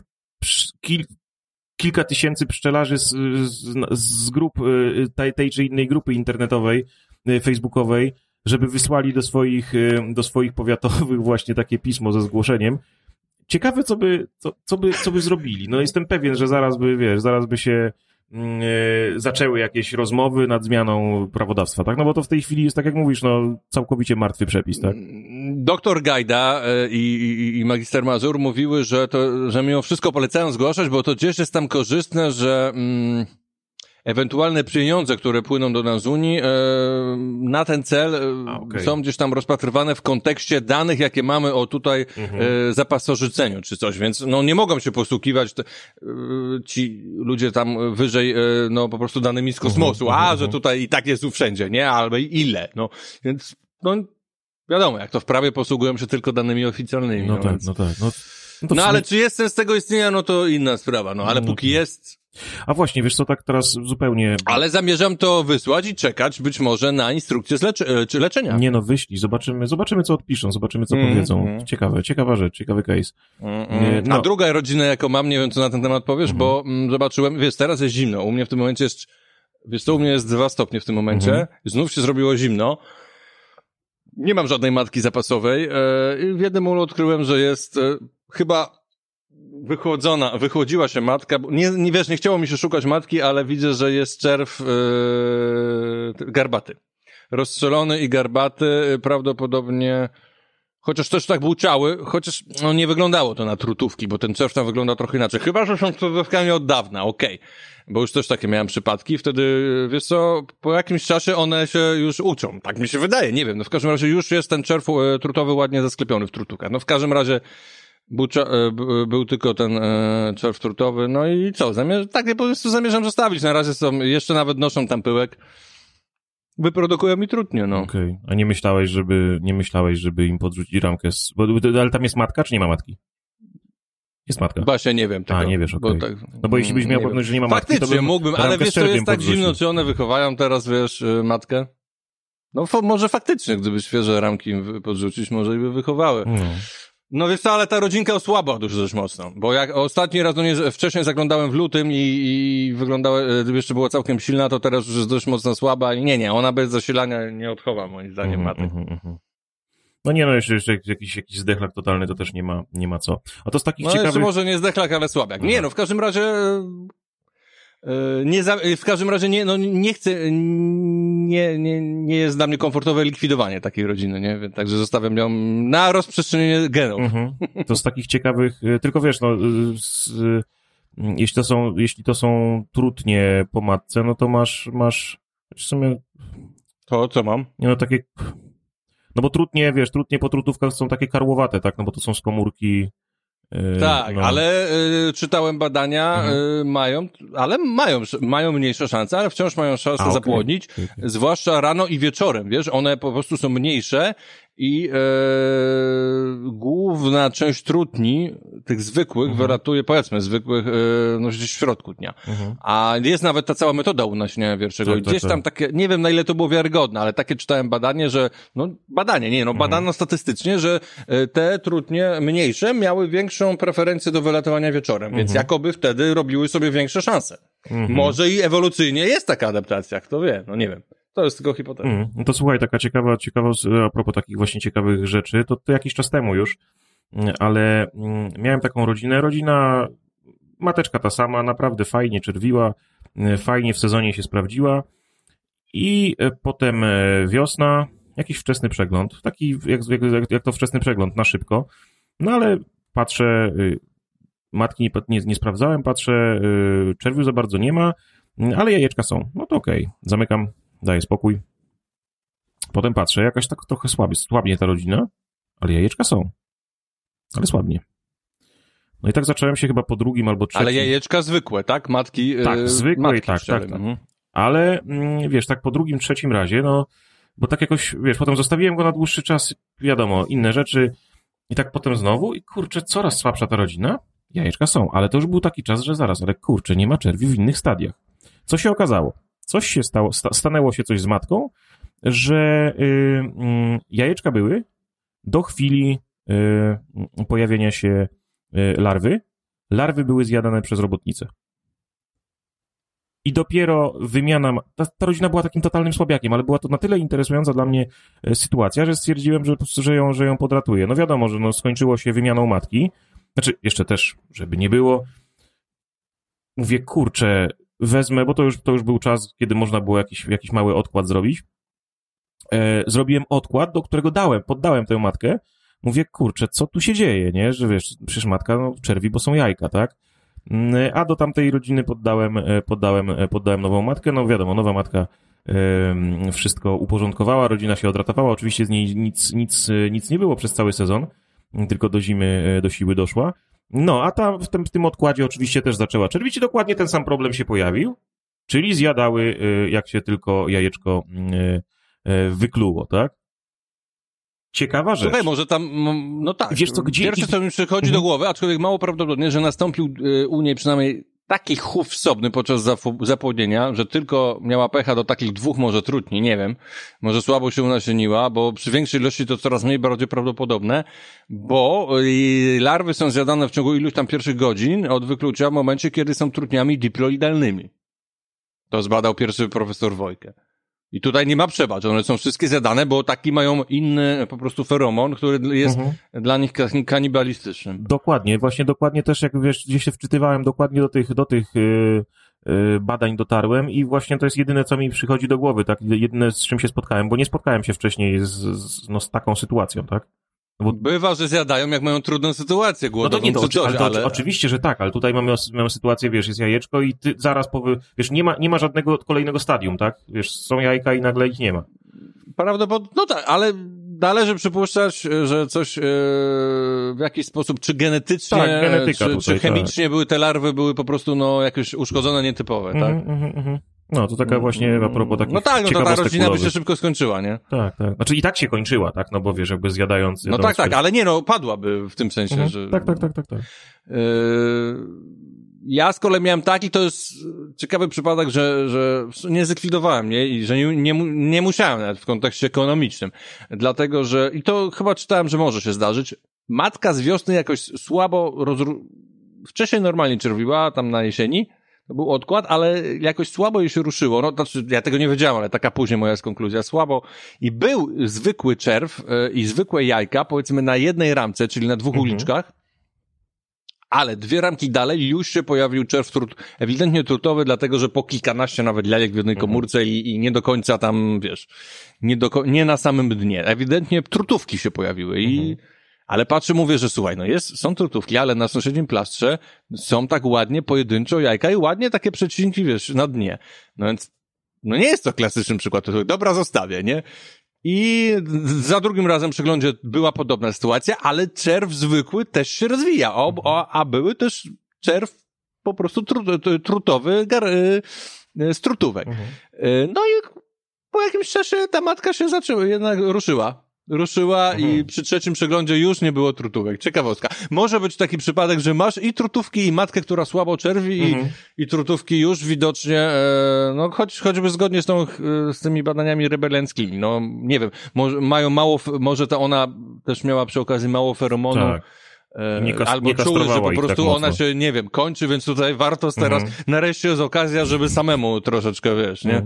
B: kilka tysięcy pszczelarzy z grup tej czy innej grupy internetowej, facebookowej, żeby wysłali do swoich powiatowych właśnie takie pismo ze zgłoszeniem. Ciekawe, co by zrobili. No jestem pewien, że zaraz by się zaczęły jakieś rozmowy nad zmianą prawodawstwa, tak? No bo to w tej chwili jest, tak jak mówisz, no całkowicie martwy przepis, tak?
A: Doktor Gajda i magister Mazur mówiły, że mimo wszystko polecają zgłaszać, bo to gdzieś jest tam korzystne, że ewentualne pieniądze, które płyną do nas z Unii, na ten cel są gdzieś tam rozpatrywane w kontekście danych, jakie mamy tutaj zapasożyceniu czy coś, więc no nie mogą się posługiwać ci ludzie tam wyżej, no po prostu danymi z kosmosu, że tutaj i tak jest tu wszędzie, nie? Albo ile, no. Więc, no wiadomo, jak to w prawie posługują się tylko danymi oficjalnymi.
B: No tak.
A: No ale czy jest sens tego istnienia, no to inna sprawa, no ale póki jest...
B: A właśnie, wiesz co, tak teraz zupełnie...
A: Ale zamierzam to wysłać i czekać być może na instrukcję czy leczenia.
B: Nie no, wyślij, zobaczymy co odpiszą, zobaczymy co powiedzą. Ciekawa rzecz, ciekawy case.
A: No. A druga rodzina, jaką mam, nie wiem co na ten temat powiesz, bo zobaczyłem, wiesz, teraz jest zimno, u mnie w tym momencie jest, wiesz co, u mnie jest 2 stopnie w tym momencie, znów się zrobiło zimno. Nie mam żadnej matki zapasowej i w jednym ulu odkryłem, że jest chyba wychłodziła się matka, bo nie wiesz, nie chciało mi się szukać matki, ale widzę, że jest czerw garbaty. Rozstrzelony i garbaty, prawdopodobnie, chociaż też tak bułczały, chociaż no nie wyglądało to na trutówki, bo ten czerw tam wygląda trochę inaczej. Chyba, że są trutówkami od dawna, okej. Bo już też takie miałem przypadki, wtedy, wiesz co, po jakimś czasie one się już uczą. Tak mi się wydaje, nie wiem, no w każdym razie już jest ten czerw trutowy ładnie zasklepiony w trutówkach. No w każdym razie był tylko ten czerw trutowy, no i co, tak po prostu zamierzam zostawić. Na razie jeszcze nawet noszą tam pyłek. Wyprodukują mi trutnie, no.
B: Okej. A nie myślałeś, żeby im podrzucić ramkę ale tam jest matka, czy nie ma matki? Jest matka.
A: Właśnie nie wiem tego.
B: A, nie wiesz, okej. Tak, no bo jeśli byś miał pewność, że nie ma matki,
A: faktycznie
B: to
A: mógłbym, ale wiesz, to jest tak zimno, czy one wychowają teraz, wiesz, matkę? No może faktycznie, gdyby świeże ramki im podrzucić, może i by wychowały. No wiesz co, ale ta rodzinka osłabła dość mocno, bo jak ostatni raz, wcześniej zaglądałem w lutym i wyglądała, jeszcze była całkiem silna, to teraz już jest dość mocno słaba i nie, ona bez zasilania nie odchowa, moim zdaniem, matek.
B: No nie, no jeszcze jakiś zdechlak totalny to też nie ma co. A to z takich ciekawych...
A: jeszcze może nie zdechlak, ale słabiak. Nie, no w każdym razie... w każdym razie nie chcę, nie jest dla mnie komfortowe likwidowanie takiej rodziny, nie? Także zostawiam ją na rozprzestrzenienie genów.
B: To z takich ciekawych, tylko wiesz, no, jeśli to są trutnie po matce, no to masz, w sumie...
A: To co mam?
B: Nie, no takie, no bo trutnie po trutówkach są takie karłowate, tak? No bo to są skomórki.
A: Tak, no. Ale czytałem badania, mają mniejsze szanse, ale wciąż mają szansę zapłodnić, zwłaszcza rano i wieczorem, wiesz, one po prostu są mniejsze i główna część trutni, tych zwykłych, wylatuje, powiedzmy, zwykłych, no gdzieś w środku dnia. A jest nawet ta cała metoda unasieniania wierczego.
B: Tak,
A: I gdzieś
B: tak.
A: tam takie, nie wiem na ile to było wiarygodne, ale takie czytałem badanie, że, badano statystycznie, że te trutnie mniejsze miały większą preferencję do wylatowania wieczorem, więc jakoby wtedy robiły sobie większe szanse. Może i ewolucyjnie jest taka adaptacja, kto wie, no nie wiem. To jest tylko hipoteza.
B: No to słuchaj, taka ciekawa, a propos takich właśnie ciekawych rzeczy, to jakiś czas temu już, ale miałem taką rodzinę, mateczka ta sama, naprawdę fajnie czerwiła, fajnie w sezonie się sprawdziła i potem wiosna, jakiś wczesny przegląd, taki jak to wczesny przegląd, na szybko, no ale patrzę, matki nie sprawdzałem, patrzę, czerwiu za bardzo nie ma, ale jajeczka są, no to okej. Zamykam, daję spokój. Potem patrzę, jakaś tak trochę słabnie ta rodzina, ale jajeczka są. Ale słabnie. No i tak zacząłem się chyba po drugim albo trzecim.
A: Ale jajeczka zwykłe, tak? Matki.
B: Tak, zwykłe i tak. Ale wiesz, tak po drugim, trzecim razie, no, bo tak jakoś, wiesz, potem zostawiłem go na dłuższy czas, wiadomo, inne rzeczy i tak potem znowu i kurczę, coraz słabsza ta rodzina, jajeczka są, ale to już był taki czas, że zaraz, ale kurczę, nie ma czerwi w innych stadiach. Co się okazało? Coś się stało, stanęło się coś z matką, że jajeczka były do chwili pojawienia się larwy. Larwy były zjadane przez robotnicę. I dopiero wymiana... Ta rodzina była takim totalnym słabiakiem, ale była to na tyle interesująca dla mnie sytuacja, że stwierdziłem, że ją podratuję. No wiadomo, że skończyło się wymianą matki. Znaczy, jeszcze też, żeby nie było. Mówię, kurczę, wezmę, bo to już był czas, kiedy można było jakiś mały odkład zrobić. Zrobiłem odkład, do którego poddałem tę matkę. Mówię, kurczę, co tu się dzieje, nie? Że wiesz, przecież matka, no, czerwi, bo są jajka, tak? A do tamtej rodziny poddałem nową matkę. No wiadomo, nowa matka wszystko uporządkowała, rodzina się odratowała. Oczywiście z niej nic nie było przez cały sezon, tylko do zimy, do siły doszła. No, a ta w tym odkładzie oczywiście też zaczęła czerwić i dokładnie ten sam problem się pojawił, czyli zjadały, jak się tylko jajeczko wykluło, tak? Ciekawa rzecz.
A: Słuchaj, może tam, no tak.
B: Wiesz co,
A: Pierwsze, co mi przychodzi do głowy, aczkolwiek mało prawdopodobne, że nastąpił u niej przynajmniej taki chów wsobny podczas zapłodnienia, że tylko miała pecha do takich 2 może trutni, nie wiem, może słabo się unasieniła, bo przy większej ilości to coraz mniej bardziej prawdopodobne, bo larwy są zjadane w ciągu iluś tam pierwszych godzin od wyklucia w momencie, kiedy są trutniami diploidalnymi. To zbadał pierwszy profesor Wojke. I tutaj nie ma przebacz, one są wszystkie zjadane, bo taki mają inny po prostu feromon, który jest dla nich kanibalistycznym.
B: Dokładnie też, jak wiesz, gdzieś się wczytywałem dokładnie do tych badań dotarłem i właśnie to jest jedyne, co mi przychodzi do głowy, tak, jedyne, z czym się spotkałem, bo nie spotkałem się wcześniej z taką sytuacją, tak?
A: Bo... Bywa, że zjadają, jak mają trudną sytuację głodową,
B: no to
A: czy coś, ale...
B: Oczywiście, że tak, ale tutaj mamy sytuację, wiesz, jest jajeczko i ty zaraz wiesz, nie ma żadnego kolejnego stadium, tak? Wiesz, są jajka i nagle ich nie ma.
A: Prawdopodobnie, no tak, ale należy przypuszczać, że coś w jakiś sposób, czy genetycznie,
B: tak, genetyka
A: czy chemicznie były te larwy, były po prostu, no, jakieś uszkodzone, nietypowe, tak?
B: No, to taka właśnie a propos takich.
A: No tak, no to ta rodzina by się szybko skończyła, nie?
B: Tak. Znaczy i tak się kończyła, tak? No bo wiesz, jakby zjadając...
A: No tak, ale nie, no, padłaby w tym sensie, że...
B: Tak.
A: Ja z kolei miałem taki, to jest ciekawy przypadek, że nie zlikwidowałem, nie? I że nie musiałem nawet w kontekście ekonomicznym. Dlatego, że, i to chyba czytałem, że może się zdarzyć, matka z wiosny jakoś słabo wcześniej normalnie czerwiła, tam na jesieni, to był odkład, ale jakoś słabo jej się ruszyło. No, znaczy, ja tego nie wiedziałem, ale taka później moja jest konkluzja. Słabo. I był zwykły czerw i zwykłe jajka, powiedzmy na jednej ramce, czyli na 2 uliczkach, ale 2 ramki dalej już się pojawił czerw ewidentnie trutowy, dlatego, że po kilkanaście nawet jajek w jednej komórce i nie do końca tam, wiesz, nie na samym dnie. Ewidentnie trutówki się pojawiły ale patrzę, mówię, że słuchaj, no są trutówki, ale na sąsiednim plastrze są tak ładnie pojedynczo jajka i ładnie takie przecinki, wiesz, na dnie. No więc, no nie jest to klasyczny przykład, dobra, zostawię, nie? I za drugim razem w przeglądzie była podobna sytuacja, ale czerw zwykły też się rozwija, a były też czerw po prostu trutowy z trutówek. No i po jakimś czasie ta matka się jednak ruszyła. ruszyła i przy trzecim przeglądzie już nie było trutówek. Ciekawostka. Może być taki przypadek, że masz i trutówki, i matkę, która słabo czerwi, i trutówki już widocznie, no choćby zgodnie z tymi badaniami rebeleńskimi. No nie wiem, mają mało, może ta ona też miała przy okazji mało feromonu.
B: Tak.
A: Albo czuły, że po prostu tak ona się, nie wiem, kończy, więc tutaj warto teraz, nareszcie jest okazja, żeby samemu troszeczkę, wiesz, nie?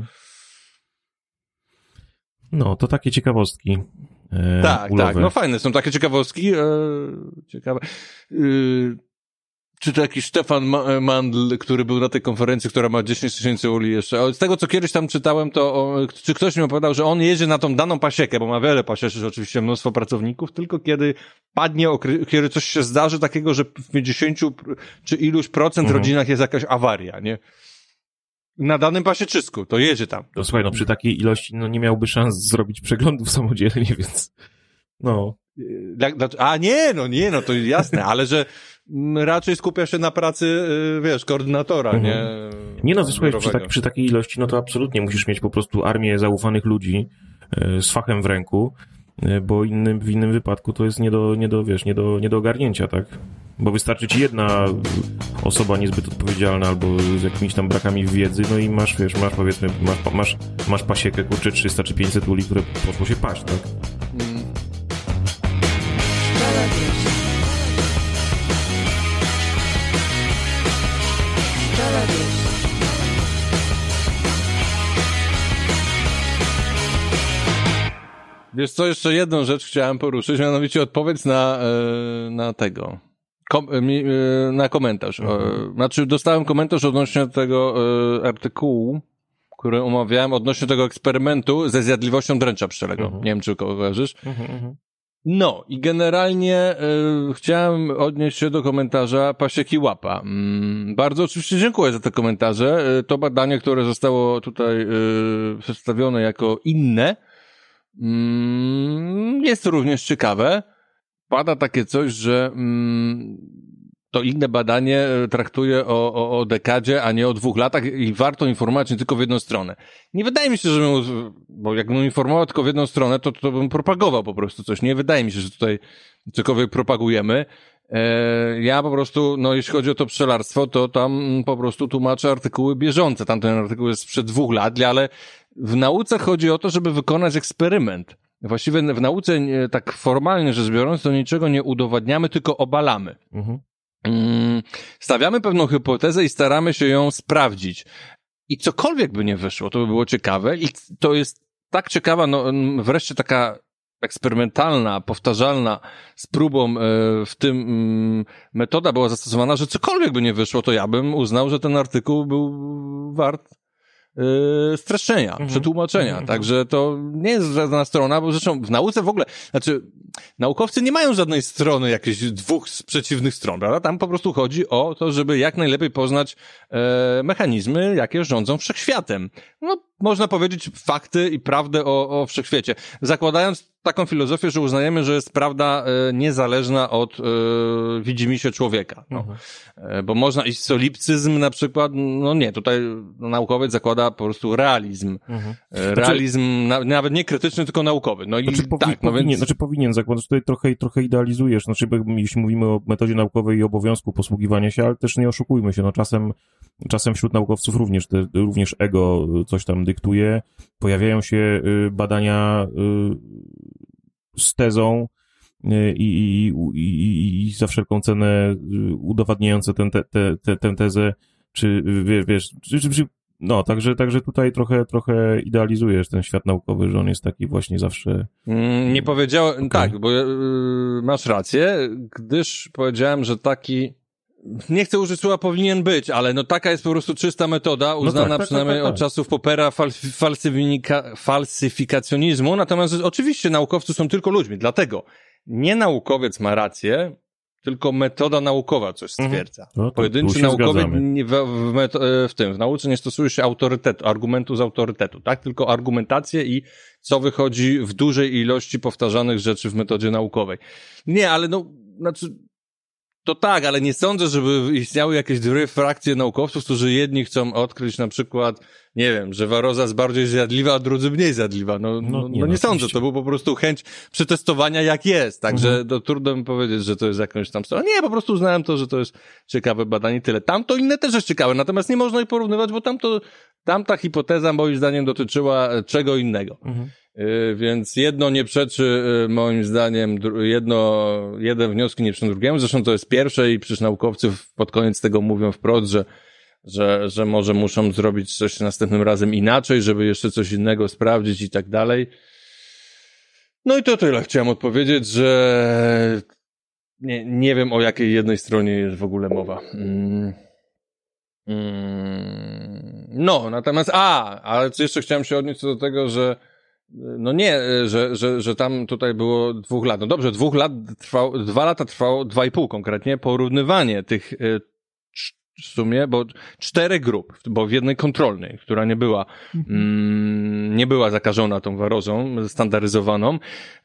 B: No, to takie ciekawostki.
A: Tak, no fajne są takie ciekawostki. Ciekawe. Czy to jakiś Stefan Mandl, który był na tej konferencji, która ma 10 000 uli jeszcze. Z tego, co kiedyś tam czytałem, to czy ktoś mi opowiadał, że on jedzie na tą daną pasiekę, bo ma wiele pasieczy, oczywiście mnóstwo pracowników, tylko kiedy padnie, kiedy coś się zdarzy takiego, że w 50 czy iluś procent rodzinach jest jakaś awaria, nie? Na danym pasieczysku, to jedzie tam.
B: No słuchaj, no przy takiej ilości, no nie miałby szans zrobić przeglądów samodzielnie, więc no.
A: Nie, to jasne, ale że raczej skupia się na pracy, wiesz, koordynatora, nie?
B: Nie no, słuchaj, przy takiej ilości, no to absolutnie musisz mieć po prostu armię zaufanych ludzi z fachem w ręku, bo w innym wypadku to jest nie do ogarnięcia, tak? Bo wystarczy ci jedna osoba niezbyt odpowiedzialna albo z jakimiś tam brakami wiedzy, no i masz powiedzmy, masz pasiekę, kurczę, 300 czy 500 uli, które poszło się paść, tak?
A: Wiesz co, jeszcze jedną rzecz chciałem poruszyć, mianowicie odpowiedź na tego, na komentarz. Znaczy, dostałem komentarz odnośnie tego artykułu, który omawiałem, odnośnie tego eksperymentu ze zjadliwością dręcza pszczelego. Nie wiem, czy kojarzysz. No i generalnie chciałem odnieść się do komentarza Pasieki Łapa. Bardzo oczywiście dziękuję za te komentarze. To badanie, które zostało tutaj przedstawione jako inne, jest również ciekawe. Pada takie coś, że to inne badanie traktuje o dekadzie, a nie o 2 latach i warto informować nie tylko w jedną stronę. Nie wydaje mi się, że bo jakbym informował tylko w jedną stronę, to bym propagował po prostu coś. Nie wydaje mi się, że tutaj cokolwiek propagujemy. Ja po prostu, no jeśli chodzi o to pszczelarstwo, to tam po prostu tłumaczę artykuły bieżące. Tamten artykuł jest sprzed 2 lat, ale w nauce chodzi o to, żeby wykonać eksperyment. Właściwie w nauce, tak formalnie rzecz biorąc, to niczego nie udowadniamy, tylko obalamy. Stawiamy pewną hipotezę i staramy się ją sprawdzić. I cokolwiek by nie wyszło, to by było ciekawe i to jest tak ciekawa, no wreszcie taka eksperymentalna, powtarzalna z próbą w tym metoda była zastosowana, że cokolwiek by nie wyszło, to ja bym uznał, że ten artykuł był wart streszczenia, przetłumaczenia. Także to nie jest żadna strona, bo zresztą w nauce w ogóle, znaczy naukowcy nie mają żadnej strony, jakichś 2 przeciwnych stron, prawda? Tam po prostu chodzi o to, żeby jak najlepiej poznać mechanizmy, jakie rządzą wszechświatem. No, można powiedzieć fakty i prawdę o wszechświecie. Zakładając taką filozofię, że uznajemy, że jest prawda niezależna od widzimisię człowieka. No. Bo można iść solipcyzm na przykład, no nie, tutaj naukowiec zakłada po prostu realizm. Realizm nawet nie krytyczny, tylko naukowy. No
B: znaczy,
A: i
B: powinien zakładać, tutaj trochę idealizujesz, znaczy, jeśli mówimy o metodzie naukowej i obowiązku posługiwania się, ale też nie oszukujmy się, no czasem wśród naukowców również ego coś tam dyktuje, pojawiają się badania z tezą i za wszelką cenę udowadniające tę tezę, czy no, także tutaj trochę idealizujesz ten świat naukowy, że on jest taki właśnie zawsze...
A: Nie powiedziałem, okay. Tak, bo masz rację, gdyż powiedziałem, że taki, nie chcę użyć słowa powinien być, ale no taka jest po prostu czysta metoda, uznana przynajmniej od czasów Poppera falsyfikacjonizmu, natomiast oczywiście naukowcy są tylko ludźmi, dlatego nie naukowiec ma rację, tylko metoda naukowa coś stwierdza.
B: No tak,
A: pojedynczy naukowiec w nauce nie stosuje się autorytetu, argumentu z autorytetu, tak? Tylko argumentację i co wychodzi w dużej ilości powtarzanych rzeczy w metodzie naukowej. Nie, ale no, znaczy, To tak, ale nie sądzę, żeby istniały jakieś dwie frakcje naukowców, którzy jedni chcą odkryć na przykład, nie wiem, że waroza jest bardziej zjadliwa, a drudzy mniej zjadliwa. Nie sądzę, to był po prostu chęć przetestowania jak jest, także trudno mi powiedzieć, że to jest jakąś tam stronę. Nie, po prostu uznałem to, że to jest ciekawe badanie i tyle. Tamto inne też jest ciekawe, natomiast nie można ich porównywać, bo tamta hipoteza moim zdaniem dotyczyła czego innego. Więc jedno nie przeczy moim zdaniem, jeden wnioski nie przeczy drugiemu, zresztą to jest pierwsze i przecież naukowcy pod koniec tego mówią wprost, że może muszą zrobić coś następnym razem inaczej, żeby jeszcze coś innego sprawdzić i tak dalej. No i to tyle chciałem odpowiedzieć, że nie wiem o jakiej jednej stronie jest w ogóle mowa. No, natomiast, ale jeszcze chciałem się odnieść do tego, że że tam tutaj było 2 lat. No dobrze, 2 lata trwało 2,5 konkretnie, porównywanie tych w sumie, bo 4 grup, bo w jednej kontrolnej, która nie była zakażona tą warozą standaryzowaną,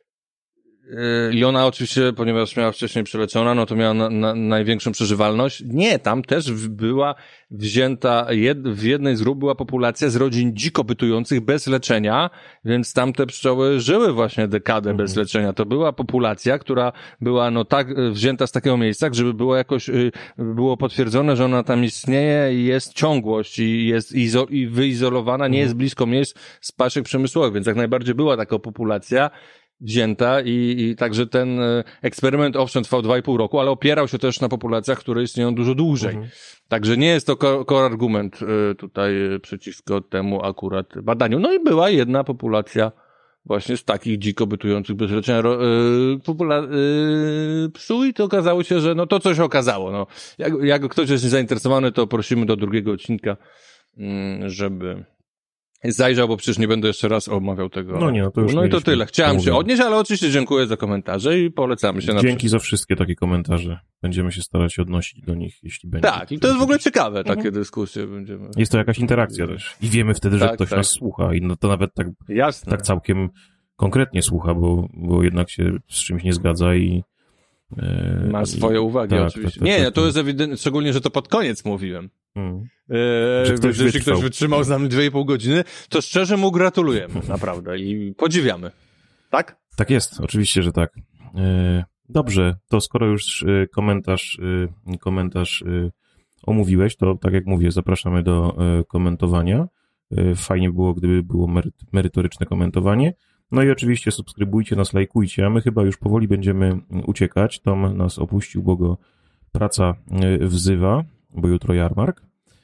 A: i ona oczywiście, ponieważ miała wcześniej przeleczona, no to miała największą przeżywalność. Nie, tam też była wzięta, w jednej z grup była populacja z rodzin dziko bytujących bez leczenia, więc tamte pszczoły żyły właśnie dekadę bez leczenia. To była populacja, która była tak wzięta z takiego miejsca, żeby było jakoś, było potwierdzone, że ona tam istnieje i jest ciągłość i jest wyizolowana, nie jest blisko miejsc z paszy przemysłowych, więc jak najbardziej była taka populacja wzięta i także ten eksperyment owszem trwał 2,5 roku, ale opierał się też na populacjach, które istnieją dużo dłużej. Także nie jest to argument tutaj przeciwko temu akurat badaniu. No i była jedna populacja właśnie z takich dziko bytujących bez leczenia psu i to okazało się, że to coś okazało. No. Jak ktoś jest zainteresowany, to prosimy do drugiego odcinka, żeby zajrzał, bo przecież nie będę jeszcze raz omawiał tego.
B: To już
A: i to tyle. Chciałem się odnieść, ale oczywiście dziękuję za komentarze i polecamy się na
B: Dzięki za wszystkie takie komentarze. Będziemy się starać odnosić do nich, jeśli będzie.
A: Tak, i to jest w ogóle ciekawe, takie dyskusje będziemy.
B: Jest to jakaś interakcja też. I wiemy wtedy, że ktoś nas słucha i to nawet tak całkiem konkretnie słucha, bo jednak się z czymś nie zgadza i
A: ma swoje uwagi, oczywiście. To jest ewidentne, szczególnie, że to pod koniec mówiłem. Jeśli ktoś wytrzymał z nami 2,5 godziny, to szczerze mu gratulujemy, naprawdę, i podziwiamy. Tak?
B: Tak jest, oczywiście, że tak. Dobrze, to skoro już komentarz omówiłeś, to tak jak mówię, zapraszamy do komentowania. Fajnie było, gdyby było merytoryczne komentowanie. No i oczywiście subskrybujcie nas, lajkujcie, a my chyba już powoli będziemy uciekać. Tom nas opuścił, bo go praca wzywa, bo jutro jarmark.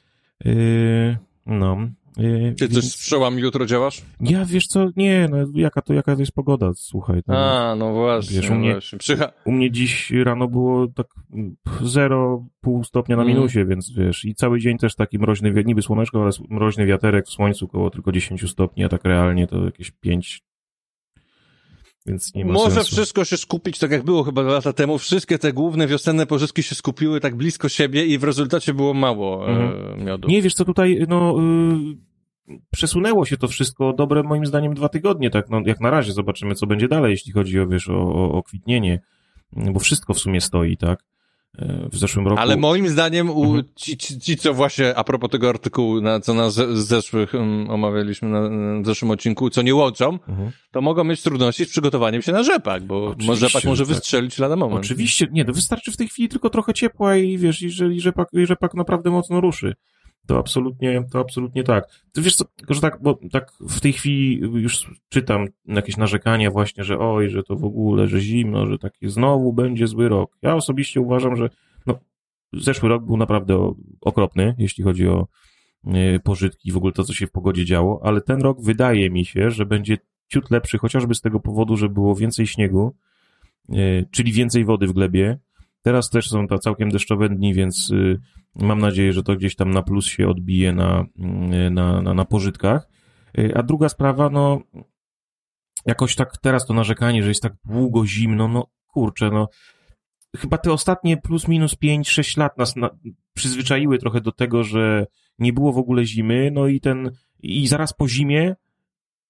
A: Ty coś z pszczołami jutro działasz?
B: Ja, wiesz co, nie, jaka to jest pogoda, słuchaj.
A: No właśnie. Wiesz,
B: u mnie dziś rano było tak 0,5 stopnia na minusie, więc wiesz, i cały dzień też taki mroźny, niby słoneczko, ale mroźny wiaterek w słońcu, koło tylko 10 stopni, a tak realnie to jakieś 5. Więc nie ma
A: Może
B: sensu.
A: wszystko się skupić, tak jak było chyba 2 lata temu, wszystkie te główne wiosenne pożyczki się skupiły tak blisko siebie i w rezultacie było mało miodu.
B: Nie, wiesz co, tutaj przesunęło się to wszystko dobre moim zdaniem 2 tygodnie, tak, jak na razie zobaczymy, co będzie dalej, jeśli chodzi o kwitnienie, bo wszystko w sumie stoi, tak. W zeszłym roku.
A: Ale moim zdaniem ci, co właśnie, a propos tego artykułu, co na zeszłych omawialiśmy w zeszłym odcinku, co nie łączą, to mogą mieć trudności z przygotowaniem się na rzepak, bo rzepak może wystrzelić lada moment.
B: Oczywiście, nie, wystarczy w tej chwili tylko trochę ciepła i wiesz, jeżeli rzepak naprawdę mocno ruszy. To absolutnie tak. Ty wiesz co, tylko że tak, bo tak w tej chwili już czytam jakieś narzekania właśnie, że że to w ogóle, że zimno, że taki znowu będzie zły rok. Ja osobiście uważam, że zeszły rok był naprawdę okropny, jeśli chodzi o pożytki i w ogóle to, co się w pogodzie działo, ale ten rok wydaje mi się, że będzie ciut lepszy, chociażby z tego powodu, że było więcej śniegu, czyli więcej wody w glebie. Teraz też są to całkiem deszczowe dni, więc mam nadzieję, że to gdzieś tam na plus się odbije na pożytkach. A druga sprawa, jakoś tak teraz to narzekanie, że jest tak długo zimno, kurczę, chyba te ostatnie plus minus 5-6 lat nas przyzwyczaiły trochę do tego, że nie było w ogóle zimy, i zaraz po zimie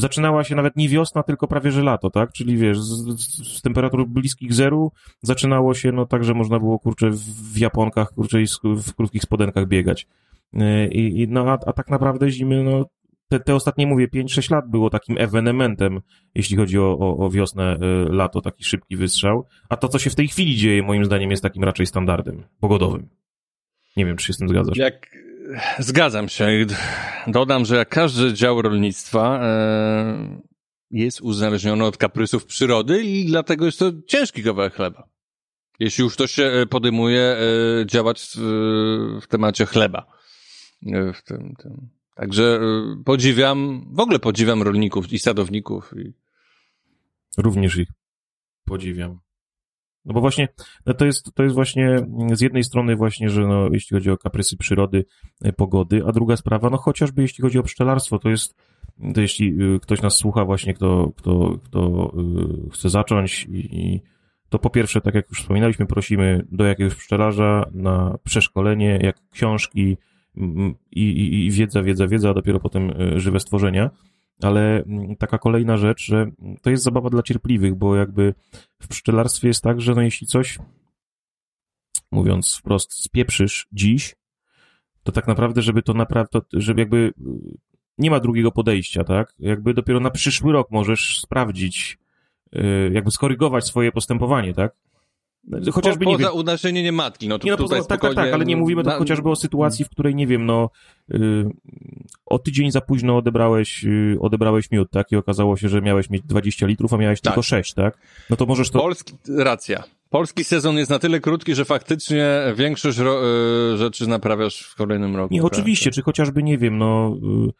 B: zaczynała się nawet nie wiosna, tylko prawie że lato, tak? Czyli wiesz, z temperatur bliskich zeru zaczynało się, no tak, że można było, kurczę, w japonkach, kurczę, i w krótkich spodenkach biegać. A tak naprawdę zimy, no, te ostatnie, mówię, 5-6 lat było takim ewenementem, jeśli chodzi o wiosnę, lato, taki szybki wystrzał. A to, co się w tej chwili dzieje, moim zdaniem, jest takim raczej standardem pogodowym. Nie wiem, czy się z tym zgadzasz.
A: Zgadzam się. Dodam, że jak każdy dział rolnictwa jest uzależniony od kaprysów przyrody i dlatego jest to ciężki kawałek chleba. Jeśli już ktoś się podejmuje działać w temacie chleba. W tym. Także w ogóle podziwiam rolników i sadowników.
B: Również ich podziwiam. No bo właśnie, no to jest właśnie z jednej strony właśnie, że no, jeśli chodzi o kaprysy przyrody, pogody, a druga sprawa, no chociażby jeśli chodzi o pszczelarstwo, to jeśli ktoś nas słucha właśnie, kto chce zacząć i to po pierwsze, tak jak już wspominaliśmy, prosimy do jakiegoś pszczelarza na przeszkolenie, jak książki i wiedza, a dopiero potem żywe stworzenia. Ale taka kolejna rzecz, że to jest zabawa dla cierpliwych, bo jakby w pszczelarstwie jest tak, że no jeśli coś, mówiąc wprost, spieprzysz dziś, to tak naprawdę, żeby jakby nie ma drugiego podejścia, tak? Jakby dopiero na przyszły rok możesz sprawdzić, jakby skorygować swoje postępowanie, tak? Chociażby nie wiem.
A: Poza unasiennieniem matki, no to tutaj spokojnie...
B: Tak, ale nie mówimy to chociażby o sytuacji, w której, nie wiem, no o tydzień za późno odebrałeś miód, tak? I okazało się, że miałeś mieć 20 litrów, a miałeś tylko 6, tak? No to możesz to...
A: Racja. Polski sezon jest na tyle krótki, że faktycznie większość rzeczy naprawiasz w kolejnym roku.
B: Nie, oczywiście, czy chociażby, nie wiem, no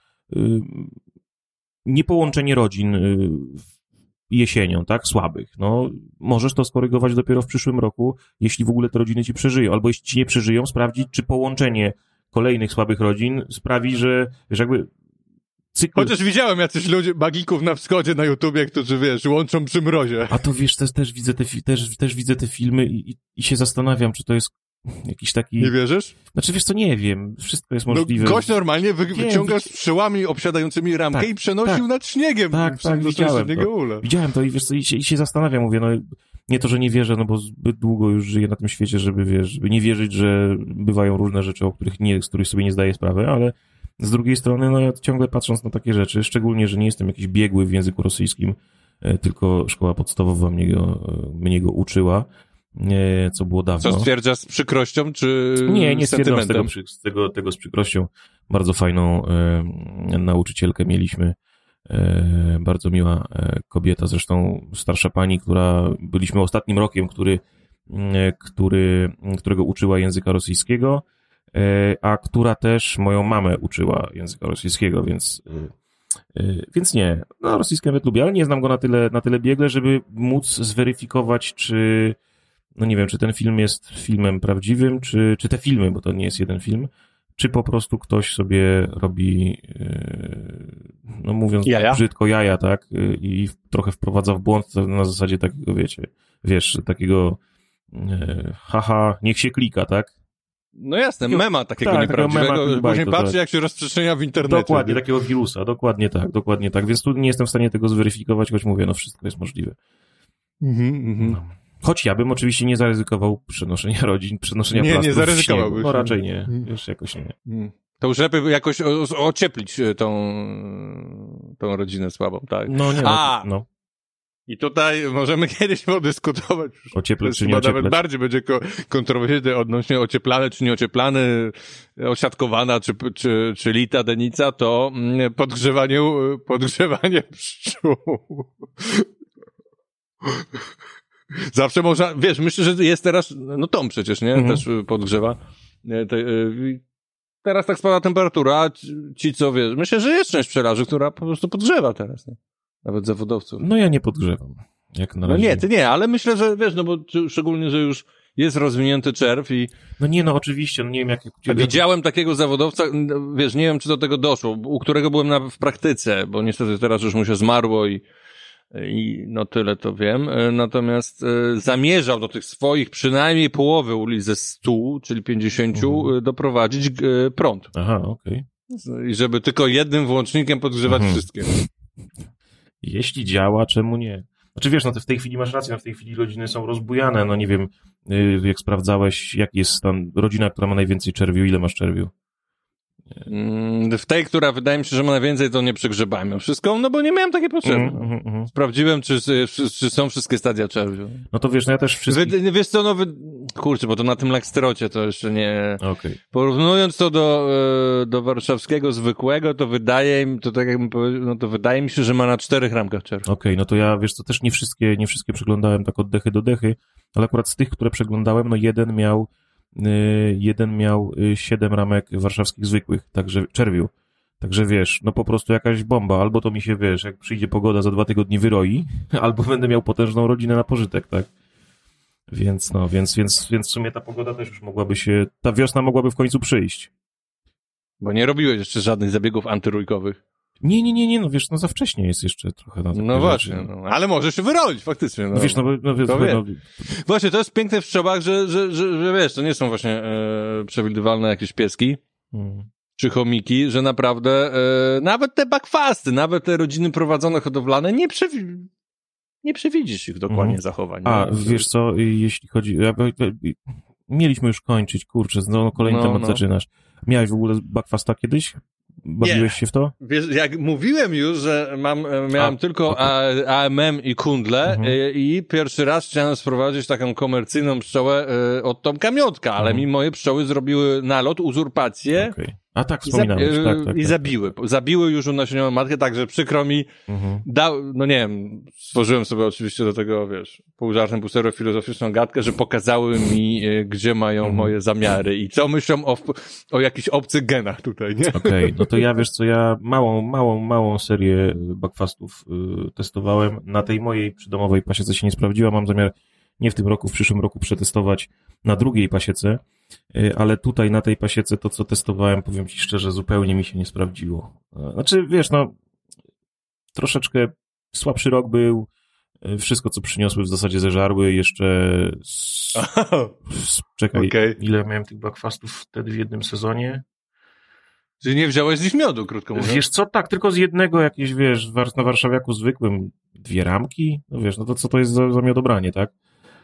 B: niepołączenie rodzin jesienią, tak, słabych, no możesz to skorygować dopiero w przyszłym roku, jeśli w ogóle te rodziny ci przeżyją, albo jeśli ci nie przeżyją, sprawdzić, czy połączenie kolejnych słabych rodzin sprawi, że jakby cykl...
A: Chociaż widziałem jacyś ludzi, magików na wschodzie na YouTubie, którzy, wiesz, łączą przy mrozie.
B: A to wiesz, też widzę te filmy i się zastanawiam, czy to jest jakiś taki...
A: Nie wierzysz?
B: Znaczy, wiesz co, nie wiem. Wszystko jest możliwe.
A: No, gość normalnie wyciąga z pszczołami obsiadającymi ramkę i przenosił nad śniegiem.
B: Tak, widziałem to. Widziałem to i wiesz co, i się zastanawiam, mówię, no nie to, że nie wierzę, no bo zbyt długo już żyję na tym świecie, żeby nie wierzyć, że bywają różne rzeczy, z których sobie nie zdaję sprawy, ale z drugiej strony, no ja ciągle patrząc na takie rzeczy, szczególnie, że nie jestem jakiś biegły w języku rosyjskim, tylko szkoła podstawowa mnie go uczyła, co było dawno.
A: Co stwierdzasz z przykrością, czy
B: nie stwierdzam tego z przykrością. Bardzo fajną nauczycielkę mieliśmy, bardzo miła kobieta, zresztą starsza pani, byliśmy ostatnim rokiem, którego uczyła języka rosyjskiego, a która też moją mamę uczyła języka rosyjskiego, więc nie. No, rosyjski nawet lubię, ale nie znam go na tyle biegle, żeby móc zweryfikować, czy no nie wiem, czy ten film jest filmem prawdziwym, czy te filmy, bo to nie jest jeden film, czy po prostu ktoś sobie robi, no mówiąc brzydko, jaja, tak? I trochę wprowadza w błąd na zasadzie takiego, wiesz, takiego haha, niech się klika, tak?
A: No jasne, mema takiego nieprawdziwego, później patrzy, jak się rozprzestrzenia w internecie.
B: Dokładnie, takiego wirusa, dokładnie tak, więc tu nie jestem w stanie tego zweryfikować, choć mówię, no wszystko jest możliwe. No. Choć ja bym oczywiście nie zaryzykował przenoszenia rodzin, przenoszenia plastów. Nie zaryzykowałbyś. No raczej nie, już jakoś nie.
A: To już lepiej jakoś ocieplić tą rodzinę słabą, tak?
B: No nie, no.
A: I tutaj możemy kiedyś podyskutować.
B: Ociepleć czy nie ociepleć.
A: Nawet bardziej będzie kontrowersyjne odnośnie ocieplane czy nieocieplane, osiadkowana czy lita denica, to podgrzewanie pszczół. Zawsze można, wiesz, myślę, że jest teraz, no Tom przecież, nie? Też podgrzewa. Teraz tak spada temperatura, a ci co, wiesz, myślę, że jest część pszczelarzy, która po prostu podgrzewa teraz, nie? Nawet zawodowców.
B: No ja nie podgrzewam, jak na razie.
A: No nie, ty nie, ale myślę, że wiesz, no bo szczególnie, że już jest rozwinięty czerw i...
B: No nie, no oczywiście, no nie wiem jak...
A: Widziałem takiego zawodowca, wiesz, nie wiem czy do tego doszło, u którego byłem w praktyce, bo niestety teraz już mu się zmarło i no tyle to wiem, natomiast zamierzał do tych swoich przynajmniej połowy ulic ze 100, czyli 50 doprowadzić prąd.
B: Aha, okej.
A: I żeby tylko jednym włącznikiem podgrzewać wszystkie.
B: Jeśli działa, czemu nie? Znaczy wiesz, no to w tej chwili masz rację, no w tej chwili rodziny są rozbujane, no nie wiem, jak sprawdzałeś, jaki jest stan, rodzina, która ma najwięcej czerwiu, ile masz czerwiu?
A: W tej, która wydaje mi się, że ma najwięcej, to nie przegrzebajmy wszystko, no bo nie miałem takiej potrzeby. Sprawdziłem, czy są wszystkie stadia czerwiu.
B: No to wiesz, no ja też wszystkie...
A: Wiesz co, kurczę, bo to na tym Lakstrocie to jeszcze nie...
B: Okay.
A: Porównując to do warszawskiego zwykłego, to wydaje mi, to tak jakbym powiedział, no to wydaje mi się, że ma na 4 ramkach czerwiu.
B: Okej, no to ja, wiesz co, też nie wszystkie przeglądałem tak od dechy do dechy, ale akurat z tych, które przeglądałem, no jeden miał 7 ramek warszawskich zwykłych, także czerwiu. Także wiesz, no po prostu jakaś bomba. Albo to mi się, wiesz, jak przyjdzie pogoda za 2 tygodnie wyroi, albo będę miał potężną rodzinę na pożytek, tak? Więc w sumie ta pogoda też już ta wiosna mogłaby w końcu przyjść.
A: Bo nie robiłeś jeszcze żadnych zabiegów antyrójkowych.
B: Nie, no wiesz, no za wcześnie jest jeszcze trochę na takie
A: No właśnie,
B: rzeczy.
A: no, ale możesz się wyroić, faktycznie. No
B: wiesz,
A: Właśnie, to jest piękne w pszczołach, że wiesz, to nie są właśnie przewidywalne jakieś pieski, czy chomiki, że naprawdę nawet te bakwasty, nawet te rodziny prowadzone hodowlane, nie przewidzisz ich dokładnie zachowań.
B: A, wiesz co, jeśli chodzi... Mieliśmy już kończyć, kurczę, no kolejny temat zaczynasz. Miałeś w ogóle bakwasta kiedyś? Bawiłeś się w to?
A: Wiesz, jak mówiłem już, że miałem tylko AMM i kundle i pierwszy raz chciałem sprowadzić taką komercyjną pszczołę od Tomka Miotka, ale mi moje pszczoły zrobiły nalot, uzurpację.
B: Okay. A tak, wspominałeś.
A: I zabiły. Zabiły już unasienioną matkę, także przykro mi. No nie wiem, stworzyłem sobie oczywiście do tego, wiesz, pół żartem, pół serio filozoficzną gadkę, że pokazały mi, gdzie mają moje zamiary i co myślą o jakichś obcych genach tutaj, nie?
B: Okej, no to ja, wiesz co, ja małą serię bakwastów testowałem. Na tej mojej przydomowej pasiece się nie sprawdziła. Mam zamiar nie w tym roku, w przyszłym roku przetestować na drugiej pasiece, ale tutaj na tej pasiece to, co testowałem, powiem ci szczerze, zupełnie mi się nie sprawdziło. Znaczy, wiesz, no, troszeczkę słabszy rok był, wszystko, co przyniosły, w zasadzie zeżarły, jeszcze czekaj, ile miałem tych bakwastów wtedy w jednym sezonie?
A: Czyli nie wziąłeś z nich miodu, krótko mówiąc.
B: Wiesz co, tak, tylko z jednego jakieś, wiesz, na warszawiaku zwykłym 2 ramki, no wiesz, no to co to jest za miodobranie, tak?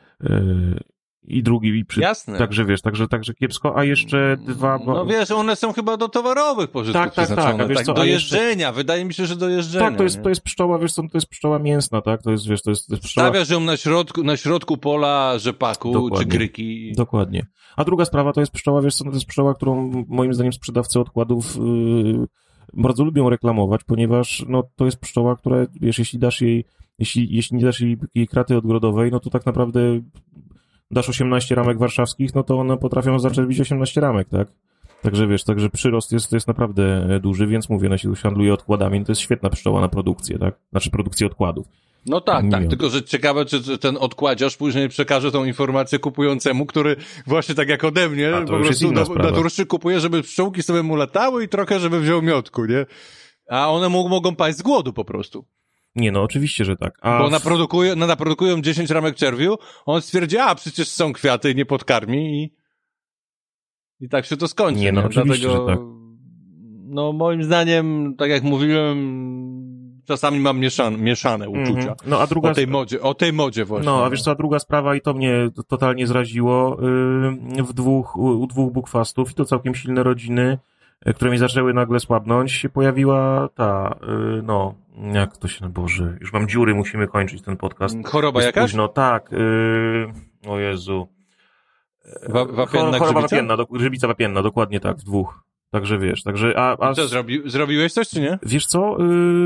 B: I drugi
A: Jasne.
B: Także wiesz, także kiepsko, a jeszcze 2...
A: No wiesz, one są chyba do towarowych pożytków przeznaczone.
B: Tak, wiesz co,
A: do jeżdżenia, wydaje mi się, że do jeżdżenia.
B: Tak, to jest pszczoła, wiesz co, to jest pszczoła mięsna, tak? To jest, wiesz, to jest pszczoła...
A: Stawiasz ją na środku pola rzepaku,
B: dokładnie,
A: czy gryki.
B: Dokładnie. A druga sprawa to jest pszczoła, wiesz co, to jest pszczoła, którą moim zdaniem sprzedawcy odkładów bardzo lubią reklamować, ponieważ no to jest pszczoła, która, wiesz, jeśli nie dasz jej kraty odgrodowej, no to tak naprawdę dasz 18 ramek warszawskich, no to one potrafią zaczerwić 18 ramek, tak? Także wiesz, przyrost jest naprawdę duży, więc mówię, no się handluje odkładami, no to jest świetna pszczoła na produkcję, tak? Znaczy produkcję odkładów.
A: No tak, tylko że ciekawe, czy ten odkładziarz później przekaże tą informację kupującemu, który właśnie tak jak ode mnie, po prostu naturszy kupuje, żeby pszczółki sobie mu latały i trochę, żeby wziął miodku, nie? A one mogą paść z głodu po prostu.
B: Nie, no oczywiście, że tak.
A: Bo naprodukują 10 ramek czerwiu, on stwierdzi, przecież są kwiaty, nie podkarmi i tak się to skończy.
B: Nie, no oczywiście,
A: dlatego,
B: że tak.
A: No moim zdaniem, tak jak mówiłem, czasami mam mieszane uczucia.
B: No, a druga...
A: O tej modzie właśnie.
B: No, a wiesz co, a druga sprawa i to mnie totalnie zraziło, u 2 bukwastów i to całkiem silne rodziny, które mi zaczęły nagle słabnąć, się pojawiła jak to się, Boże, już mam dziury, musimy kończyć ten podcast.
A: Choroba jakaś?
B: Późno, tak, o Jezu.
A: Choroba
B: wapienna, grzybica wapienna, dokładnie tak, w 2. Także wiesz,
A: Co, zrobiłeś coś, czy nie?
B: Wiesz co,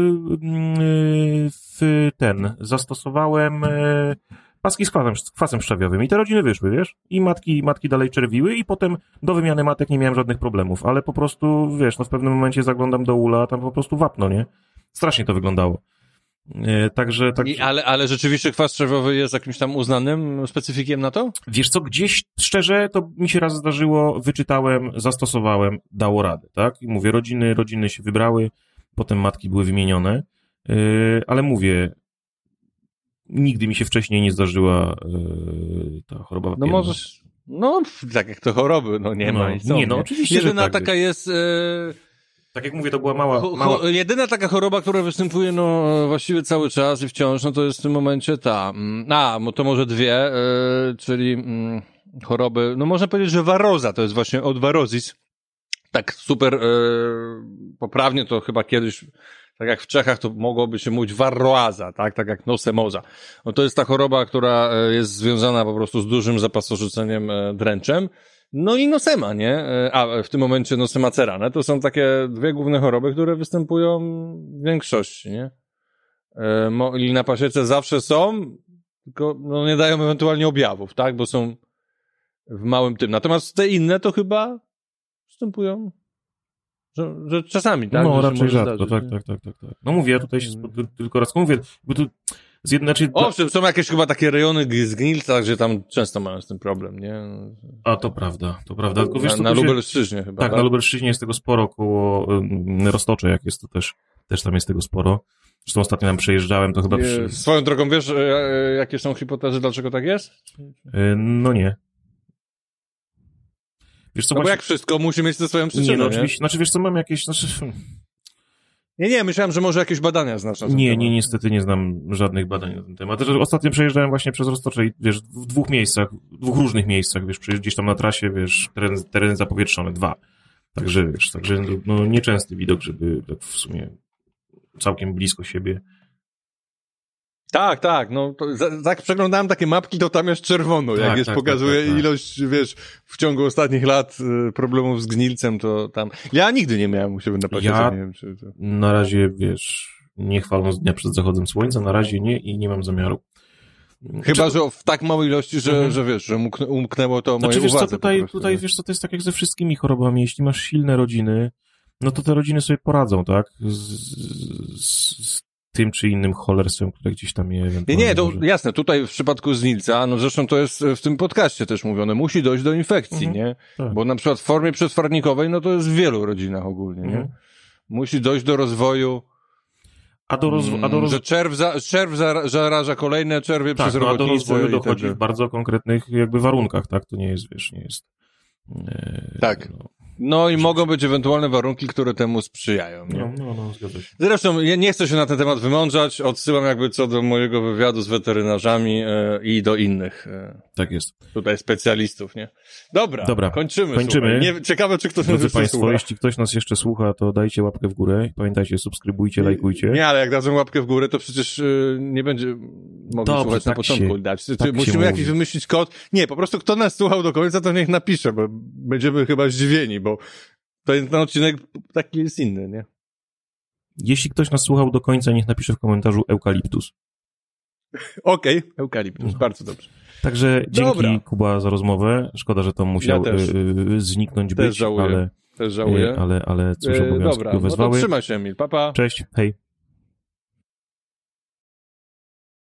B: zastosowałem paski z kwasem szczawiowym i te rodziny wyszły, wiesz? I matki dalej czerwiły i potem do wymiany matek nie miałem żadnych problemów, ale po prostu, wiesz, no w pewnym momencie zaglądam do ula, a tam po prostu wapno, nie? Strasznie to wyglądało. Także...
A: Ale rzeczywiście kwas szczawiowy jest jakimś tam uznanym specyfikiem na to?
B: Wiesz co, gdzieś szczerze to mi się raz zdarzyło, wyczytałem, zastosowałem, dało radę, tak? I mówię, rodziny się wybrały, potem matki były wymienione, ale mówię, nigdy mi się wcześniej nie zdarzyła ta choroba wapienna.
A: No możesz, tak jak to choroby, no nie ma nic.
B: Nie, no oczywiście,
A: jedyna
B: że tak.
A: taka jest...
B: Tak jak mówię, to była mała...
A: Jedyna taka choroba, która występuje, no, właściwie cały czas i wciąż, no to jest w tym momencie ta, to może dwie, czyli choroby, no można powiedzieć, że waroza, to jest właśnie od warozis. Tak super poprawnie to chyba kiedyś, tak jak w Czechach, to mogłoby się mówić warroaza, tak jak nosemoza. No to jest ta choroba, która jest związana po prostu z dużym zapasożyceniem dręczem. No i nosema, nie? A w tym momencie nosema cerane. To są takie dwie główne choroby, które występują w większości, nie? I na pasiece zawsze są, tylko no, nie dają ewentualnie objawów, tak? Bo są w małym tym. Natomiast te inne to chyba występują, że czasami, tak?
B: No,
A: że
B: raczej rzadko, tak. No mówię, ja tutaj się tylko raz mówię, bo tu
A: Owszem, są jakieś chyba takie rejony zgnilca, gdzie tam często mają z tym problem, nie?
B: A to prawda. Tylko wiesz,
A: na Lubelszczyźnie chyba,
B: tak? Na Lubelszczyźnie jest tego sporo, koło Roztocze, jak jest to też tam jest tego sporo. Zresztą ostatnio tam przejeżdżałem, to chyba...
A: Swoją drogą, wiesz, jakie są hipotezy, dlaczego tak jest?
B: No nie. Wiesz co,
A: no bo jak wszystko musi mieć ze swoją przyczyną,
B: no oczywiście, znaczy wiesz co, mam jakieś...
A: Nie, myślałem, że może jakieś badania znasz na ten
B: temat.
A: Nie,
B: niestety nie znam żadnych badań na ten temat. Też ostatnio przejeżdżałem właśnie przez Roztocze i wiesz, w dwóch różnych miejscach, wiesz, gdzieś tam na trasie, wiesz, tereny zapowietrzone, 2. Także no nieczęsty widok, żeby tak w sumie całkiem blisko siebie.
A: Tak, no to, tak przeglądałem takie mapki, to tam jest czerwono, jak pokazuje ilość, wiesz, w ciągu ostatnich lat problemów z gnilcem, to tam... Ja nigdy nie miałem u siebie na pasiece, nie wiem, czy to...
B: Na razie, wiesz, nie chwaląc dnia przed zachodem słońca, na razie nie i nie mam zamiaru.
A: Chyba, że w tak małej ilości, że wiesz, że umknęło to mojej
B: wiesz,
A: uwadze.
B: Tutaj wiesz co, to jest tak jak ze wszystkimi chorobami, jeśli masz silne rodziny, no to te rodziny sobie poradzą, tak? Z tym czy innym cholerstwem, które gdzieś tam je ewentualnie...
A: Nie, to jasne, tutaj w przypadku Znilca, no zresztą to jest w tym podcaście też mówione, musi dojść do infekcji, nie?
B: Tak.
A: Bo na przykład w formie przetwarnikowej, no to jest w wielu rodzinach ogólnie, nie? Musi dojść do rozwoju, że czerw zaraża kolejne czerwie przez robotnicę.
B: A do rozwoju dochodzi w bardzo konkretnych jakby warunkach, tak? To nie jest, wiesz, nie jest...
A: Tak. No i mogą być ewentualne warunki, które temu sprzyjają. Nie?
B: No, zgadza się.
A: Zresztą ja nie chcę się na ten temat wymądrzać, odsyłam jakby co do mojego wywiadu z weterynarzami i do innych.
B: Tak jest.
A: Tutaj specjalistów, nie? Dobra. Kończymy. Ciekawe, czy ktoś nas jeszcze słucha.
B: Jeśli ktoś nas jeszcze słucha, to dajcie łapkę w górę. Pamiętajcie, subskrybujcie, lajkujcie.
A: Nie, ale jak dadzą łapkę w górę, to przecież nie będzie mogli słuchać na początku. Musimy jakiś wymyślić kod. Nie, po prostu kto nas słuchał do końca, to niech napisze, bo będziemy chyba zdziwieni, bo ten odcinek taki jest inny, nie?
B: Jeśli ktoś nas słuchał do końca, niech napisze w komentarzu eukaliptus.
A: Okej, eukaliptus, bardzo dobrze.
B: Także dzięki, Kuba, za rozmowę. Szkoda, że to musiał zniknąć
A: Też żałuję.
B: ale cóż, obowiązki go wezwały.
A: No to trzymaj się, Emil, pa.
B: Cześć, hej.